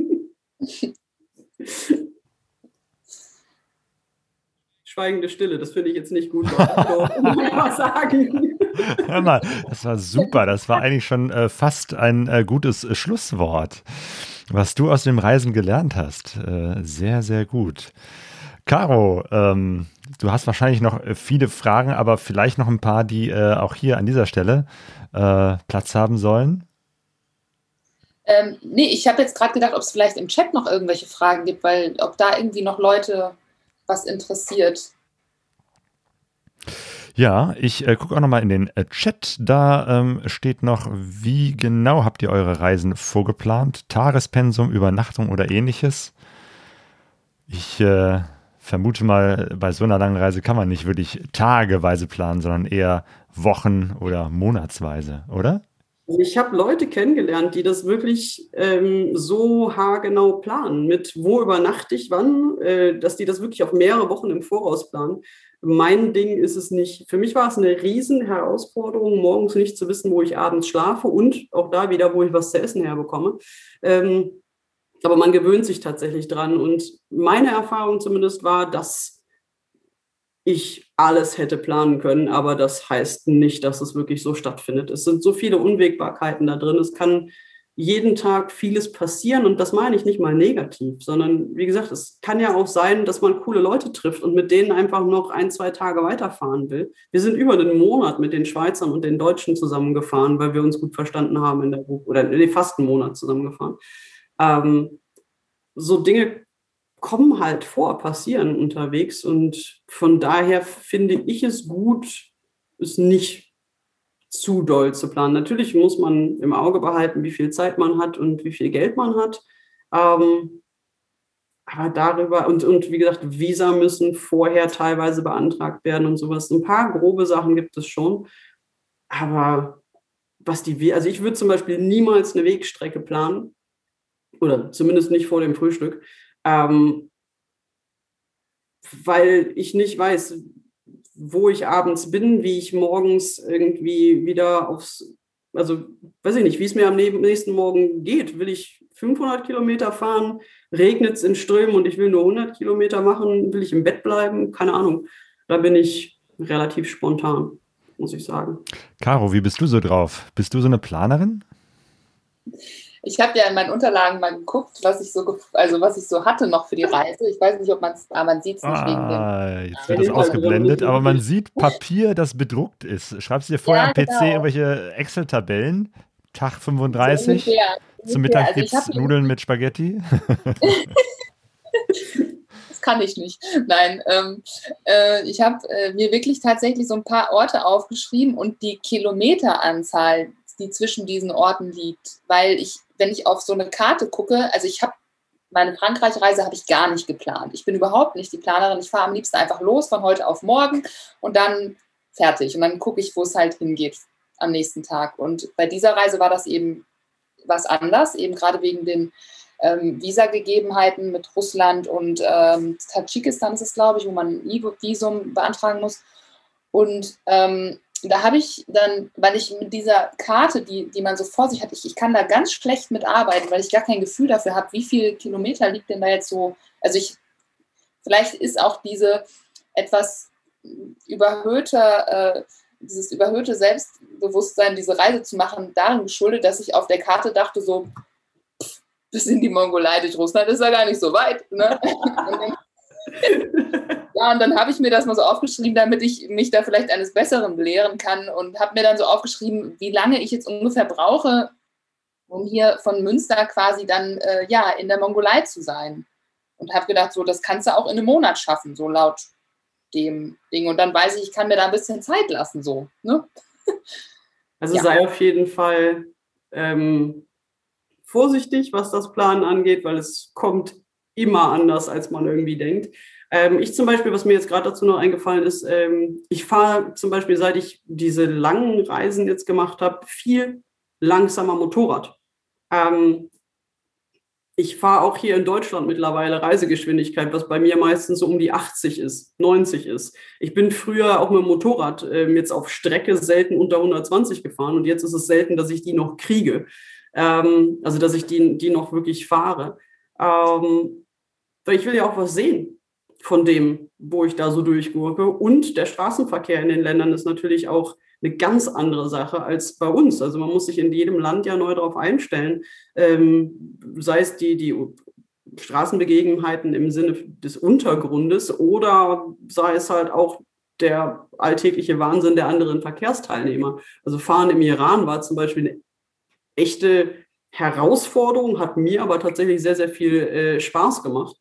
Schweigende Stille, das finde ich jetzt nicht gut. Was sagen. Hör mal, das war super. Das war eigentlich schon äh, fast ein äh, gutes äh, Schlusswort, was du aus dem Reisen gelernt hast. Äh, sehr, sehr gut. Caro, ähm, du hast wahrscheinlich noch viele Fragen, aber vielleicht noch ein paar, die äh, auch hier an dieser Stelle äh, Platz haben sollen. Ähm, nee, ich habe jetzt gerade gedacht, ob es vielleicht im Chat noch irgendwelche Fragen gibt, weil ob da irgendwie noch Leute was interessiert. Ja, ich äh, gucke auch nochmal in den äh, Chat. Da ähm, steht noch, wie genau habt ihr eure Reisen vorgeplant? Tagespensum, Übernachtung oder ähnliches? Ich äh, vermute mal, bei so einer langen Reise kann man nicht wirklich tageweise planen, sondern eher Wochen- oder monatsweise, oder? Ich habe Leute kennengelernt, die das wirklich ähm, so haargenau planen, mit wo übernachte ich wann, äh, dass die das wirklich auf mehrere Wochen im Voraus planen. Mein Ding ist es nicht. Für mich war es eine riesen Herausforderung, morgens nicht zu wissen, wo ich abends schlafe und auch da wieder, wo ich was zu essen herbekomme. Ähm, Aber man gewöhnt sich tatsächlich dran. Und meine Erfahrung zumindest war, dass ich alles hätte planen können, aber das heißt nicht, dass es wirklich so stattfindet. Es sind so viele Unwägbarkeiten da drin. Es kann jeden Tag vieles passieren und das meine ich nicht mal negativ, sondern wie gesagt, es kann ja auch sein, dass man coole Leute trifft und mit denen einfach noch ein, zwei Tage weiterfahren will. Wir sind über einen Monat mit den Schweizern und den Deutschen zusammengefahren, weil wir uns gut verstanden haben in der Gruppe, oder nee, fast einen Monat zusammengefahren. Ähm, so Dinge kommen halt vor, passieren unterwegs und von daher finde ich es gut, es nicht zu doll zu planen. Natürlich muss man im Auge behalten, wie viel Zeit man hat und wie viel Geld man hat. Ähm, aber darüber, und, und wie gesagt, Visa müssen vorher teilweise beantragt werden und sowas. Ein paar grobe Sachen gibt es schon. Aber was die, also ich würde zum Beispiel niemals eine Wegstrecke planen. Oder zumindest nicht vor dem Frühstück. Ähm, weil ich nicht weiß, wo ich abends bin, wie ich morgens irgendwie wieder aufs, also weiß ich nicht, wie es mir am nächsten Morgen geht. Will ich fünfhundert Kilometer fahren, regnet es in Strömen und ich will nur hundert Kilometer machen, will ich im Bett bleiben? Keine Ahnung. Da bin ich relativ spontan, muss ich sagen. Caro, wie bist du so drauf? Bist du so eine Planerin? Ich habe ja in meinen Unterlagen mal geguckt, was ich so, also was ich so hatte noch für die Reise. Ich weiß nicht, ob man es, aber man sieht es nicht ah, wegen dem. Jetzt wird das ausgeblendet, aber man sieht Papier, das bedruckt ist. Schreibst du dir vorher Ja, am P C genau. irgendwelche Excel-Tabellen? Tag fünfunddreißig, So ungefähr, zum Mittag also gibt's Nudeln mit Spaghetti. Das kann ich nicht. Nein, ähm, äh, ich habe äh, mir wirklich tatsächlich so ein paar Orte aufgeschrieben und die Kilometeranzahl, die zwischen diesen Orten liegt, weil ich, wenn ich auf so eine Karte gucke, also ich habe meine Frankreich-Reise habe ich gar nicht geplant. Ich bin überhaupt nicht die Planerin. Ich fahre am liebsten einfach los von heute auf morgen und dann fertig. Und dann gucke ich, wo es halt hingeht am nächsten Tag. Und bei dieser Reise war das eben was anders, eben gerade wegen den ähm, Visa-Gegebenheiten mit Russland und ähm, Tadschikistan ist es, glaube ich, wo man ein Visum beantragen muss. Und ähm, da habe ich dann, weil ich mit dieser Karte, die, die man so vor sich hat, ich, ich kann da ganz schlecht mitarbeiten, weil ich gar kein Gefühl dafür habe, wie viele Kilometer liegt denn da jetzt so, also ich, vielleicht ist auch diese etwas überhöhte, äh, dieses überhöhte Selbstbewusstsein, diese Reise zu machen, darin geschuldet, dass ich auf der Karte dachte so, pff, bis in die Mongolei durch Russland ist ja gar nicht so weit, ne? Ja, und dann habe ich mir das mal so aufgeschrieben, damit ich mich da vielleicht eines Besseren belehren kann und habe mir dann so aufgeschrieben, wie lange ich jetzt ungefähr brauche, um hier von Münster quasi dann äh, ja in der Mongolei zu sein. Und habe gedacht, so, das kannst du auch in einem Monat schaffen, so laut dem Ding. Und dann weiß ich, ich kann mir da ein bisschen Zeit lassen, so. Ne? Also ja. sei auf jeden Fall ähm, vorsichtig, was das Planen angeht, weil es kommt immer anders, als man irgendwie denkt. Ähm, ich zum Beispiel, was mir jetzt gerade dazu noch eingefallen ist, ähm, ich fahre zum Beispiel, seit ich diese langen Reisen jetzt gemacht habe, viel langsamer Motorrad. Ähm, ich fahre auch hier in Deutschland mittlerweile Reisegeschwindigkeit, was bei mir meistens so um die achtzig ist, neunzig ist. Ich bin früher auch mit dem Motorrad ähm, jetzt auf Strecke selten unter hundertzwanzig gefahren und jetzt ist es selten, dass ich die noch kriege. Ähm, also, dass ich die, die noch wirklich fahre. Ähm, weil ich will ja auch was sehen von dem, wo ich da so durchgurke. Und der Straßenverkehr in den Ländern ist natürlich auch eine ganz andere Sache als bei uns. Also man muss sich in jedem Land ja neu darauf einstellen, ähm, sei es die, die Straßenbegebenheiten im Sinne des Untergrundes oder sei es halt auch der alltägliche Wahnsinn der anderen Verkehrsteilnehmer. Also Fahren im Iran war zum Beispiel eine echte Herausforderung, hat mir aber tatsächlich sehr, sehr viel äh, Spaß gemacht.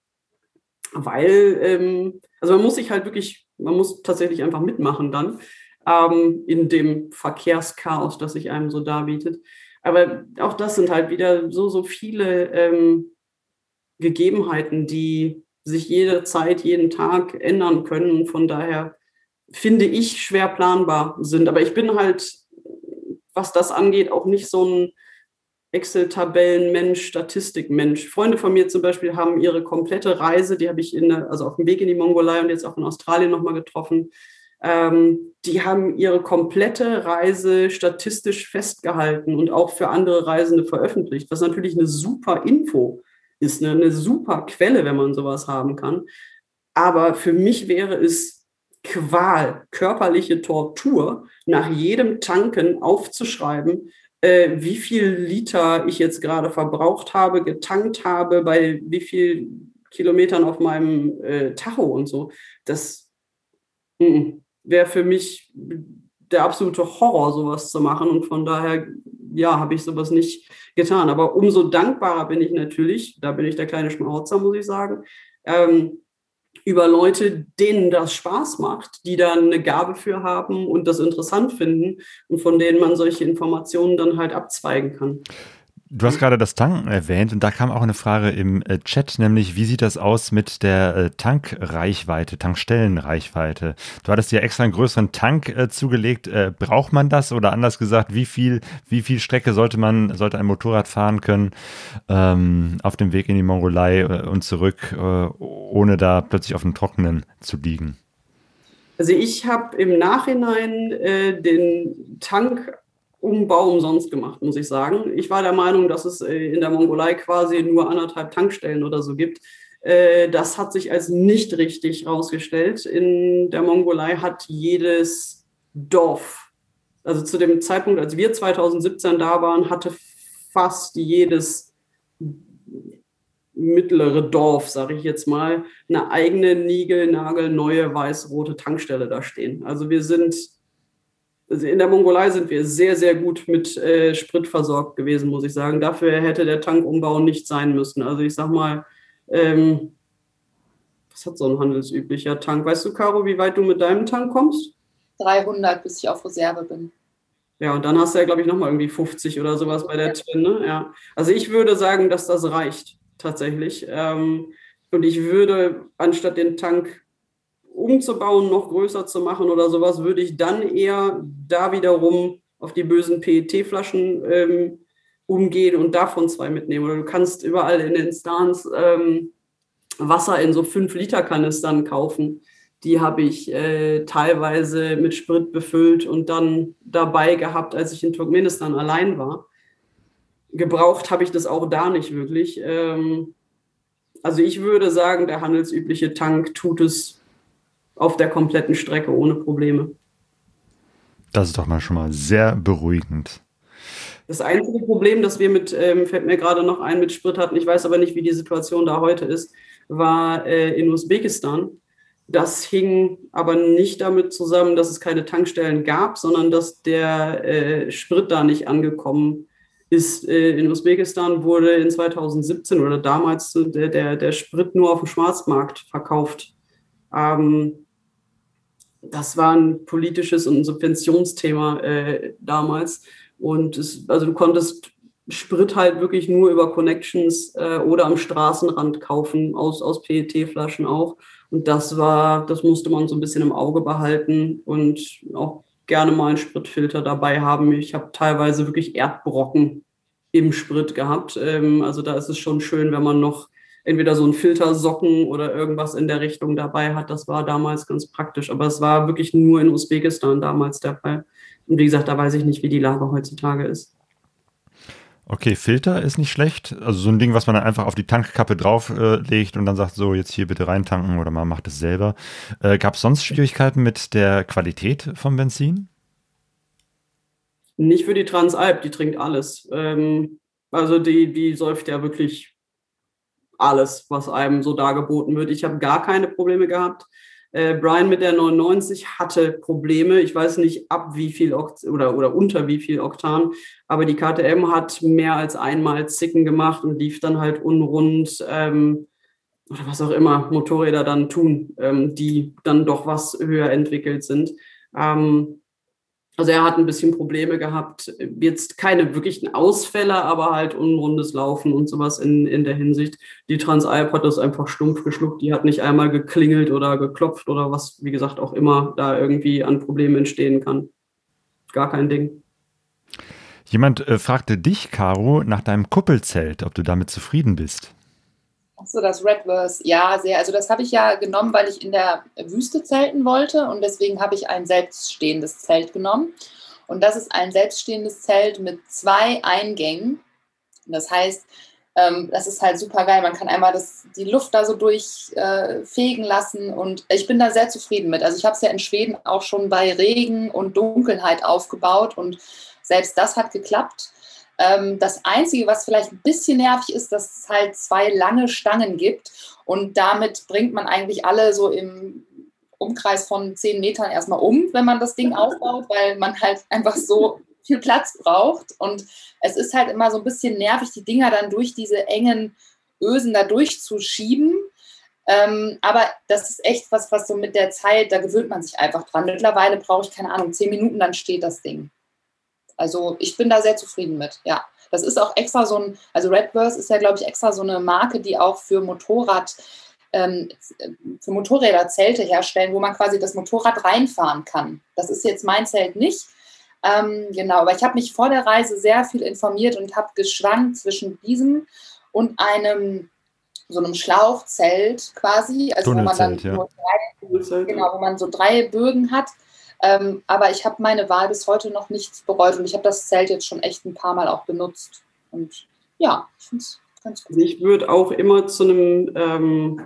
Weil, ähm, also man muss sich halt wirklich, man muss tatsächlich einfach mitmachen dann ähm, in dem Verkehrschaos, das sich einem so darbietet. Aber auch das sind halt wieder so, so viele ähm, Gegebenheiten, die sich jederzeit, jeden Tag ändern können. Von daher finde ich schwer planbar sind. Aber ich bin halt, was das angeht, auch nicht so ein Excel-Tabellen-Mensch, Statistik-Mensch. Freunde von mir zum Beispiel haben ihre komplette Reise, die habe ich in, also auf dem Weg in die Mongolei und jetzt auch in Australien nochmal getroffen, ähm, die haben ihre komplette Reise statistisch festgehalten und auch für andere Reisende veröffentlicht, was natürlich eine super Info ist, eine, eine super Quelle, wenn man sowas haben kann. Aber für mich wäre es Qual, körperliche Tortur, nach jedem Tanken aufzuschreiben, äh, wie viel Liter ich jetzt gerade verbraucht habe, getankt habe, bei wie viel Kilometern auf meinem äh, Tacho und so. Das wäre für mich der absolute Horror, sowas zu machen. Und von daher, ja, habe ich sowas nicht getan. Aber umso dankbarer bin ich natürlich, da bin ich der kleine Schmarotzer, muss ich sagen, ähm, über Leute, denen das Spaß macht, die da eine Gabe für haben und das interessant finden und von denen man solche Informationen dann halt abzweigen kann. Du hast gerade das Tanken erwähnt und da kam auch eine Frage im äh, Chat, nämlich wie sieht das aus mit der äh, Tankreichweite, Tankstellenreichweite? Du hattest ja extra einen größeren Tank äh, zugelegt. Äh, braucht man das oder anders gesagt, wie viel, wie viel Strecke sollte man, sollte ein Motorrad fahren können ähm, auf dem Weg in die Mongolei äh, und zurück, äh, ohne da plötzlich auf dem Trockenen zu liegen? Also ich habe im Nachhinein äh, den Tank Umbau umsonst gemacht, muss ich sagen. Ich war der Meinung, dass es in der Mongolei quasi nur anderthalb Tankstellen oder so gibt. Das hat sich als nicht richtig rausgestellt. In der Mongolei hat jedes Dorf, also zu dem Zeitpunkt, als wir zwanzig siebzehn da waren, hatte fast jedes mittlere Dorf, sage ich jetzt mal, eine eigene niegelnagelneue weiß-rote Tankstelle da stehen. Also wir sind Also in der Mongolei sind wir sehr, sehr gut mit äh, Sprit versorgt gewesen, muss ich sagen. Dafür hätte der Tankumbau nicht sein müssen. Also ich sag mal, ähm, was hat so ein handelsüblicher Tank? Weißt du, Caro, wie weit du mit deinem Tank kommst? dreihundert, bis ich auf Reserve bin. Ja, und dann hast du ja, glaube ich, nochmal irgendwie fünfzig oder sowas bei der Twin, ne? Ja. Also ich würde sagen, dass das reicht, tatsächlich. Ähm, und ich würde, anstatt den Tank umzubauen, noch größer zu machen oder sowas, würde ich dann eher da wiederum auf die bösen P E T-Flaschen ähm, umgehen und davon zwei mitnehmen. Oder du kannst überall in den Stans ähm, Wasser in so fünf Liter Kanistern kaufen. Die habe ich äh, teilweise mit Sprit befüllt und dann dabei gehabt, als ich in Turkmenistan allein war. Gebraucht habe ich das auch da nicht wirklich. Ähm, also ich würde sagen, der handelsübliche Tank tut es auf der kompletten Strecke ohne Probleme. Das ist doch mal schon mal sehr beruhigend. Das einzige Problem, das wir mit, ähm, fällt mir gerade noch ein, mit Sprit hatten, ich weiß aber nicht, wie die Situation da heute ist, war äh, in Usbekistan. Das hing aber nicht damit zusammen, dass es keine Tankstellen gab, sondern dass der äh, Sprit da nicht angekommen ist. Äh, in Usbekistan wurde in zwanzig siebzehn oder damals der, der, der Sprit nur auf dem Schwarzmarkt verkauft. Ähm, Das war ein politisches und ein Subventionsthema äh, damals. Und es, also du konntest Sprit halt wirklich nur über Connections äh, oder am Straßenrand kaufen, aus, aus P E T-Flaschen auch. Und das war, das musste man so ein bisschen im Auge behalten und auch gerne mal einen Spritfilter dabei haben. Ich habe teilweise wirklich Erdbrocken im Sprit gehabt. Ähm, also da ist es schon schön, wenn man noch entweder so ein Filtersocken oder irgendwas in der Richtung dabei hat. Das war damals ganz praktisch. Aber es war wirklich nur in Usbekistan damals der Fall. Und wie gesagt, da weiß ich nicht, wie die Lage heutzutage ist. Okay, Filter ist nicht schlecht. Also so ein Ding, was man dann einfach auf die Tankkappe drauflegt äh, und dann sagt, so jetzt hier bitte reintanken oder man macht es selber. Äh, Gab es sonst Schwierigkeiten mit der Qualität vom Benzin? Nicht für die Transalp, die trinkt alles. Ähm, also die, die säuft ja wirklich alles, was einem so dargeboten wird. Ich habe gar keine Probleme gehabt. Äh, Brian mit der neunundneunzig hatte Probleme. Ich weiß nicht, ab wie viel Okt- oder, oder unter wie viel Oktan, aber die K T M hat mehr als einmal Zicken gemacht und lief dann halt unrund ähm, oder was auch immer Motorräder dann tun, ähm, die dann doch was höher entwickelt sind. Ähm, Also er hat ein bisschen Probleme gehabt, jetzt keine wirklichen Ausfälle, aber halt unrundes Laufen und sowas in, in der Hinsicht. Die Transalp hat das einfach stumpf geschluckt, die hat nicht einmal geklingelt oder geklopft oder was, wie gesagt, auch immer da irgendwie an Problemen entstehen kann. Gar kein Ding. Jemand äh, fragte dich, Caro, nach deinem Kuppelzelt, ob du damit zufrieden bist. Achso, das Redverse, ja, sehr. Also das habe ich ja genommen, weil ich in der Wüste zelten wollte und deswegen habe ich ein selbststehendes Zelt genommen. Und das ist ein selbststehendes Zelt mit zwei Eingängen. Das heißt, Ähm, das ist halt super geil. Man kann einmal das, die Luft da so durchfegen äh, lassen und ich bin da sehr zufrieden mit. Also ich habe es ja in Schweden auch schon bei Regen und Dunkelheit aufgebaut und selbst das hat geklappt. Ähm, das Einzige, was vielleicht ein bisschen nervig ist, dass es halt zwei lange Stangen gibt und damit bringt man eigentlich alle so im Umkreis von zehn Metern erstmal um, wenn man das Ding aufbaut, weil man halt einfach so viel Platz braucht und es ist halt immer so ein bisschen nervig, die Dinger dann durch diese engen Ösen da durchzuschieben, ähm, aber das ist echt was, was so mit der Zeit, da gewöhnt man sich einfach dran. Mittlerweile brauche ich, keine Ahnung, zehn Minuten, dann steht das Ding. Also ich bin da sehr zufrieden mit, ja. Das ist auch extra so ein, also Redverse ist ja, glaube ich, extra so eine Marke, die auch für Motorrad ähm, für Motorräder Zelte herstellen, wo man quasi das Motorrad reinfahren kann. Das ist jetzt mein Zelt nicht. Ähm, genau, aber ich habe mich vor der Reise sehr viel informiert und habe geschwankt zwischen diesem und einem so einem Schlauchzelt quasi, also wo man dann ja. nur drei, genau, wo man so drei Bögen hat. Ähm, aber ich habe meine Wahl bis heute noch nichts bereut und ich habe das Zelt jetzt schon echt ein paar Mal auch benutzt. Und ja, ich finde es ganz gut. Also ich würde auch immer zu einem, ähm,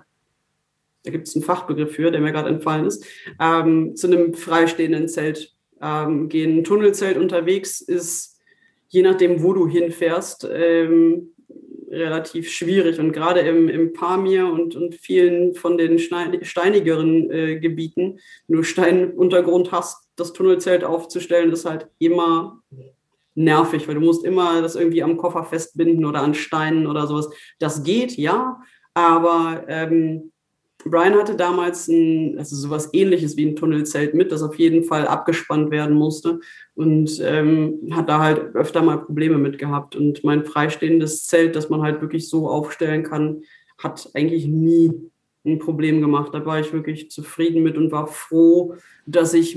da gibt es einen Fachbegriff für, der mir gerade entfallen ist, ähm, zu einem freistehenden Zelt ähm, gehen. Ein Tunnelzelt unterwegs ist, je nachdem, wo du hinfährst, ähm, relativ schwierig. Und gerade im, im Pamir und, und vielen von den steinigeren äh, Gebieten, wenn du Steinuntergrund hast, das Tunnelzelt aufzustellen, ist halt immer nervig, weil du musst immer das irgendwie am Koffer festbinden oder an Steinen oder sowas. Das geht, ja, aber ähm, Brian hatte damals ein, also sowas Ähnliches wie ein Tunnelzelt mit, das auf jeden Fall abgespannt werden musste und ähm, hat da halt öfter mal Probleme mit gehabt. Und mein freistehendes Zelt, das man halt wirklich so aufstellen kann, hat eigentlich nie ein Problem gemacht. Da war ich wirklich zufrieden mit und war froh, dass ich,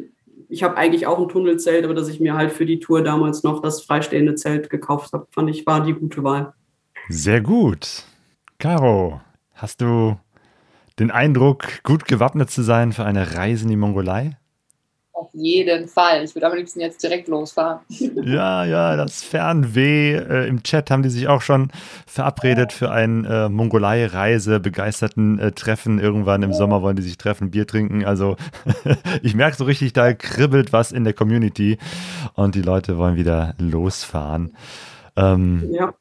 ich habe eigentlich auch ein Tunnelzelt, aber dass ich mir halt für die Tour damals noch das freistehende Zelt gekauft habe, fand ich, war die gute Wahl. Sehr gut. Caro, hast du den Eindruck, gut gewappnet zu sein für eine Reise in die Mongolei? Auf jeden Fall. Ich würde am liebsten jetzt direkt losfahren. Ja, ja, das Fernweh. Äh, Im Chat haben die sich auch schon verabredet für ein äh, Mongolei-Reise, begeisterten äh, Treffen. Irgendwann im Sommer wollen die sich treffen, Bier trinken. Also ich merke so richtig, da kribbelt was in der Community und die Leute wollen wieder losfahren. Ähm, ja.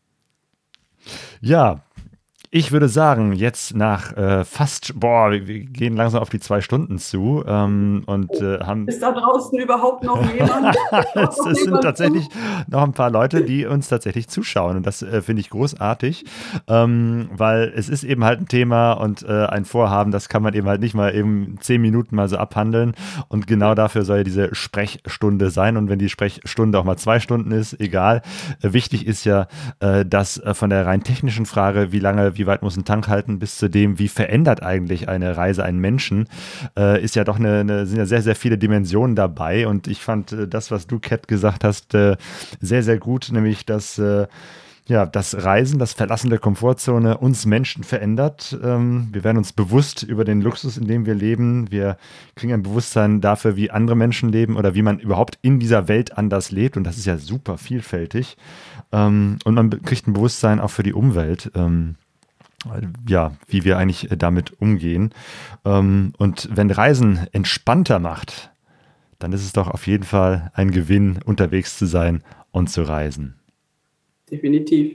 Ja, ich würde sagen, jetzt nach äh, fast, boah, wir, wir gehen langsam auf die zwei Stunden zu ähm, und äh, haben... Ist da draußen überhaupt noch jemand? Es sind tatsächlich noch ein paar Leute, die uns tatsächlich zuschauen und das äh, finde ich großartig, ähm, weil es ist eben halt ein Thema und äh, ein Vorhaben, das kann man eben halt nicht mal eben zehn Minuten mal so abhandeln und genau dafür soll ja diese Sprechstunde sein und wenn die Sprechstunde auch mal zwei Stunden ist, egal. Äh, wichtig ist ja, äh, dass äh, von der rein technischen Frage, wie lange, wie weit muss ein Tank halten, bis zu dem, wie verändert eigentlich eine Reise einen Menschen, äh, ist ja doch eine, eine, sind ja sehr, sehr viele Dimensionen dabei und ich fand äh, das, was du, Kat, gesagt hast, äh, sehr, sehr gut, nämlich, dass äh, ja, das Reisen, das Verlassen der Komfortzone uns Menschen verändert. Ähm, wir werden uns bewusst über den Luxus, in dem wir leben. Wir kriegen ein Bewusstsein dafür, wie andere Menschen leben oder wie man überhaupt in dieser Welt anders lebt und das ist ja super vielfältig. Ähm, und man kriegt ein Bewusstsein auch für die Umwelt. Ähm, ja, wie wir eigentlich damit umgehen. Und wenn Reisen entspannter macht, dann ist es doch auf jeden Fall ein Gewinn, unterwegs zu sein und zu reisen. Definitiv.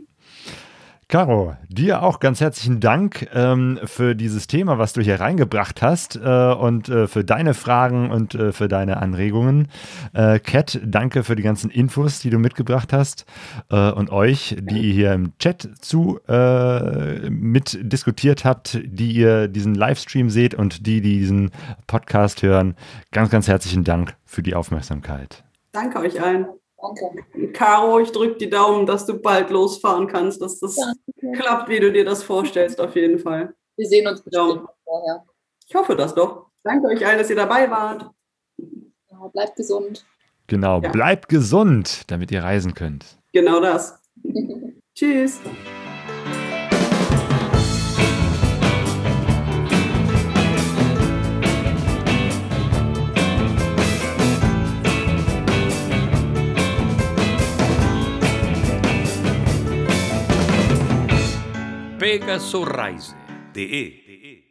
Caro, dir auch ganz herzlichen Dank ähm, für dieses Thema, was du hier reingebracht hast äh, und äh, für deine Fragen und äh, für deine Anregungen. Äh, Kat, danke für die ganzen Infos, die du mitgebracht hast äh, und euch, die ihr hier im Chat zu äh, mitdiskutiert habt, die ihr diesen Livestream seht und die, die diesen Podcast hören. Ganz, ganz herzlichen Dank für die Aufmerksamkeit. Danke euch allen. Danke. Caro, ich drücke die Daumen, dass du bald losfahren kannst, dass das ja, klappt, wie du dir das vorstellst, auf jeden Fall. Wir sehen uns bestimmt vorher. Ich hoffe das doch. Danke euch allen, dass ihr dabei wart. Ja, bleibt gesund. Genau, ja. Bleibt gesund, damit ihr reisen könnt. Genau das. Tschüss. pegasoreise punto de.